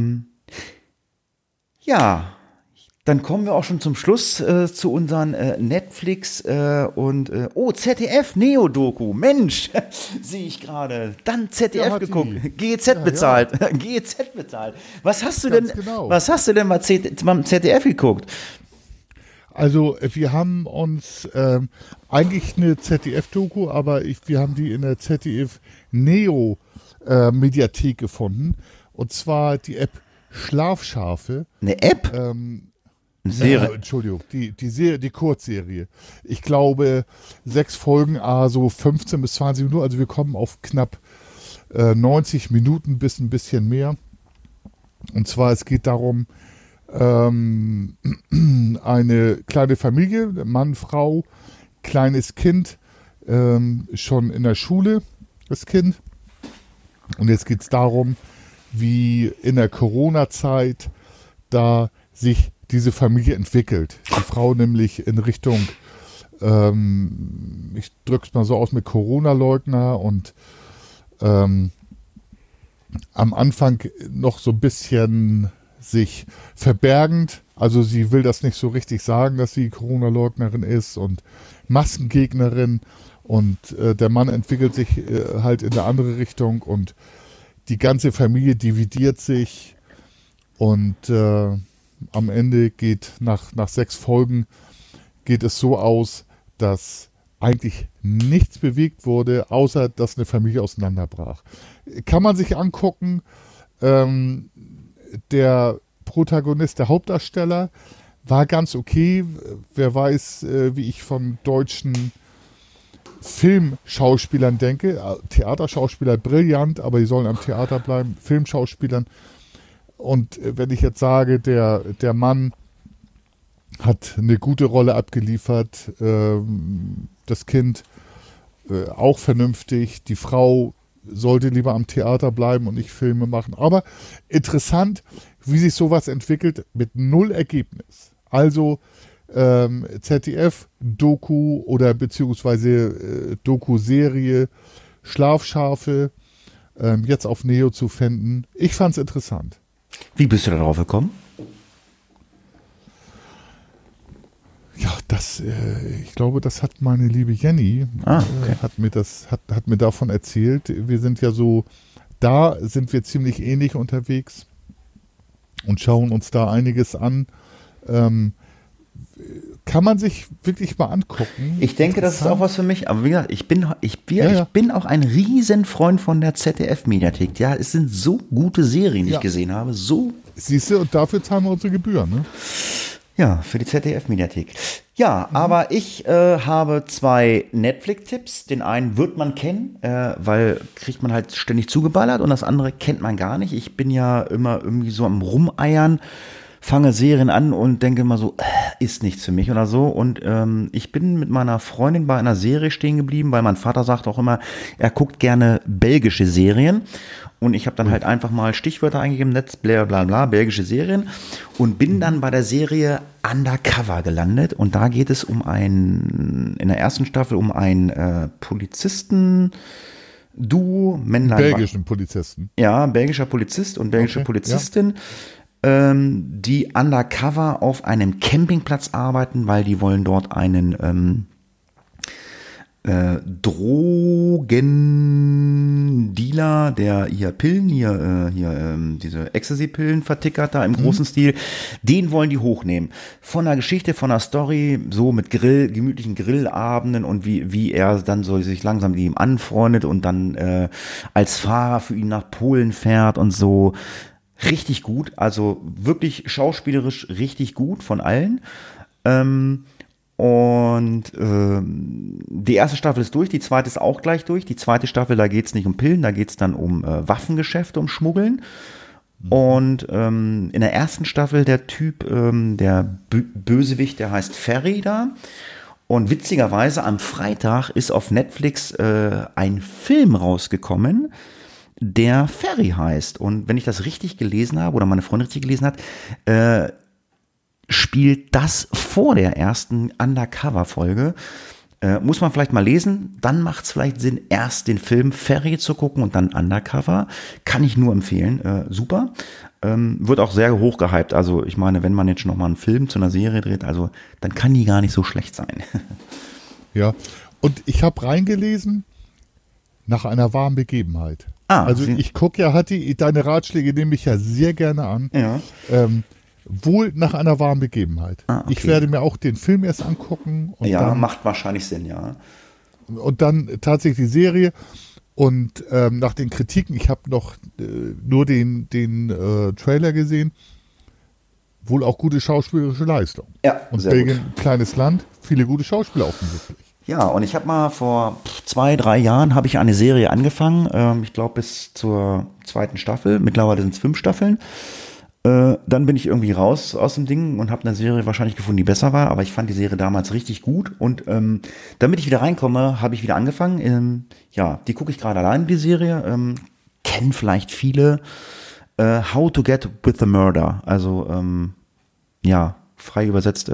ja, dann kommen wir auch schon zum Schluss zu unseren Netflix ZDF Neo-Doku. Mensch, sehe ich gerade. Dann ZDF geguckt. GEZ bezahlt. GEZ bezahlt. Was hast du denn beim ZDF geguckt? Also wir haben uns eigentlich eine ZDF-Doku, aber wir haben die in der ZDF Neo-Mediathek gefunden. Und zwar die App Schlafschafe. Eine App? Serie. Ja, Entschuldigung, die Kurzserie. Ich glaube 6 Folgen, so 15 bis 20 Minuten. Also wir kommen auf knapp 90 Minuten bis ein bisschen mehr. Und zwar es geht darum, eine kleine Familie, Mann, Frau, kleines Kind, schon in der Schule, das Kind. Und jetzt geht es darum, wie in der Corona-Zeit da sich diese Familie entwickelt. Die Frau nämlich in Richtung, ich drück's mal so aus, mit Corona-Leugner und am Anfang noch so ein bisschen sich verbergend. Also sie will das nicht so richtig sagen, dass sie Corona-Leugnerin ist und Maskengegnerin. Und der Mann entwickelt sich halt in eine andere Richtung und die ganze Familie dividiert sich und am Ende geht nach 6 Folgen geht es so aus, dass eigentlich nichts bewegt wurde, außer dass eine Familie auseinanderbrach. Kann man sich angucken, der Protagonist, der Hauptdarsteller, war ganz okay. Wer weiß, wie ich von deutschen Filmschauspielern denke. Theaterschauspieler brillant, aber die sollen am Theater bleiben. Filmschauspielern. Und wenn ich jetzt sage, der Mann hat eine gute Rolle abgeliefert, das Kind auch vernünftig, die Frau sollte lieber am Theater bleiben und nicht Filme machen. Aber interessant, wie sich sowas entwickelt mit 0 Ergebnis. Also ZDF-Doku oder beziehungsweise Doku-Serie Schlafschafe jetzt auf Neo zu finden. Ich fand es interessant. Wie bist du darauf gekommen? Ja, ich glaube, das hat meine liebe Jenny, okay. hat mir davon erzählt. Wir sind ja so, da sind wir ziemlich ähnlich unterwegs und schauen uns da einiges an. Kann man sich wirklich mal angucken. Ich denke, das ist auch was für mich. Aber wie gesagt, ich bin auch ein Riesenfreund von der ZDF-Mediathek. Ja, es sind so gute Serien, die ich gesehen habe. So. Siehst du, und dafür zahlen wir unsere Gebühren, ne? Ja, für die ZDF-Mediathek. Ja, aber ich habe 2 Netflix-Tipps. Den einen wird man kennen, weil kriegt man halt ständig zugeballert und das andere kennt man gar nicht. Ich bin ja immer irgendwie so am Rumeiern, fange Serien an und denke immer so, ist nichts für mich oder so. Und ich bin mit meiner Freundin bei einer Serie stehen geblieben, weil mein Vater sagt auch immer, er guckt gerne belgische Serien. Und ich habe dann halt einfach mal Stichwörter eingegeben, Netz, bla bla bla, belgische Serien. Und bin dann bei der Serie Undercover gelandet. Und da geht es in der ersten Staffel um ein Polizisten-Duo, Männlein. Belgischen Polizisten. Ja, belgischer Polizist und belgische Polizistin. Ja. Die undercover auf einem Campingplatz arbeiten, weil die wollen dort Einen Drogendealer Dealer, der hier Pillen, diese Ecstasy-Pillen vertickert da im großen Stil, den wollen die hochnehmen. Von der Geschichte, von der Story, so mit gemütlichen Grillabenden und wie er dann so sich langsam mit ihm anfreundet und dann als Fahrer für ihn nach Polen fährt und so. Richtig gut, also wirklich schauspielerisch richtig gut von allen. Die erste Staffel ist durch, die zweite ist auch gleich durch. Die zweite Staffel, da geht es nicht um Pillen, da geht es dann um Waffengeschäfte, um Schmuggeln. Und in der ersten Staffel der Typ, der Bösewicht, der heißt Ferry da. Und witzigerweise am Freitag ist auf Netflix ein Film rausgekommen, der Ferry heißt. Und wenn ich das richtig gelesen habe, oder meine Freundin richtig gelesen hat, spielt das vor der ersten Undercover-Folge. Muss man vielleicht mal lesen, dann macht es vielleicht Sinn, erst den Film Ferry zu gucken und dann Undercover. Kann ich nur empfehlen. Super. Wird auch sehr hoch gehypt. Also ich meine, wenn man jetzt schon nochmal einen Film zu einer Serie dreht, also dann kann die gar nicht so schlecht sein. Ja, und ich habe reingelesen nach einer wahren Begebenheit. Also ich gucke ja, Hatti, deine Ratschläge nehme ich ja sehr gerne an. Ja. Wohl nach einer wahren Begebenheit. Okay. Ich werde mir auch den Film erst angucken. Und dann, macht wahrscheinlich Sinn, ja. Und dann tatsächlich die Serie. Und nach den Kritiken, ich habe noch nur den Trailer gesehen, wohl auch gute schauspielerische Leistung. Ja, und Belgien, kleines Land, viele gute Schauspieler offensichtlich. Ja, und ich habe mal vor 2-3 Jahren habe ich eine Serie angefangen, ich glaube bis zur 2. Staffel, mittlerweile sind es 5 Staffeln. Dann bin ich irgendwie raus aus dem Ding und habe eine Serie wahrscheinlich gefunden, die besser war, aber ich fand die Serie damals richtig gut und damit ich wieder reinkomme, habe ich wieder angefangen. Die gucke ich gerade allein, die Serie. Kennen vielleicht viele. How to Get with the Murder, also frei übersetzt,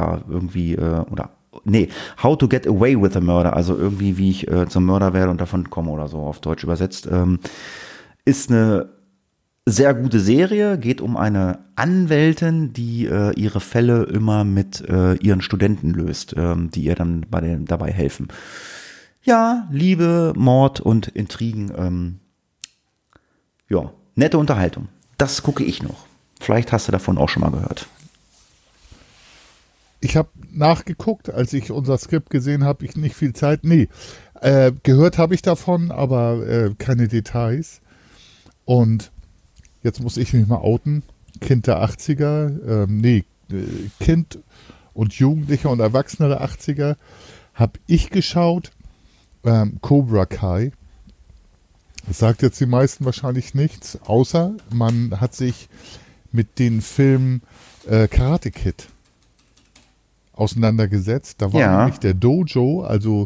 How to Get Away with the Murder, also irgendwie wie ich zum Mörder werde und davon komme oder so, auf Deutsch übersetzt. Ist eine sehr gute Serie, geht um eine Anwältin, die ihre Fälle immer mit ihren Studenten löst, die ihr dann dabei helfen. Ja, Liebe, Mord und Intrigen, nette Unterhaltung. Das gucke ich noch. Vielleicht hast du davon auch schon mal gehört. Ich habe nachgeguckt, als ich unser Skript gesehen habe, ich nicht viel Zeit. Gehört habe ich davon, aber keine Details. Und jetzt muss ich mich mal outen. Kind der 80er, Kind und Jugendlicher und Erwachsener der 80er habe ich geschaut. Cobra Kai. Das sagt jetzt die meisten wahrscheinlich nichts, außer man hat sich mit den Filmen Karate Kid auseinandergesetzt. Da war nämlich der Dojo, also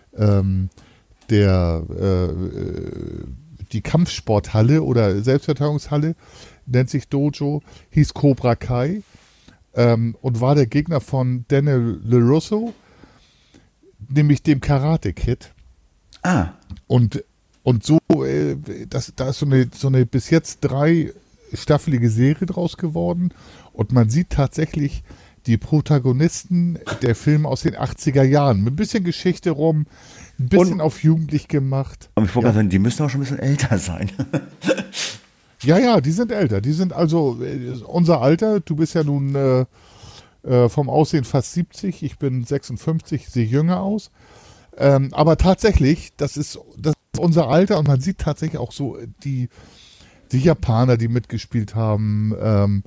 die Kampfsporthalle oder Selbstverteidigungshalle, nennt sich Dojo, hieß Cobra Kai und war der Gegner von Daniel LaRusso, nämlich dem Karate Kid. Und so, da ist so eine bis jetzt 3-staffelige Serie draus geworden und man sieht tatsächlich die Protagonisten der Filme aus den 80er Jahren. Mit ein bisschen Geschichte rum, ein bisschen auf jugendlich gemacht. Aber ich wollte gerade sagen, die müssen auch schon ein bisschen älter sein. Ja, die sind älter. Die sind also unser Alter. Du bist ja nun vom Aussehen fast 70. Ich bin 56, sehe jünger aus. Aber tatsächlich, das ist unser Alter und man sieht tatsächlich auch so die Japaner, die mitgespielt haben.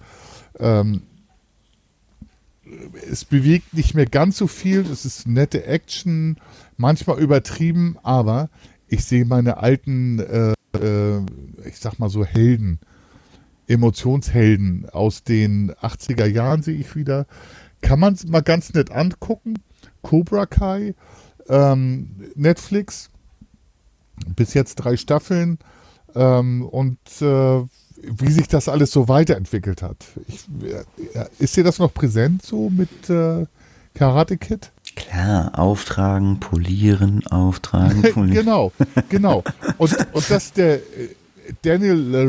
Es bewegt nicht mehr ganz so viel, es ist nette Action, manchmal übertrieben, aber ich sehe meine alten, ich sag mal so Helden, Emotionshelden aus den 80er Jahren sehe ich wieder. Kann man es mal ganz nett angucken. Cobra Kai, Netflix, bis jetzt 3 Staffeln und wie sich das alles so weiterentwickelt hat. Ist dir das noch präsent so mit Karate Kid? Klar, auftragen, polieren, auftragen, polieren. Genau. Und dass der Daniel LaRusso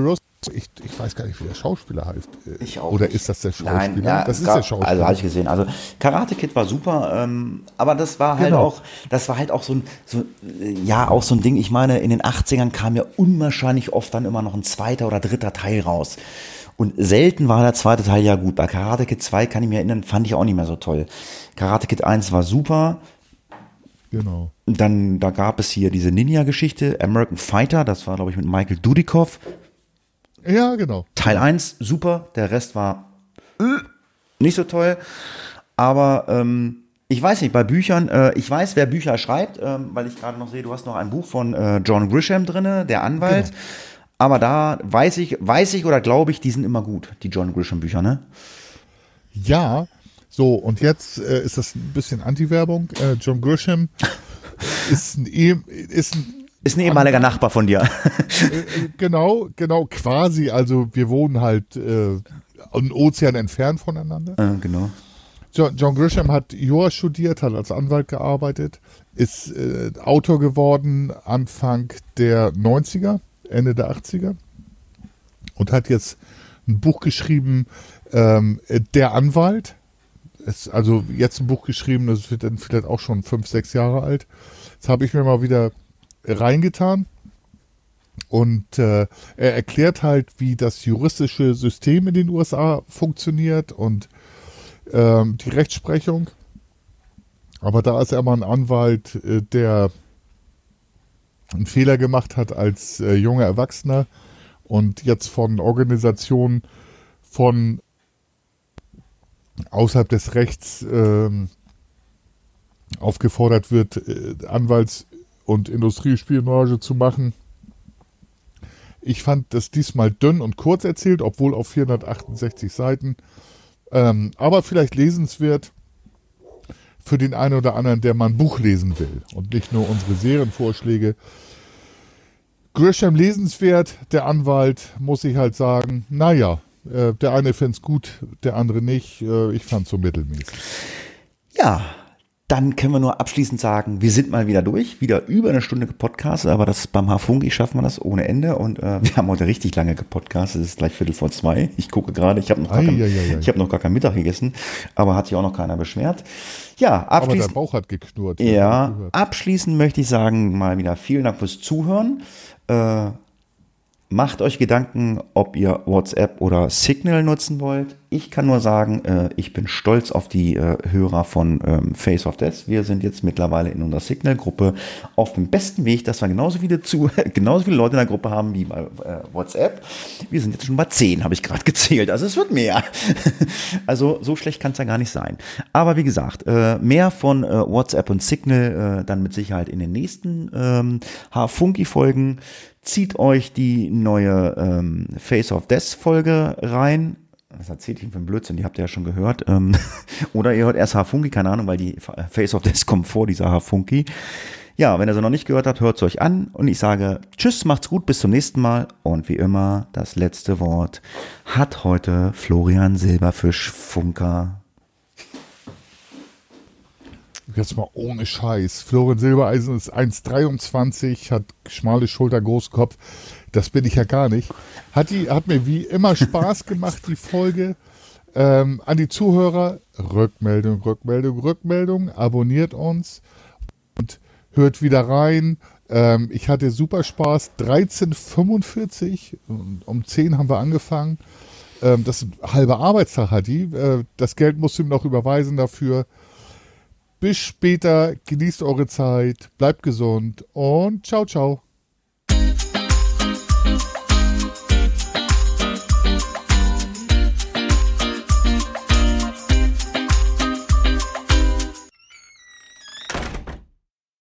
Ich weiß gar nicht, wie der Schauspieler heißt. Ich auch Oder nicht. ist das der Schauspieler? Nein, ja, das ist der Schauspieler. Also habe ich gesehen. Also Karate Kid war super, aber das war halt Genau. auch so ein Ding. Ich meine, in den 80ern kam ja unwahrscheinlich oft dann immer noch ein zweiter oder dritter Teil raus. Und selten war der zweite Teil ja gut. Bei Karate Kid 2 kann ich mich erinnern, fand ich auch nicht mehr so toll. Karate Kid 1 war super. Genau. Dann, da gab es hier diese Ninja-Geschichte, American Fighter, das war, glaube ich, mit Michael Dudikoff. Ja, genau. Teil 1, super, der Rest war nicht so toll. Aber ich weiß nicht, bei Büchern, ich weiß, wer Bücher schreibt, weil ich gerade noch sehe, du hast noch ein Buch von John Grisham drin, der Anwalt. Genau. Aber da weiß ich oder glaube ich, die sind immer gut, die John Grisham Bücher, ne? Ja, so, und jetzt ist das ein bisschen Anti-Werbung. John Grisham ist ein ehemaliger Nachbar von dir. Genau, quasi. Also wir wohnen halt einen Ozean entfernt voneinander. Genau. John Grisham hat Jura studiert, hat als Anwalt gearbeitet, ist Autor geworden Anfang der 90er, Ende der 80er und hat jetzt ein Buch geschrieben, Der Anwalt. Ist also jetzt ein Buch geschrieben, das wird dann vielleicht auch schon 5, 6 Jahre alt. Das habe ich mir mal wieder reingetan. Und er erklärt halt, wie das juristische System in den USA funktioniert und die Rechtsprechung. Aber da ist er mal ein Anwalt, der einen Fehler gemacht hat als junger Erwachsener und jetzt von Organisationen von außerhalb des Rechts aufgefordert wird, Anwalts- und Industriespionage zu machen. Ich fand das diesmal dünn und kurz erzählt, obwohl auf 468 Seiten. Aber vielleicht lesenswert für den einen oder anderen, der mal ein Buch lesen will und nicht nur unsere Serienvorschläge. Grisham lesenswert, der Anwalt, muss ich halt sagen, naja, der eine findet es gut, der andere nicht. Ich fand es so mittelmäßig. Ja, dann können wir nur abschließend sagen, wir sind mal wieder durch, wieder über eine Stunde gepodcastet, aber das beim Hafunki schaffen wir das ohne Ende und wir haben heute richtig lange gepodcastet, es ist gleich 1:45. Ich gucke gerade, ich habe noch gar keinen Mittag gegessen, aber hat sich auch noch keiner beschwert. Ja, abschließend. Aber der Bauch hat geknurrt. Ja, abschließend möchte ich sagen, mal wieder vielen Dank fürs Zuhören. Macht euch Gedanken, ob ihr WhatsApp oder Signal nutzen wollt. Ich kann nur sagen, ich bin stolz auf die Hörer von Face of Death. Wir sind jetzt mittlerweile in unserer Signal-Gruppe auf dem besten Weg, dass wir genauso viele Leute in der Gruppe haben wie bei WhatsApp. Wir sind jetzt schon bei 10, habe ich gerade gezählt. Also es wird mehr. Also so schlecht kann es ja gar nicht sein. Aber wie gesagt, mehr von WhatsApp und Signal dann mit Sicherheit in den nächsten Hafunki-Folgen. Zieht euch die neue Face of Death Folge rein. Was erzählt ich für einen Blödsinn? Die habt ihr ja schon gehört. Oder ihr hört erst Hafunki, keine Ahnung, weil die Face of Death kommt vor dieser Hafunki. Ja, wenn ihr sie noch nicht gehört habt, hört es euch an. Und ich sage tschüss, macht's gut, bis zum nächsten Mal. Und wie immer, das letzte Wort hat heute Florian Silberfisch Funker. Jetzt mal ohne Scheiß. Florian Silbereisen ist 1,23, hat schmale Schulter, großen Kopf. Das bin ich ja gar nicht. Hat mir wie immer Spaß gemacht, die Folge. An die Zuhörer, Rückmeldung. Abonniert uns und hört wieder rein. Ich hatte super Spaß. 13:45, um 10 haben wir angefangen. Das ist ein halber Arbeitstag, Hadi. Das Geld musst du ihm noch überweisen dafür. Bis später, genießt eure Zeit, bleibt gesund und ciao, ciao.